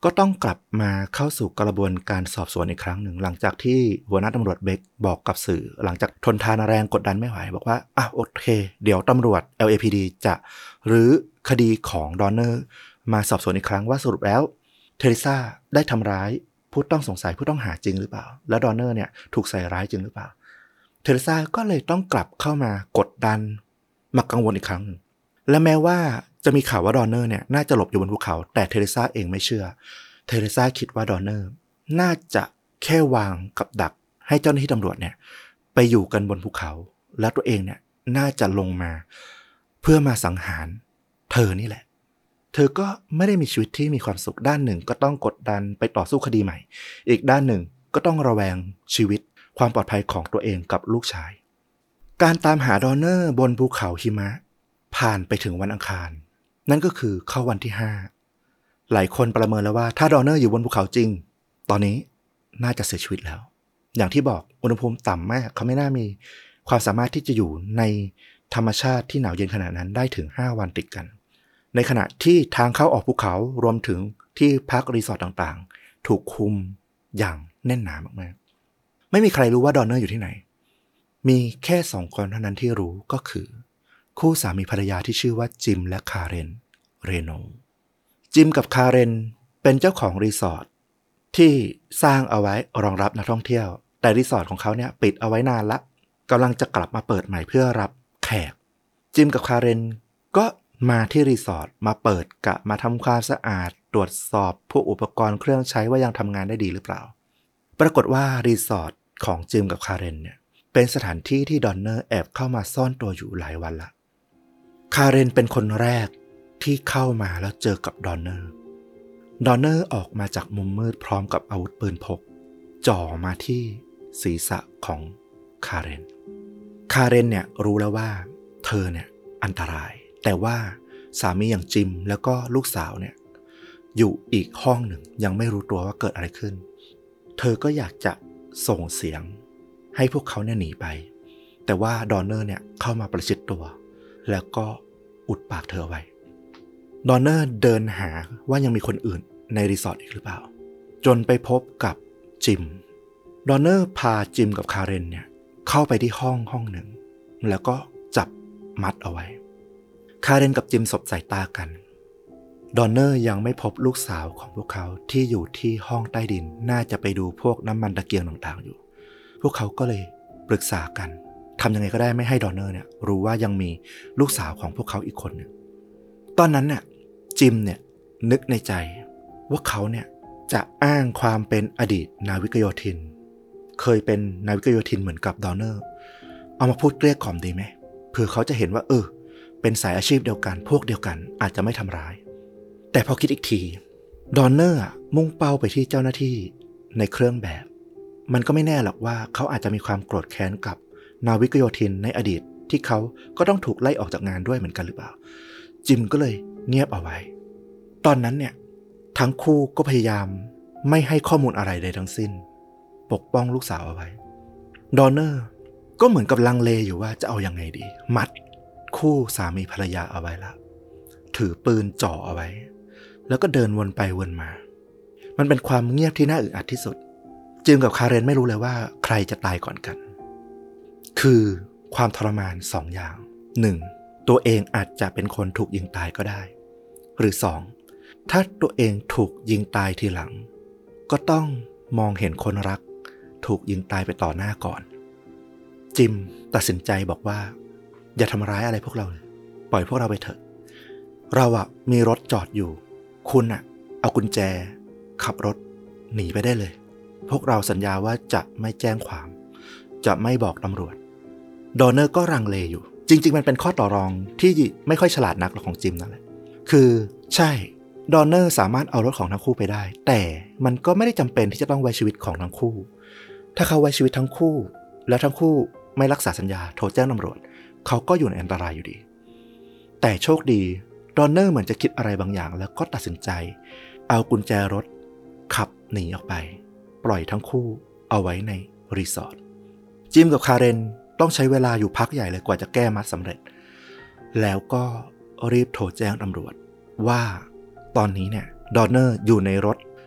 ก็ต้องกลับมาเข้าสู่กระบวนการสอบสวนอีกครั้งหนึ่งหลังจากที่หัวหน้าตำรวจเบคบอกกับสื่อหลังจากทนทานแรงกดดันไม่ไหวบอกว่าโอเคเดี๋ยวตำรวจ LAPD จะรื้อคดีของดอนเนอร์มาสอบสวนอีกครั้งว่าสรุปแล้วเทเรซ่าได้ทำร้ายผู้ต้องสงสัยผู้ต้องหาจริงหรือเปล่าแล้วดอนเนอร์เนี่ยถูกใส่ร้ายจริงหรือเปล่าเทเรซ่าก็เลยต้องกลับเข้ามากดดันมากังวลอีกครั้งนึงและแม้ว่าจะมีข่าวว่าดอนเนอร์เนี่ยน่าจะหลบอยู่บนภูเขาแต่เทเรซ่าเองไม่เชื่อเทเรซ่าคิดว่าดอนเนอร์น่าจะแค่วางกับดักให้เจ้าหน้าที่ตำรวจเนี่ยไปอยู่กันบนภูเขาแล้วตัวเองเนี่ยน่าจะลงมาเพื่อมาสังหารเธอนี่แหละเธอก็ไม่ได้มีชีวิตที่มีความสุขด้านหนึ่งก็ต้องกดดันไปต่อสู้คดีใหม่อีกด้านหนึ่งก็ต้องระแวงชีวิตความปลอดภัยของตัวเองกับลูกชายการตามหาดอนเนอร์บนภูเขาหิมะผ่านไปถึงวันอังคารนั่นก็คือเข้าวันที่5หลายคนประเมินแล้วว่าถ้าดอนเนอร์อยู่บนภูเขาจริงตอนนี้น่าจะเสียชีวิตแล้วอย่างที่บอกอุณหภูมิต่ำมากเขาไม่น่ามีความสามารถที่จะอยู่ในธรรมชาติที่หนาวเย็นขนาดนั้นได้ถึง5วันติดกันในขณะที่ทางเข้าออกภูเขารวมถึงที่พักรีสอร์ทต่างๆถูกคุมอย่างแน่นหนามากๆไม่มีใครรู้ว่าดอนเนอร์อยู่ที่ไหนมีแค่2คนเท่านั้นที่รู้ก็คือคู่สามีภรรยาที่ชื่อว่าจิมและคาเรนเรโนจิมกับคาเรนเป็นเจ้าของรีสอร์ทที่สร้างเอาไว้รองรับนักท่องเที่ยวแต่รีสอร์ทของเขาเนี่ยปิดเอาไว้นานละกำลังจะกลับมาเปิดใหม่เพื่อรับแขกจิมกับคาเรนก็มาที่รีสอร์ทมาเปิดกะมาทำความสะอาดตรวจสอบพวกอุปกรณ์เครื่องใช้ว่ายังทำงานได้ดีหรือเปล่าปรากฏว่ารีสอร์ทของจิมกับคาเรนเนี่ยเป็นสถานที่ที่ดอนเนอร์แอบเข้ามาซ่อนตัวอยู่หลายวันละคาเรนเป็นคนแรกที่เข้ามาแล้วเจอกับดอนเนอร์ออกมาจากมุมมืดพร้อมกับอาวุธปืนพกจ่อมาที่ศีรษะของคาเรนเนี่ยรู้แล้วว่าเธอเนี่ยอันตรายแต่ว่าสามีอย่างจิมแล้วก็ลูกสาวเนี่ยอยู่อีกห้องหนึ่งยังไม่รู้ตัวว่าเกิดอะไรขึ้นเธอก็อยากจะส่งเสียงให้พวกเขาเนี่ยหนีไปแต่ว่าดอนเนอร์เนี่ยเข้ามาประชิดตัวแล้วก็อุดปากเธอไว้ดอนเนอร์เดินหาว่ายังมีคนอื่นในรีสอร์ทอีกหรือเปล่าจนไปพบกับจิมดอนเนอร์พาจิมกับคาเรนเนี่ยเข้าไปที่ห้องหนึ่งแล้วก็จับมัดเอาไว้คาเรนกับจิมสบสายตากันดอนเนอร์ยังไม่พบลูกสาวของพวกเขาที่อยู่ที่ห้องใต้ดินน่าจะไปดูพวกน้ำมันตะเกียงต่างๆอยู่พวกเขาก็เลยปรึกษากันทำยังไงก็ได้ไม่ให้ดอนเนอร์เนี่ยรู้ว่ายังมีลูกสาวของพวกเขาอีกคนหนึ่งตอนนั้นเนี่ยจิมเนี่ยนึกในใจว่าเขาเนี่ยจะอ้างความเป็นอดีตนาวิกโยธินเคยเป็นนาวิกโยธินเหมือนกับดอนเนอร์เอามาพูดเกลี้ยกล่อมดีไหมเพื่อเขาจะเห็นว่าเป็นสายอาชีพเดียวกันพวกเดียวกันอาจจะไม่ทำร้ายแต่พอคิดอีกทีดอนเนอร์มุ่งเป้าไปที่เจ้าหน้าที่ในเครื่องแบบมันก็ไม่แน่หรอกว่าเขาอาจจะมีความโกรธแค้นกับนาวิกโยธินในอดีตที่เขาก็ต้องถูกไล่ออกจากงานด้วยเหมือนกันหรือเปล่าจิมก็เลยเงียบเอาไว้ตอนนั้นเนี่ยทั้งคู่ก็พยายามไม่ให้ข้อมูลอะไรใดทั้งสิ้นปกป้องลูกสาวเอาไว้ดอนเนอร์ก็เหมือนกับลังเลอยู่ว่าจะเอายังไงดีมัดคู่สามีภรรยาเอาไว้ละถือปืนจ่อเอาไว้แล้วก็เดินวนไปวนมามันเป็นความเงียบที่น่าอึดอัดที่สุดจิมกับคาเรนไม่รู้เลยว่าใครจะตายก่อนกันคือความทรมาน2 อย่าง 1. ตัวเองอาจจะเป็นคนถูกยิงตายก็ได้หรือ 2. ถ้าตัวเองถูกยิงตายทีหลังก็ต้องมองเห็นคนรักถูกยิงตายไปต่อหน้าก่อนจิมตัดสินใจบอกว่าอย่าทำร้ายอะไรพวกเราเลยปล่อยพวกเราไปเถอะเรามีรถจอดอยู่คุณเอากุญแจขับรถหนีไปได้เลยพวกเราสัญญาว่าจะไม่แจ้งความจะไม่บอกตำรวจดอนเนอร์ก็รังเลอยู่จริงๆมันเป็นข้อต่อรองที่ไม่ค่อยฉลาดนักของจิมนั่นแหละคือใช่ดอนเนอร์สามารถเอารถของทั้งคู่ไปได้แต่มันก็ไม่ได้จำเป็นที่จะต้องไว้ชีวิตของทั้งคู่ถ้าเขาไว้ชีวิตทั้งคู่แล้วทั้งคู่ไม่รักษาสัญญาโทรแจ้งตำรวจเขาก็อยู่ในอันตรายอยู่ดีแต่โชคดีดอนเนอร์เหมือนจะคิดอะไรบางอย่างแล้วก็ตัดสินใจเอากุญแจรถขับหนีออกไปปล่อยทั้งคู่เอาไว้ในรีสอร์ทจิมกับคาเรนต้องใช้เวลาอยู่พักใหญ่เลยกว่าจะแก้มัดสำเร็จแล้วก็รีบโทรแจ้งตำรวจว่าตอนนี้เนี่ยดอนเนอร์อยู่ในรถ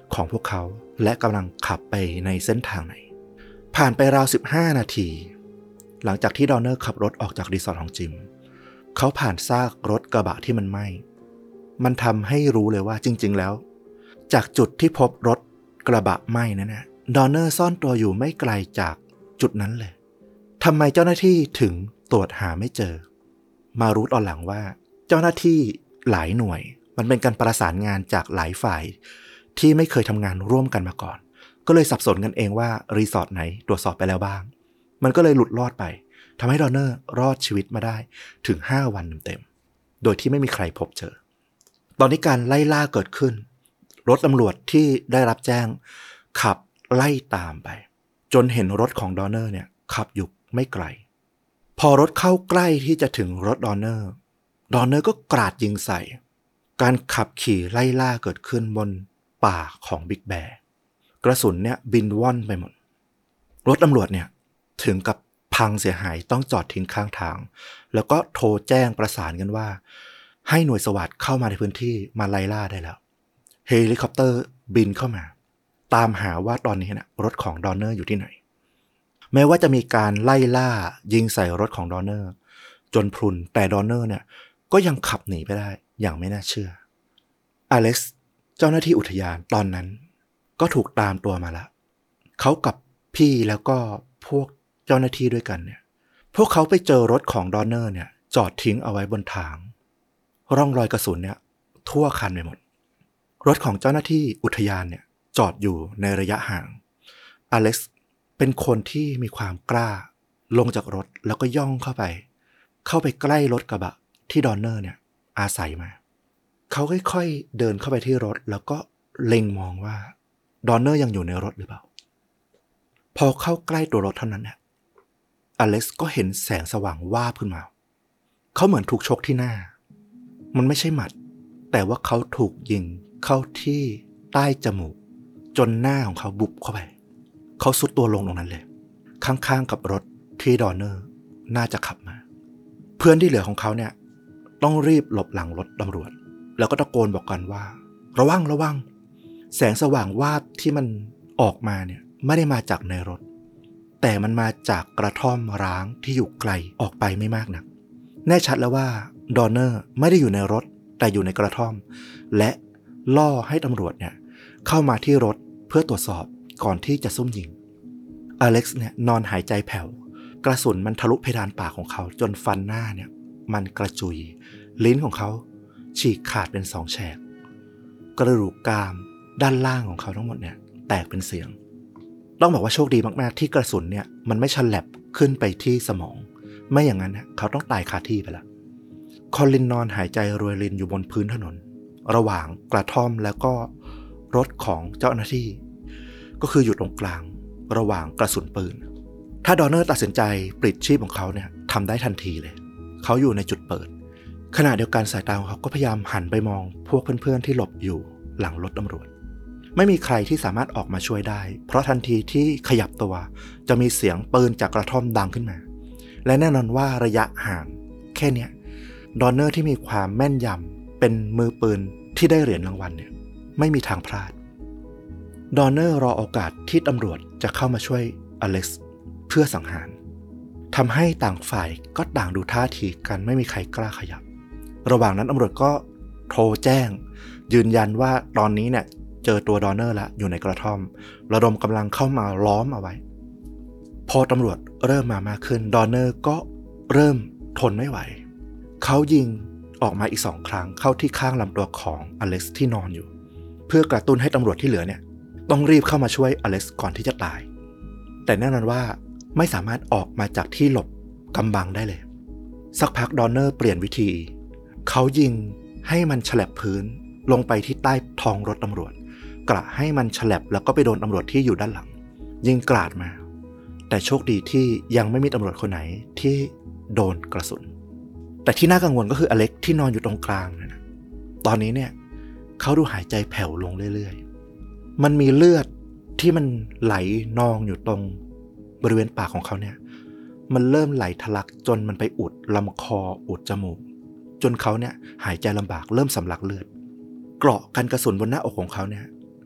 ของพวกเขาและกำลังขับไปในเส้นทางไหนผ่านไปราว15 นาทีหลังจากที่ดอนเนอร์ขับรถออกจากรีสอร์ทของจิมเขาผ่านซากรถกระบะที่มันไหม้มันทำให้รู้เลยว่าจริงๆแล้วจากจุดที่พบรถกระบะไหม้นั้นนะดอนเนอร์ซ่อนตัวอยู่ไม่ไกลจากจุดนั้นเลยทำไมเจ้าหน้าที่ถึงตรวจหาไม่เจอมารู้ตอนหลังว่าเจ้าหน้าที่หลายหน่วยมันเป็นการประสานงานจากหลายฝ่ายที่ไม่เคยทำงานร่วมกันมาก่อนก็เลยสับสนกันเองว่ารีสอร์ทไหนตรวจสอบไปแล้วบ้างมันก็เลยหลุดรอดไปทำให้ดอนเนอร์รอดชีวิตมาได้ถึง5 วันเต็มๆโดยที่ไม่มีใครพบเจอตอนนี้การไล่ล่าเกิดขึ้นรถตำรวจที่ได้รับแจ้งขับไล่ตามไปจนเห็นรถของดอนเนอร์เนี่ยขับอยู่ไม่ไกลพอรถเข้าใกล้ที่จะถึงรถดอนเนอร์ก็กราดยิงใส่การขับขี่ไล่ล่าเกิดขึ้นบนป่าของบิ๊กแบร์กระสุนเนี่ยบินว่อนไปหมดรถตำรวจเนี่ยถึงกับพังเสียหายต้องจอดทิ้งข้างทางแล้วก็โทรแจ้งประสานกันว่าให้หน่วยสวัสดิ์เข้ามาในพื้นที่มาไล่ล่าได้แล้วเฮลิคอปเตอร์บินเข้ามาตามหาว่าตอนนี้นะรถของดอนเนอร์อยู่ที่ไหนแม้ว่าจะมีการไล่ล่ายิงใส่รถของดอนเนอร์จนพรุนแต่ดอนเนอร์เนี่ยก็ยังขับหนีไปได้อย่างไม่น่าเชื่ออเล็กซ์เจ้าหน้าที่อุทยานตอนนั้นก็ถูกตามตัวมาแล้วเขากับพี่แล้วก็พวกเจ้าหน้าที่ด้วยกันเนี่ยพวกเขาไปเจอรถของดอนเนอร์เนี่ยจอดทิ้งเอาไว้บนทางร่องรอยกระสุนเนี่ยทั่วคันไปหมดรถของเจ้าหน้าที่อุทยานเนี่ยจอดอยู่ในระยะห่างอเล็กซ์เป็นคนที่มีความกล้าลงจากรถแล้วก็ย่องเข้าไปใกล้รถกระบะที่ดอนเนอร์เนี่ยอาศัยมาเขาค่อยๆเดินเข้าไปที่รถแล้วก็เล็งมองว่าดอนเนอร์ยังอยู่ในรถหรือเปล่าพอเข้าใกล้ตัวรถเท่านั้นเนี่ยอเล็กซ์ก็เห็นแสงสว่างวาบขึ้นมาเขาเหมือนถูกชกที่หน้ามันไม่ใช่หมัดแต่ว่าเขาถูกยิงเข้าที่ใต้จมูกจนหน้าของเขาบุบเข้าไปเขาสุดตัวลงตรงนั้นเลยข้างๆกับรถที่ดอนเนอร์น่าจะขับมาเพื่อนที่เหลือของเขาเนี่ยต้องรีบหลบหลังรถตำรวจแล้วก็ตะโกนบอกกันว่าระวังแสงสว่างวาบที่มันออกมาเนี่ยไม่ได้มาจากในรถแต่มันมาจากกระท่อมร้างที่อยู่ไกลออกไปไม่มากนักแน่ชัดแล้วว่าดอนเนอร์ไม่ได้อยู่ในรถแต่อยู่ในกระท่อมและล่อให้ตำรวจเนี่ยเข้ามาที่รถเพื่อตรวจสอบก่อนที่จะซุ่มยิงอเล็กซ์เนี่ยนอนหายใจแผ่วกระสุนมันทะลุเพดานปากของเขาจนฟันหน้าเนี่ยมันกระจุยลิ้นของเขาฉีกขาดเป็น2 แฉกกระดูกกรามด้านล่างของเขาทั้งหมดเนี่ยแตกเป็นเสียงต้องบอกว่าโชคดีมากๆที่กระสุนเนี่ยมันไม่ฉลับขึ้นไปที่สมองไม่อย่างนั้นเขาต้องตายคาที่ไปแล้วคอลินนอนหายใจรวยรินอยู่บนพื้นถนนระหว่างกระท่อมแล้วก็รถของเจ้าหน้าที่ก็คืออยู่ตรงกลางระหว่างกระสุนปืนถ้าดอนเนอร์ตัดสินใจปลิดชีพของเขาเนี่ยทำได้ทันทีเลยเขาอยู่ในจุดเปิดขณะเดียวกันสายตาของเขาก็พยายามหันไปมองพวกเพื่อนๆที่หลบอยู่หลังรถตำรวจไม่มีใครที่สามารถออกมาช่วยได้เพราะทันทีที่ขยับตัวจะมีเสียงปืนจากกระท่อมดังขึ้นมาและแน่นอนว่าระยะห่างแค่เนี้ยดอนเนอร์ที่มีความแม่นยำเป็นมือปืนที่ได้เหรียญรางวัลเนี่ยไม่มีทางพลาดดอนเนอร์รอโอกาสที่ตำรวจจะเข้ามาช่วยอเล็กซ์เพื่อสังหารทำให้ต่างฝ่ายก็ต่างดูท่าทีกันไม่มีใครกล้าขยับระหว่างนั้นตำรวจก็โทรแจ้งยืนยันว่าตอนนี้เนี่ยเจอตัวดอนเนอร์แล้วอยู่ในกระท่อมระดมกำลังเข้ามาล้อมเอาไว้พอตำรวจเริ่มมามากขึ้นดอนเนอร์ก็เริ่มทนไม่ไหวเขายิงออกมาอีก2 ครั้งเข้าที่ข้างลำตัวของอเล็กซ์ที่นอนอยู่เพื่อกระตุ้นให้ตำรวจที่เหลือเนี่ยต้องรีบเข้ามาช่วยอเล็กซ์ก่อนที่จะตายแต่แน่นอนว่าไม่สามารถออกมาจากที่หลบกำบังได้เลยสักพักดอนเนอร์เปลี่ยนวิธีเขายิงให้มันฉลับพื้นลงไปที่ใต้ท้องรถตำรวจกระให้มันฉลับแล้วก็ไปโดนตำรวจที่อยู่ด้านหลังยิงกราดมาแต่โชคดีที่ยังไม่มีตำรวจคนไหนที่โดนกระสุนแต่ที่น่ากังวลก็คืออเล็กที่นอนอยู่ตรงกลางนะตอนนี้เนี่ยเขาดูหายใจแผ่วลงเรื่อยๆมันมีเลือดที่มันไหลนองอยู่ตรงบริเวณปากของเขาเนี่ยมันเริ่มไหลทะลักจนมันไปอุดลำคออุดจมูกจนเขาเนี่ยหายใจลำบากเริ่มสำลักเลือดเกราะกันกระสุนบนหน้าอกของเขาเนี่ย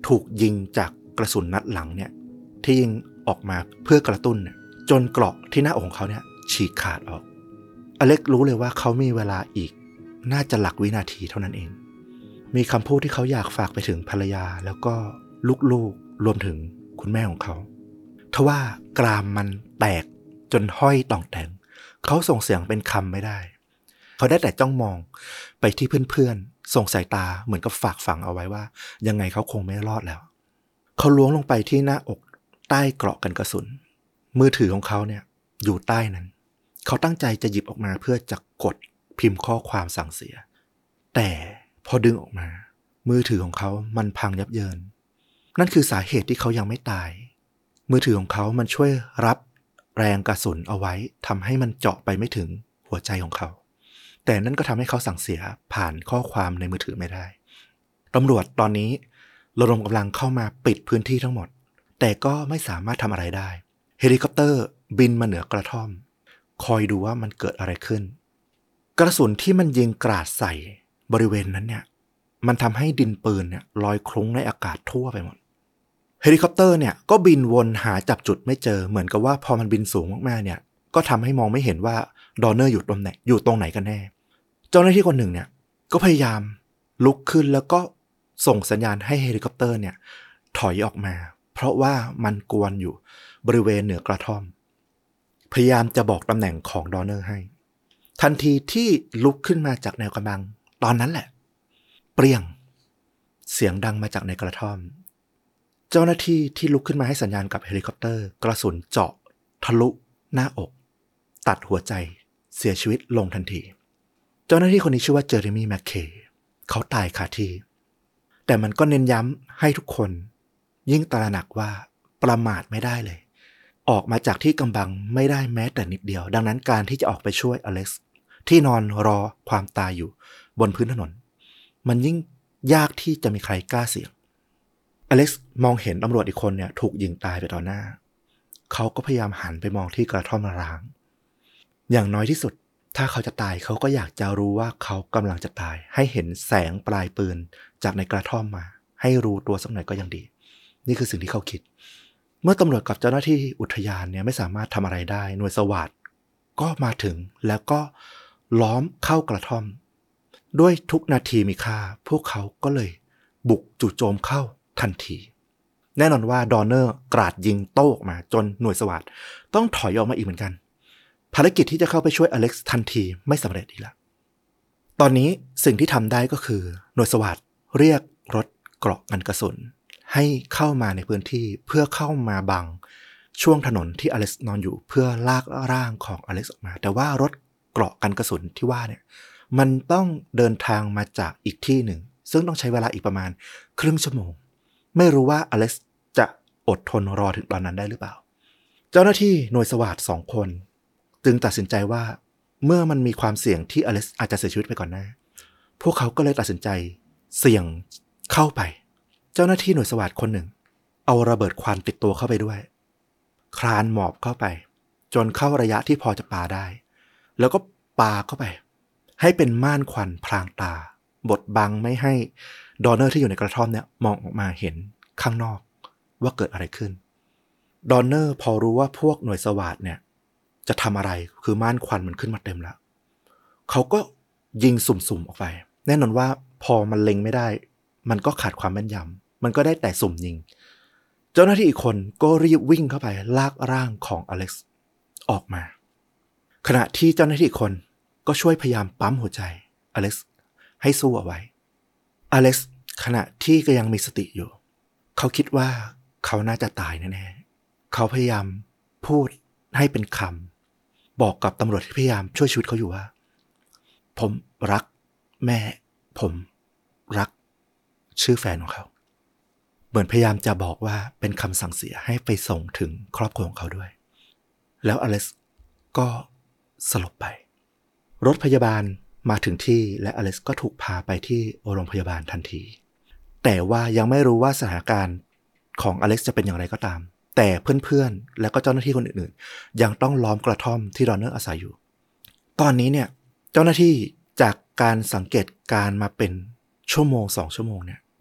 ถูกยิงจากกระสุนนัดหลังเนี่ยที่ยิงออกมาเพื่อกระตุ้นเนี่ยจนเกราะที่หน้าอกของเขาเนี่ยฉีกขาดออกอเล็กรู้เลยว่าเขามีเวลาอีกน่าจะหลักวินาทีเท่านั้นเองมีคำพูดที่เขาอยากฝากไปถึงภรรยาแล้วก็ลูกๆรวมถึงคุณแม่ของเขาทว่ากรามมันแตกจนห้อยต่องแต่งเขาส่งเสียงเป็นคำไม่ได้เขาได้แต่จ้องมองไปที่เพื่อนๆส่งสายตาเหมือนกับฝากฝังเอาไว้ว่ายังไงเขาคงไม่รอดแล้วเขาล้วงลงไปที่หน้าอกใต้เกราะกันกระสุนมือถือของเขาเนี่ยอยู่ใต้นั้นเขาตั้งใจจะหยิบออกมาเพื่อจะกดพิมพ์ข้อความสั่งเสียแต่พอดึงออกมามือถือของเขามันพังยับเยินนั่นคือสาเหตุที่เขายังไม่ตายมือถือของเขามันช่วยรับแรงกระสุนเอาไว้ทำให้มันเจาะไปไม่ถึงหัวใจของเขาแต่นั่นก็ทำให้เขาสั่งเสียผ่านข้อความในมือถือไม่ได้ตำรวจตอนนี้ระดมกำลังเข้ามาปิดพื้นที่ทั้งหมดแต่ก็ไม่สามารถทำอะไรได้เฮลิคอปเตอร์บินมาเหนือกระท่อมคอยดูว่ามันเกิดอะไรขึ้นกระสุนที่มันยิงกราดใส่บริเวณนั้นเนี่ยมันทำให้ดินปืนเนี่ยลอยคลุ้งในอากาศทั่วไปหมดเฮลิคอปเตอร์เนี่ยก็บินวนหาจับจุดไม่เจอเหมือนกับว่าพอมันบินสูงมากๆเนี่ยก็ทำให้มองไม่เห็นว่าดอนเนอร์อยู่ตรงไหนกันแน่เจ้าหน้าที่คนหนึ่งเนี่ยก็พยายามลุกขึ้นแล้วก็ส่งสัญญาณให้เฮลิคอปเตอร์เนี่ยถอยออกมาเพราะว่ามันกวนอยู่บริเวณเหนือกระท่อมพยายามจะบอกตำแหน่งของดอนเนอร์ให้ทันทีที่ลุกขึ้นมาจากแนวกำบังตอนนั้นแหละเปรี้ยงเสียงดังมาจากในกระท่อมเจ้าหน้าที่ที่ลุกขึ้นมาให้สัญญาณกับเฮลิคอปเตอร์กระสุนเจาะทะลุหน้าอกตัดหัวใจเสียชีวิตลงทันทีเจ้าหน้าที่คนนี้ชื่อว่าเจอร์มี่แมคเคย์เขาตายคาที่แต่มันก็เน้นย้ำให้ทุกคนยิ่งตระหนักว่าประมาทไม่ได้เลยออกมาจากที่กำบังไม่ได้แม้แต่นิดเดียวดังนั้นการที่จะออกไปช่วยอเล็กซ์ที่นอนรอความตายอยู่บนพื้นถนนมันยิ่งยากที่จะมีใครกล้าเสี่ยงอเล็กซ์มองเห็นตำรวจอีกคนเนี่ยถูกยิงตายไปต่อหน้าเขาก็พยายามหันไปมองที่กระท่อมร้างอย่างน้อยที่สุดถ้าเขาจะตายเขาก็อยากจะรู้ว่าเขากำลังจะตายให้เห็นแสงปลายปืนจากในกระท่อมมาให้รู้ตัวสักหน่อยก็ยังดีนี่คือสิ่งที่เขาคิดเมื่อตำรวจกับเจ้าหน้าที่อุทยานเนี่ยไม่สามารถทำอะไรได้หน่วยสวัสดิ์ก็มาถึงแล้วก็ล้อมเข้ากระท่อมด้วยทุกนาทีมีค่าพวกเขาก็เลยบุกจู่โจมเข้าทันทีแน่นอนว่าดอนเนอร์กราดยิงโต้ออกมาจนหน่วยสวัสดิ์ต้องถอยออกมาอีกเหมือนกันภารกิจที่จะเข้าไปช่วยอเล็กซ์ทันทีไม่สำเร็จอีกแล้วตอนนี้สิ่งที่ทำได้ก็คือหน่วยสวัสดิ์เรียกรถเกราะกันกระสุนให้เข้ามาในพื้นที่เพื่อเข้ามาบังช่วงถนนที่อเล็กซ์นอนอยู่เพื่อลากร่างของอเล็กซ์ออกมาแต่ว่ารถเกราะกันกระสุนที่ว่าเนี่ยมันต้องเดินทางมาจากอีกที่หนึ่งซึ่งต้องใช้เวลาอีกประมาณครึ่งชั่วโมงไม่รู้ว่าอเล็กซ์จะอดทนรอถึงตอนนั้นได้หรือเปล่าเจ้าหน้าที่หน่วยสวัสดิ์2 คนจึงตัดสินใจว่าเมื่อมันมีความเสี่ยงที่อเล็กซ์อาจจะเสียชีวิตไปก่อนหน้าพวกเขาก็เลยตัดสินใจเสี่ยงเข้าไปเจ้าหน้าที่หน่วยสวัสดิ์คนหนึ่งเอาระเบิดควันติดตัวเข้าไปด้วยคลานหมอบเข้าไปจนเข้าระยะที่พอจะปาได้แล้วก็ปาเข้าไปให้เป็นม่านควันพรางตาบดบังไม่ให้ดอนเนอร์ที่อยู่ในกระท่อมเนี่ยมองออกมาเห็นข้างนอกว่าเกิดอะไรขึ้นดอนเนอร์พอรู้ว่าพวกหน่วยสวัสดิ์เนี่ยจะทำอะไรคือม่านควันมันขึ้นมาเต็มแล้วเขาก็ยิงสุ่มๆออกไปแน่นอนว่าพอมันเล็งไม่ได้มันก็ขาดความแม่นยำมันก็ได้แต่สุ่มยิงเจ้าหน้าที่อีกคนก็รีบวิ่งเข้าไปลากร่างของอเล็กซ์ออกมาขณะที่เจ้าหน้าที่อีกคนก็ช่วยพยายามปั๊มหัวใจอเล็กซ์ให้สู้เอาไว้อเล็กซ์ขณะที่ก็ยังมีสติอยู่เขาคิดว่าเขาน่าจะตายแน่ๆเขาพยายามพูดให้เป็นคำบอกกับตำรวจที่พยายามช่วยชีวิตเขาอยู่ว่าผมรักแม่ผมรักชื่อแฟนของเขาเหมือนพยายามจะบอกว่าเป็นคำสั่งเสียให้ไปส่งถึงครอบครัวของเขาด้วยแล้วอเล็กซ์ก็สลบไปรถพยาบาลมาถึงที่และอเล็กซ์ก็ถูกพาไปที่โรงพยาบาลทันทีแต่ว่ายังไม่รู้ว่าสถานการณ์ของอเล็กซ์จะเป็นอย่างไรก็ตามแต่เพื่อนๆและก็เจ้าหน้าที่คนอื่นๆยังต้องล้อมกระท่อมที่ดอนเนอร์อาศัยอยู่ตอนนี้เนี่ยเจ้าหน้าที่จากการสังเกตการมาเป็นชั่วโมง2 ชั่วโมงเนี่ย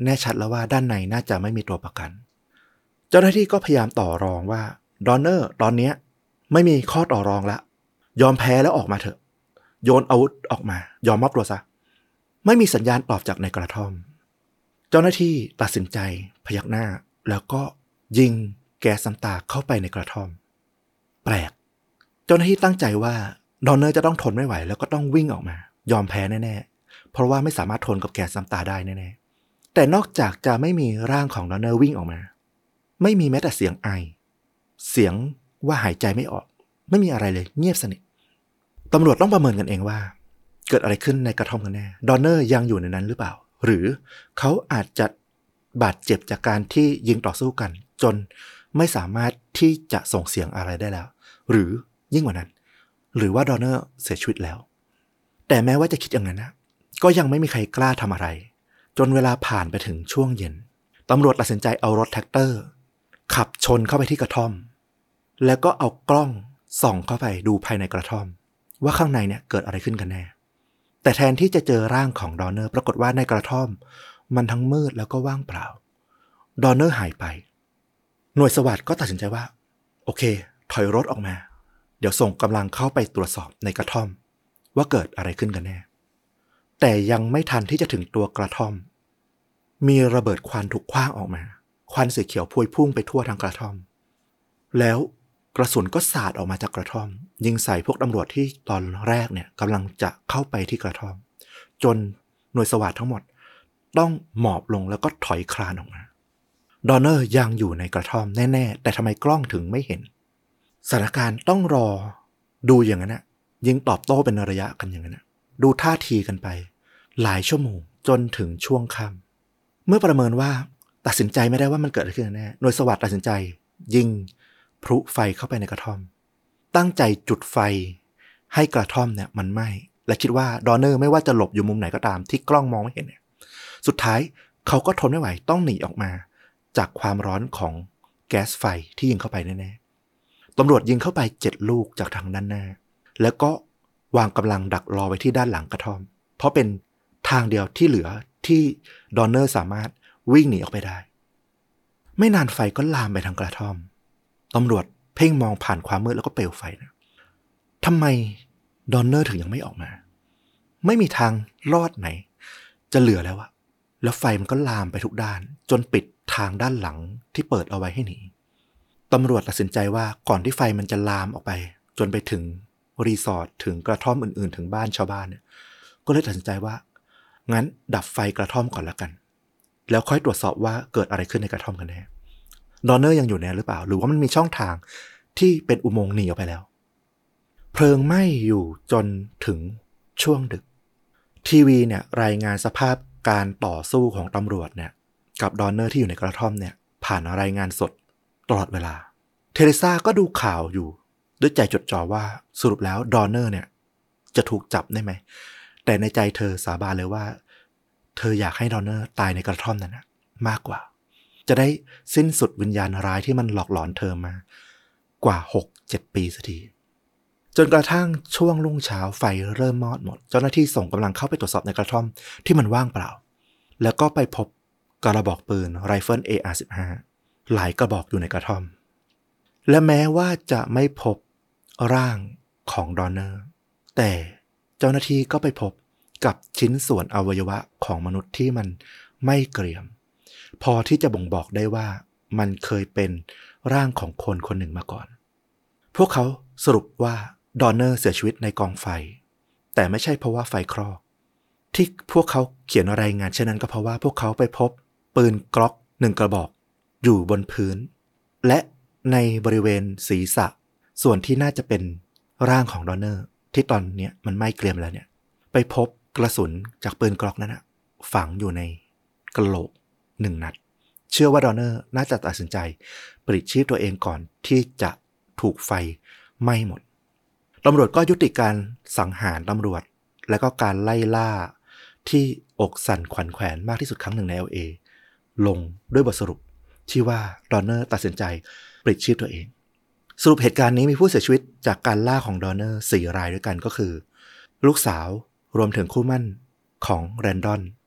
แน่ชัดแล้วว่าด้านในน่าจะไม่มีตัวประกันเจ้าหน้าที่ก็พยายามต่อรองว่าดอนเนอร์ตอนนี้ไม่มีข้อต่อรองแล้วยอมแพ้แล้วออกมาเถอะโยนอาวุธออกมายอมมอบตัวซะไม่มีสัญญาณตอบจากในกระท่อมเจ้าหน้าที่ตัดสินใจพยักหน้าแล้วก็ยิงแก๊สน้ำตาเข้าไปในกระท่อมแปลกเจ้าหน้าที่ตั้งใจว่าดอนเนอร์จะต้องทนไม่ไหวแล้วก็ต้องวิ่งออกมายอมแพ้แน่ๆเพราะว่าไม่สามารถทนกับแก๊สน้ำตาได้แน่ๆแต่นอกจากจะไม่มีร่างของดอนเนอร์วิ่งออกมาไม่มีแม้แต่เสียงไอเสียงว่าหายใจไม่ออกไม่มีอะไรเลยเงียบสนิทตำรวจต้องประเมินกันเองว่าเกิดอะไรขึ้นในกระท่อมกันแน่ดอนเนอร์ยังอยู่ในนั้นหรือเปล่าหรือเขาอาจจะบาดเจ็บจากการที่ยิงต่อสู้กันจนไม่สามารถที่จะส่งเสียงอะไรได้แล้วหรือยิ่งกว่านั้นหรือว่าดอนเนอร์เสียชีวิตแล้วแต่แม้ว่าจะคิดอย่างนั้นนะก็ยังไม่มีใครกล้าทำอะไรจนเวลาผ่านไปถึงช่วงเย็นตำรวจตัดสินใจเอารถแท็กเตอร์ขับชนเข้าไปที่กระท่อมแล้วก็เอากล้องส่องเข้าไปดูภายในกระท่อมว่าข้างในเนี่ยเกิดอะไรขึ้นกันแน่แต่แทนที่จะเจอร่างของดอนเนอร์ปรากฏว่าในกระท่อมมันทั้งมืดแล้วก็ว่างเปล่าดอนเนอร์หายไปหน่วยสวัสดิ์ก็ตัดสินใจว่าโอเคถอยรถออกมาเดี๋ยวส่งกำลังเข้าไปตรวจสอบในกระท่อมว่าเกิดอะไรขึ้นกันแน่แต่ยังไม่ทันที่จะถึงตัวกระท่อมมีระเบิดควันถูกขว้างออกมาควันสีเขียวพวยพุ่งไปทั่วทั้งกระท่อมแล้วกระสุนก็สาดออกมาจากกระท่อมยิงใส่พวกตำรวจที่ตอนแรกเนี่ยกำลังจะเข้าไปที่กระท่อมจนหน่วยสวัสดิ์ทั้งหมดต้องหมอบลงแล้วก็ถอยคลานออกมาดอนเนอร์ยังอยู่ในกระท่อมแน่ๆแต่ทำไมกล้องถึงไม่เห็นสถานการณ์ต้องรอดูอย่างนั้นนะยิงตอบโต้เป็นระยะกันอย่างนั้นนะดูท่าทีกันไปหลายชั่วโมงจนถึงช่วงค่ำเมื่อประเมินว่าตัดสินใจไม่ได้ว่ามันเกิดอะไรขึ้นแน่หน่วยสวัสดิ์ตัดสินใจยิงพลุไฟเข้าไปในกระท่อมตั้งใจจุดไฟให้กระท่อมเนี่ยมันไหม้และคิดว่าดอนเนอร์ไม่ว่าจะหลบอยู่มุมไหนก็ตามที่กล้องมองไม่เห็นเนี่ยสุดท้ายเขาก็ทนไม่ไหวต้องหนีออกมาจากความร้อนของแก๊สไฟที่ยิงเข้าไปแน่ๆตำรวจยิงเข้าไป7 ลูกจากทางด้านหน้าแล้วก็วางกำลังดักรอไว้ที่ด้านหลังกระท่อมเพราะเป็นทางเดียวที่เหลือที่ดอนเนอร์สามารถวิ่งหนีออกไปได้ไม่นานไฟก็ลามไปทางกระท่อมตำรวจเพ่งมองผ่านความมืดแล้วก็เปลวไฟนะทำไมดอนเนอร์ถึงยังไม่ออกมาไม่มีทางรอดไหนจะเหลือแล้วอะแล้วไฟมันก็ลามไปทุกด้านจนปิดทางด้านหลังที่เปิดเอาไว้ให้หนีตำรวจตัดสินใจว่าก่อนที่ไฟมันจะลามออกไปจนไปถึงรีสอร์ทถึงกระท่อมอื่นๆถึงบ้านชาวบ้านเนี่ยก็เลยตัดสินใจว่างั้นดับไฟกระท่อมก่อนละกันแล้วค่อยตรวจสอบว่าเกิดอะไรขึ้นในกระท่อมกันแน่ดอนเนอร์ยังอยู่แน่หรือเปล่าหรือว่ามันมีช่องทางที่เป็นอุโมงค์หนีออกไปแล้วเพลิงไหม้อยู่จนถึงช่วงดึกทีวีเนี่ยรายงานสภาพการต่อสู้ของตำรวจเนี่ยกับดอนเนอร์ที่อยู่ในกระท่อมเนี่ยผ่านรายงานสดตลอดเวลาเทเรซาก็ดูข่าวอยู่ด้วยใจจดจ่อว่าสรุปแล้วดอนเนอร์เนี่ยจะถูกจับได้ไหมแต่ในใจเธอสาบานเลยว่าเธออยากให้ดอนเนอร์ตายในกระท่อมนั้นนะมากกว่าจะได้สิ้นสุดวิญญาณร้ายที่มันหลอกหลอนเธอมากว่า 6-7 ปีสักทีจนกระทั่งช่วงรุ่งเช้าไฟเริ่มมอดหมดเจ้าหน้าที่ส่งกำลังเข้าไปตรวจสอบในกระท่อมที่มันว่างเปล่าแล้วก็ไปพบกระบอกปืนไรเฟิล AR-15 หลายกระบอกอยู่ในกระท่อมและแม้ว่าจะไม่พบร่างของดอนเนอร์แต่เจ้าหน้าที่ก็ไปพบกับชิ้นส่วนอวัยวะของมนุษย์ที่มันไม่เกรียมพอที่จะบ่งบอกได้ว่ามันเคยเป็นร่างของคนคนหนึ่งมาก่อนพวกเขาสรุปว่าดอนเนอร์เสียชีวิตในกองไฟแต่ไม่ใช่เพราะว่าไฟคลอกที่พวกเขาเขียนรายงานเช่นนั้นก็เพราะว่าพวกเขาไปพบปืนกล็อก1 กระบอกอยู่บนพื้นและในบริเวณศีรษะส่วนที่น่าจะเป็นร่างของดอนเนอร์ที่ตอนนี้มันไหม้เกรียมแล้วเนี่ยไปพบกระสุนจากปืนกล็อกนั้นนะฝังอยู่ในกะโหลก1 นัดเชื่อว่าดอนเนอร์น่าจะตัดสินใจปลิดชีพตัวเองก่อนที่จะถูกไฟไหม้หมดตำรวจก็ยุติการสังหารตำรวจและก็การไล่ล่าที่อกสั่นขวัญแขวนมากที่สุดครั้งหนึ่งใน LA ลงด้วยบทสรุปที่ว่าดอนเนอร์ตัดสินใจปลิดชีพตัวเองสรุปเหตุการณ์นี้มีผู้เสียชีวิตจากการล่าของดอนเนอร์4 รายด้วยกันก็คือลูกสาวรวมถึงคู่หมั่นของแรนดอน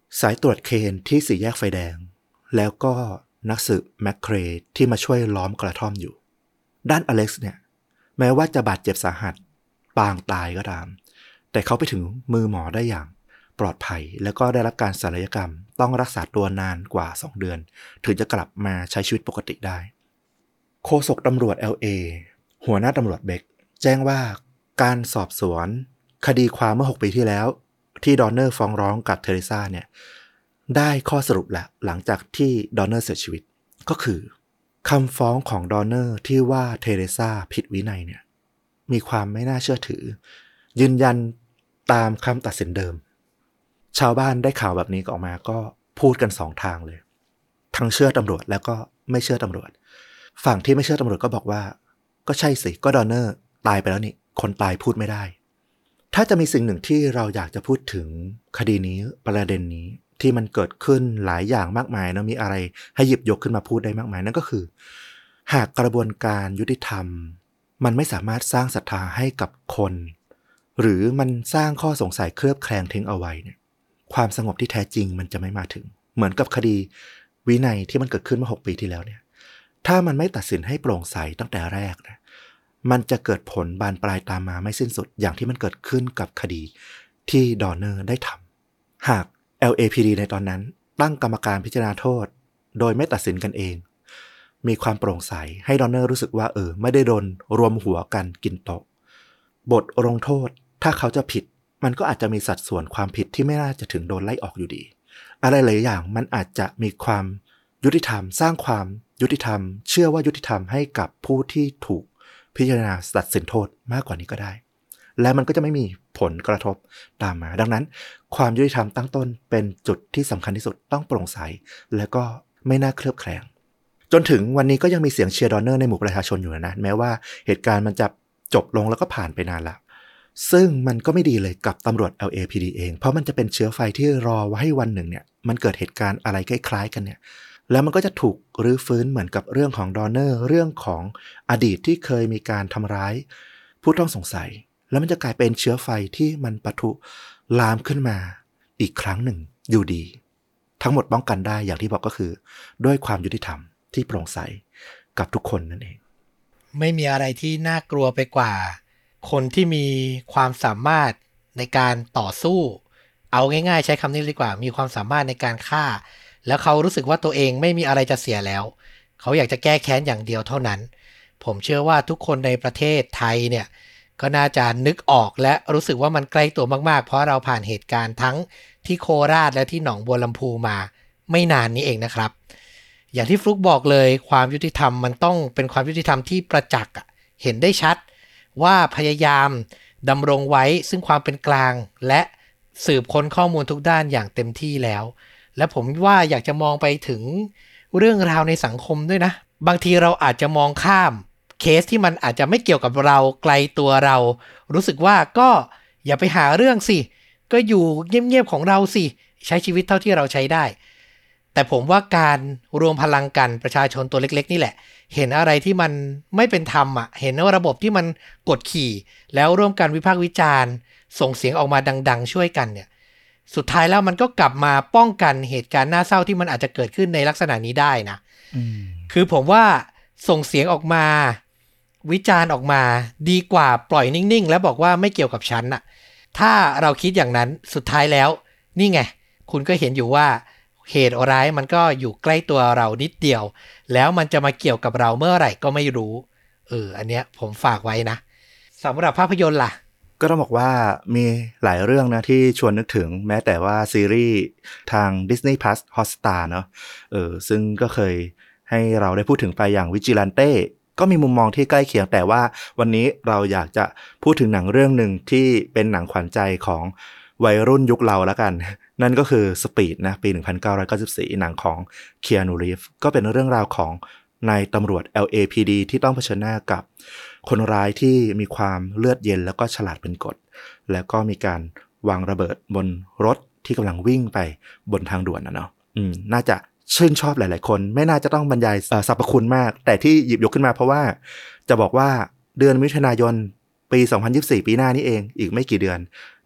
สายตรวจเคนที่สี่แยกไฟแดงแล้วก็นักสืบแมคเครย์ที่มาช่วยล้อมกระท่อมอยู่ด้านอเล็กซ์เนี่ยแม้ว่าจะบาดเจ็บสาหัสปางตายก็ตามแต่เขาไปถึงมือหมอได้อย่างปลอดภัยแล้วก็ได้รับการศัลยกรรมต้องรักษาตัวนานกว่า2 เดือนถึงจะกลับมาใช้ชีวิตปกติได้โฆษกตำรวจ LA หัวหน้าตำรวจเบคแจ้งว่าการสอบสวนคดีความเมื่อ6 ปีที่แล้วที่ดอนเนอร์ฟ้องร้องกับเทเรซาเนี่ยได้ข้อสรุปแล้วหลังจากที่ดอนเนอร์เสียชีวิตก็คือคำฟ้องของดอนเนอร์ที่ว่าเทเรซาผิดวินัยเนี่ยมีความไม่น่าเชื่อถือยืนยันตามคำตัดสินเดิมชาวบ้านได้ข่าวแบบนี้ออกมาก็พูดกัน2 ทางเลยทั้งเชื่อตำรวจแล้วก็ไม่เชื่อตำรวจฝั่งที่ไม่เชื่อตำรวจก็บอกว่าก็ใช่สิก็ดอนเนอร์ตายไปแล้วนี่คนตายพูดไม่ได้ถ้าจะมีสิ่งหนึ่งที่เราอยากจะพูดถึงคดีนี้ประเด็นนี้ที่มันเกิดขึ้นหลายอย่างมากมายนะมีอะไรให้หยิบยกขึ้นมาพูดได้มากมายนั่นก็คือหากกระบวนการยุติธรรมมันไม่สามารถสร้างศรัทธาให้กับคนหรือมันสร้างข้อสงสัยเคลือบแคลงทิ้งเอาไว้เนี่ยความสงบที่แท้จริงมันจะไม่มาถึงเหมือนกับคดีวินัยที่มันเกิดขึ้นเมื่อ6 ปีที่แล้วเนี่ยถ้ามันไม่ตัดสินให้โปร่งใสตั้งแต่แรกนะมันจะเกิดผลบานปลายตามมาไม่สิ้นสุดอย่างที่มันเกิดขึ้นกับคดีที่ดอนเนอร์ได้ทำหาก LAPD ในตอนนั้นตั้งกรรมการพิจารณาโทษโดยไม่ตัดสินกันเองมีความโปร่งใสให้ดอนเนอร์รู้สึกว่าไม่ได้โดนรวมหัวกันกินโต๊ะบทลงโทษถ้าเขาจะผิดมันก็อาจจะมีสัดส่วนความผิดที่ไม่น่าจะถึงโดนไล่ออกอยู่ดีอะไรหลายอย่างมันอาจจะมีความยุติธรรมสร้างความยุติธรรมเชื่อว่ายุติธรรมให้กับผู้ที่ถูกพิจารณาตัดสินโทษมากกว่านี้ก็ได้และมันก็จะไม่มีผลกระทบตามมาดังนั้นความยุติธรรมตั้งต้นเป็นจุดที่สำคัญที่สุดต้องโปร่งใสและก็ไม่น่าเคลือบแคลงจนถึงวันนี้ก็ยังมีเสียงเชียร์ดอนเนอร์ในหมู่ประชาชนอยู่นะแม้ว่าเหตุการณ์มันจะจบลงแล้วก็ผ่านไปนานละซึ่งมันก็ไม่ดีเลยกับตำรวจ LAPD เองเพราะมันจะเป็นเชื้อไฟที่รอไว้ให้วันหนึ่งเนี่ยมันเกิดเหตุการณ์อะไรคล้ายๆกันเนี่ยแล้วมันก็จะถูกรื้อฟื้นเหมือนกับเรื่องของดอนเนอร์เรื่องของอดีตที่เคยมีการทำร้ายผู้ต้องสงสัยแล้วมันจะกลายเป็นเชื้อไฟที่มันปะทุลามขึ้นมาอีกครั้งหนึ่งอยู่ดีทั้งหมดป้องกันได้อย่างที่บอกก็คือด้วยความยุติธรรมที่โปร่งใสกับทุกคนนั่นเองไม่มีอะไรที่น่ากลัวไปกว่าคนที่มีความสามารถในการต่อสู้เอาง่ายๆใช้คำนี้ดีกว่ามีความสามารถในการฆ่าแล้วเขารู้สึกว่าตัวเองไม่มีอะไรจะเสียแล้วเขาอยากจะแก้แค้นอย่างเดียวเท่านั้นผมเชื่อว่าทุกคนในประเทศไทยเนี่ยก็น่าจะนึกออกและรู้สึกว่ามันใกล้ตัวมากๆเพราะเราผ่านเหตุการณ์ทั้งที่โคราชและที่หนองบัวลำพูมาไม่นานนี้เองนะครับอย่างที่ฟลุกบอกเลยความยุติธรรมมันต้องเป็นความยุติธรรมที่ประจักษ์เห็นได้ชัดว่าพยายามดำรงไว้ซึ่งความเป็นกลางและสืบค้นข้อมูลทุกด้านอย่างเต็มที่แล้วและผมว่าอยากจะมองไปถึงเรื่องราวในสังคมด้วยนะบางทีเราอาจจะมองข้ามเคสที่มันอาจจะไม่เกี่ยวกับเราไกลตัวเรารู้สึกว่าก็อย่าไปหาเรื่องสิก็อยู่เงียบๆของเราสิใช้ชีวิตเท่าที่เราใช้ได้แต่ผมว่าการรวมพลังกันประชาชนตัวเล็กๆนี่แหละเห็นอะไรที่มันไม่เป็นธรรมเห็นระบบที่มันกดขี่แล้วร่วมกันวิพากษ์วิจารณ์ส่งเสียงออกมาดังๆช่วยกันเนี่ยสุดท้ายแล้วมันก็กลับมาป้องกันเหตุการณ์น่าเศร้าที่มันอาจจะเกิดขึ้นในลักษณะนี้ได้นะคือผมว่าส่งเสียงออกมาวิจารณ์ออกมาดีกว่าปล่อยนิ่งๆแล้วบอกว่าไม่เกี่ยวกับฉันน่ะถ้าเราคิดอย่างนั้นสุดท้ายแล้วนี่ไงคุณก็เห็นอยู่ว่าเหตุร้ายมันก็อยู่ใกล้ตัวเรานิดเดียวแล้วมันจะมาเกี่ยวกับเราเมื่อไหร่ก็ไม่รู้อันเนี้ยผมฝากไว้นะสำหรับภาพยนตร์ล่ะก็ต้องบอกว่ามีหลายเรื่องนะที่ชวนนึกถึงแม้แต่ว่าซีรีส์ทาง Disney Plus Hotstar เนาะซึ่งก็เคยให้เราได้พูดถึงไปอย่าง Vigilante ก็มีมุมมองที่ใกล้เคียงแต่ว่าวันนี้เราอยากจะพูดถึงหนังเรื่องหนึ่งที่เป็นหนังขวัญใจของวัยรุ่นยุคเราแล้วกันนั่นก็คือ Speed นะปี 1994 หนังของ Keanu Reeves ก็เป็นเรื่องราวของนายตำรวจ LAPD ที่ต้องเผชิญหน้ากับคนร้ายที่มีความเลือดเย็นแล้วก็ฉลาดเป็นกลแล้วก็มีการวางระเบิดบนรถที่กำลังวิ่งไปบนทางด่วนนะเนาะน่าจะชื่นชอบหลายๆคนไม่น่าจะต้องบรรยายสรรพคุณมากแต่ที่หยิบยกขึ้นมาเพราะว่าจะบอกว่าเดือนมิถุนายนปี 2024 ปีหน้านี้เองอีกไม่กี่เดือน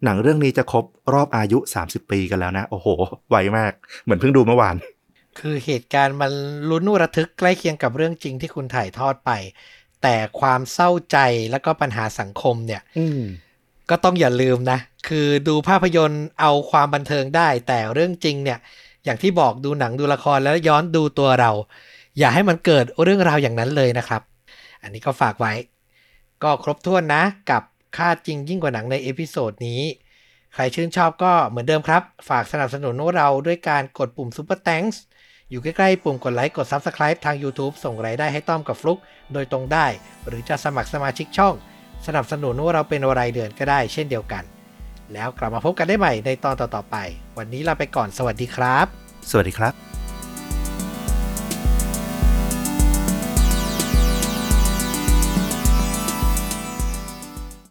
หนังเรื่องนี้จะครบรอบอายุ30ปีกันแล้วนะโอ้โหไวมากเหมือนเพิ่งดูเมื่อวานคือเหตุการณ์มันลุ้นระทึกใกล้เคียงกับเรื่องจริงที่คุณถ่ายทอดไปแต่ความเศร้าใจแล้วก็ปัญหาสังคมเนี่ยก็ต้องอย่าลืมนะคือดูภาพยนตร์เอาความบันเทิงได้แต่เรื่องจริงเนี่ยอย่างที่บอกดูหนังดูละครแล้วย้อนดูตัวเราอย่าให้มันเกิดเรื่องราวอย่างนั้นเลยนะครับอันนี้ก็ฝากไว้ก็ครบถ้วนนะกับค่าจริงยิ่งกว่าหนังในเอพิโซดนี้ใครชื่นชอบก็เหมือนเดิมครับฝากสนับสนุนเราด้วยการกดปุ่ม Super Thanks อยู่ใกล้ๆปุ่มกดไลค์กด Subscribe ทาง YouTube ส่งรายได้ให้ต้อมกับฟลุกโดยตรงได้หรือจะสมัครสมาชิกช่องสนับสนุนเราเป็นรายเดือนก็ได้เช่นเดียวกันแล้วกลับมาพบกันได้ใหม่ในตอนต่อๆไปวันนี้ลาไปก่อนสวัสดีครับสวัสดีครับ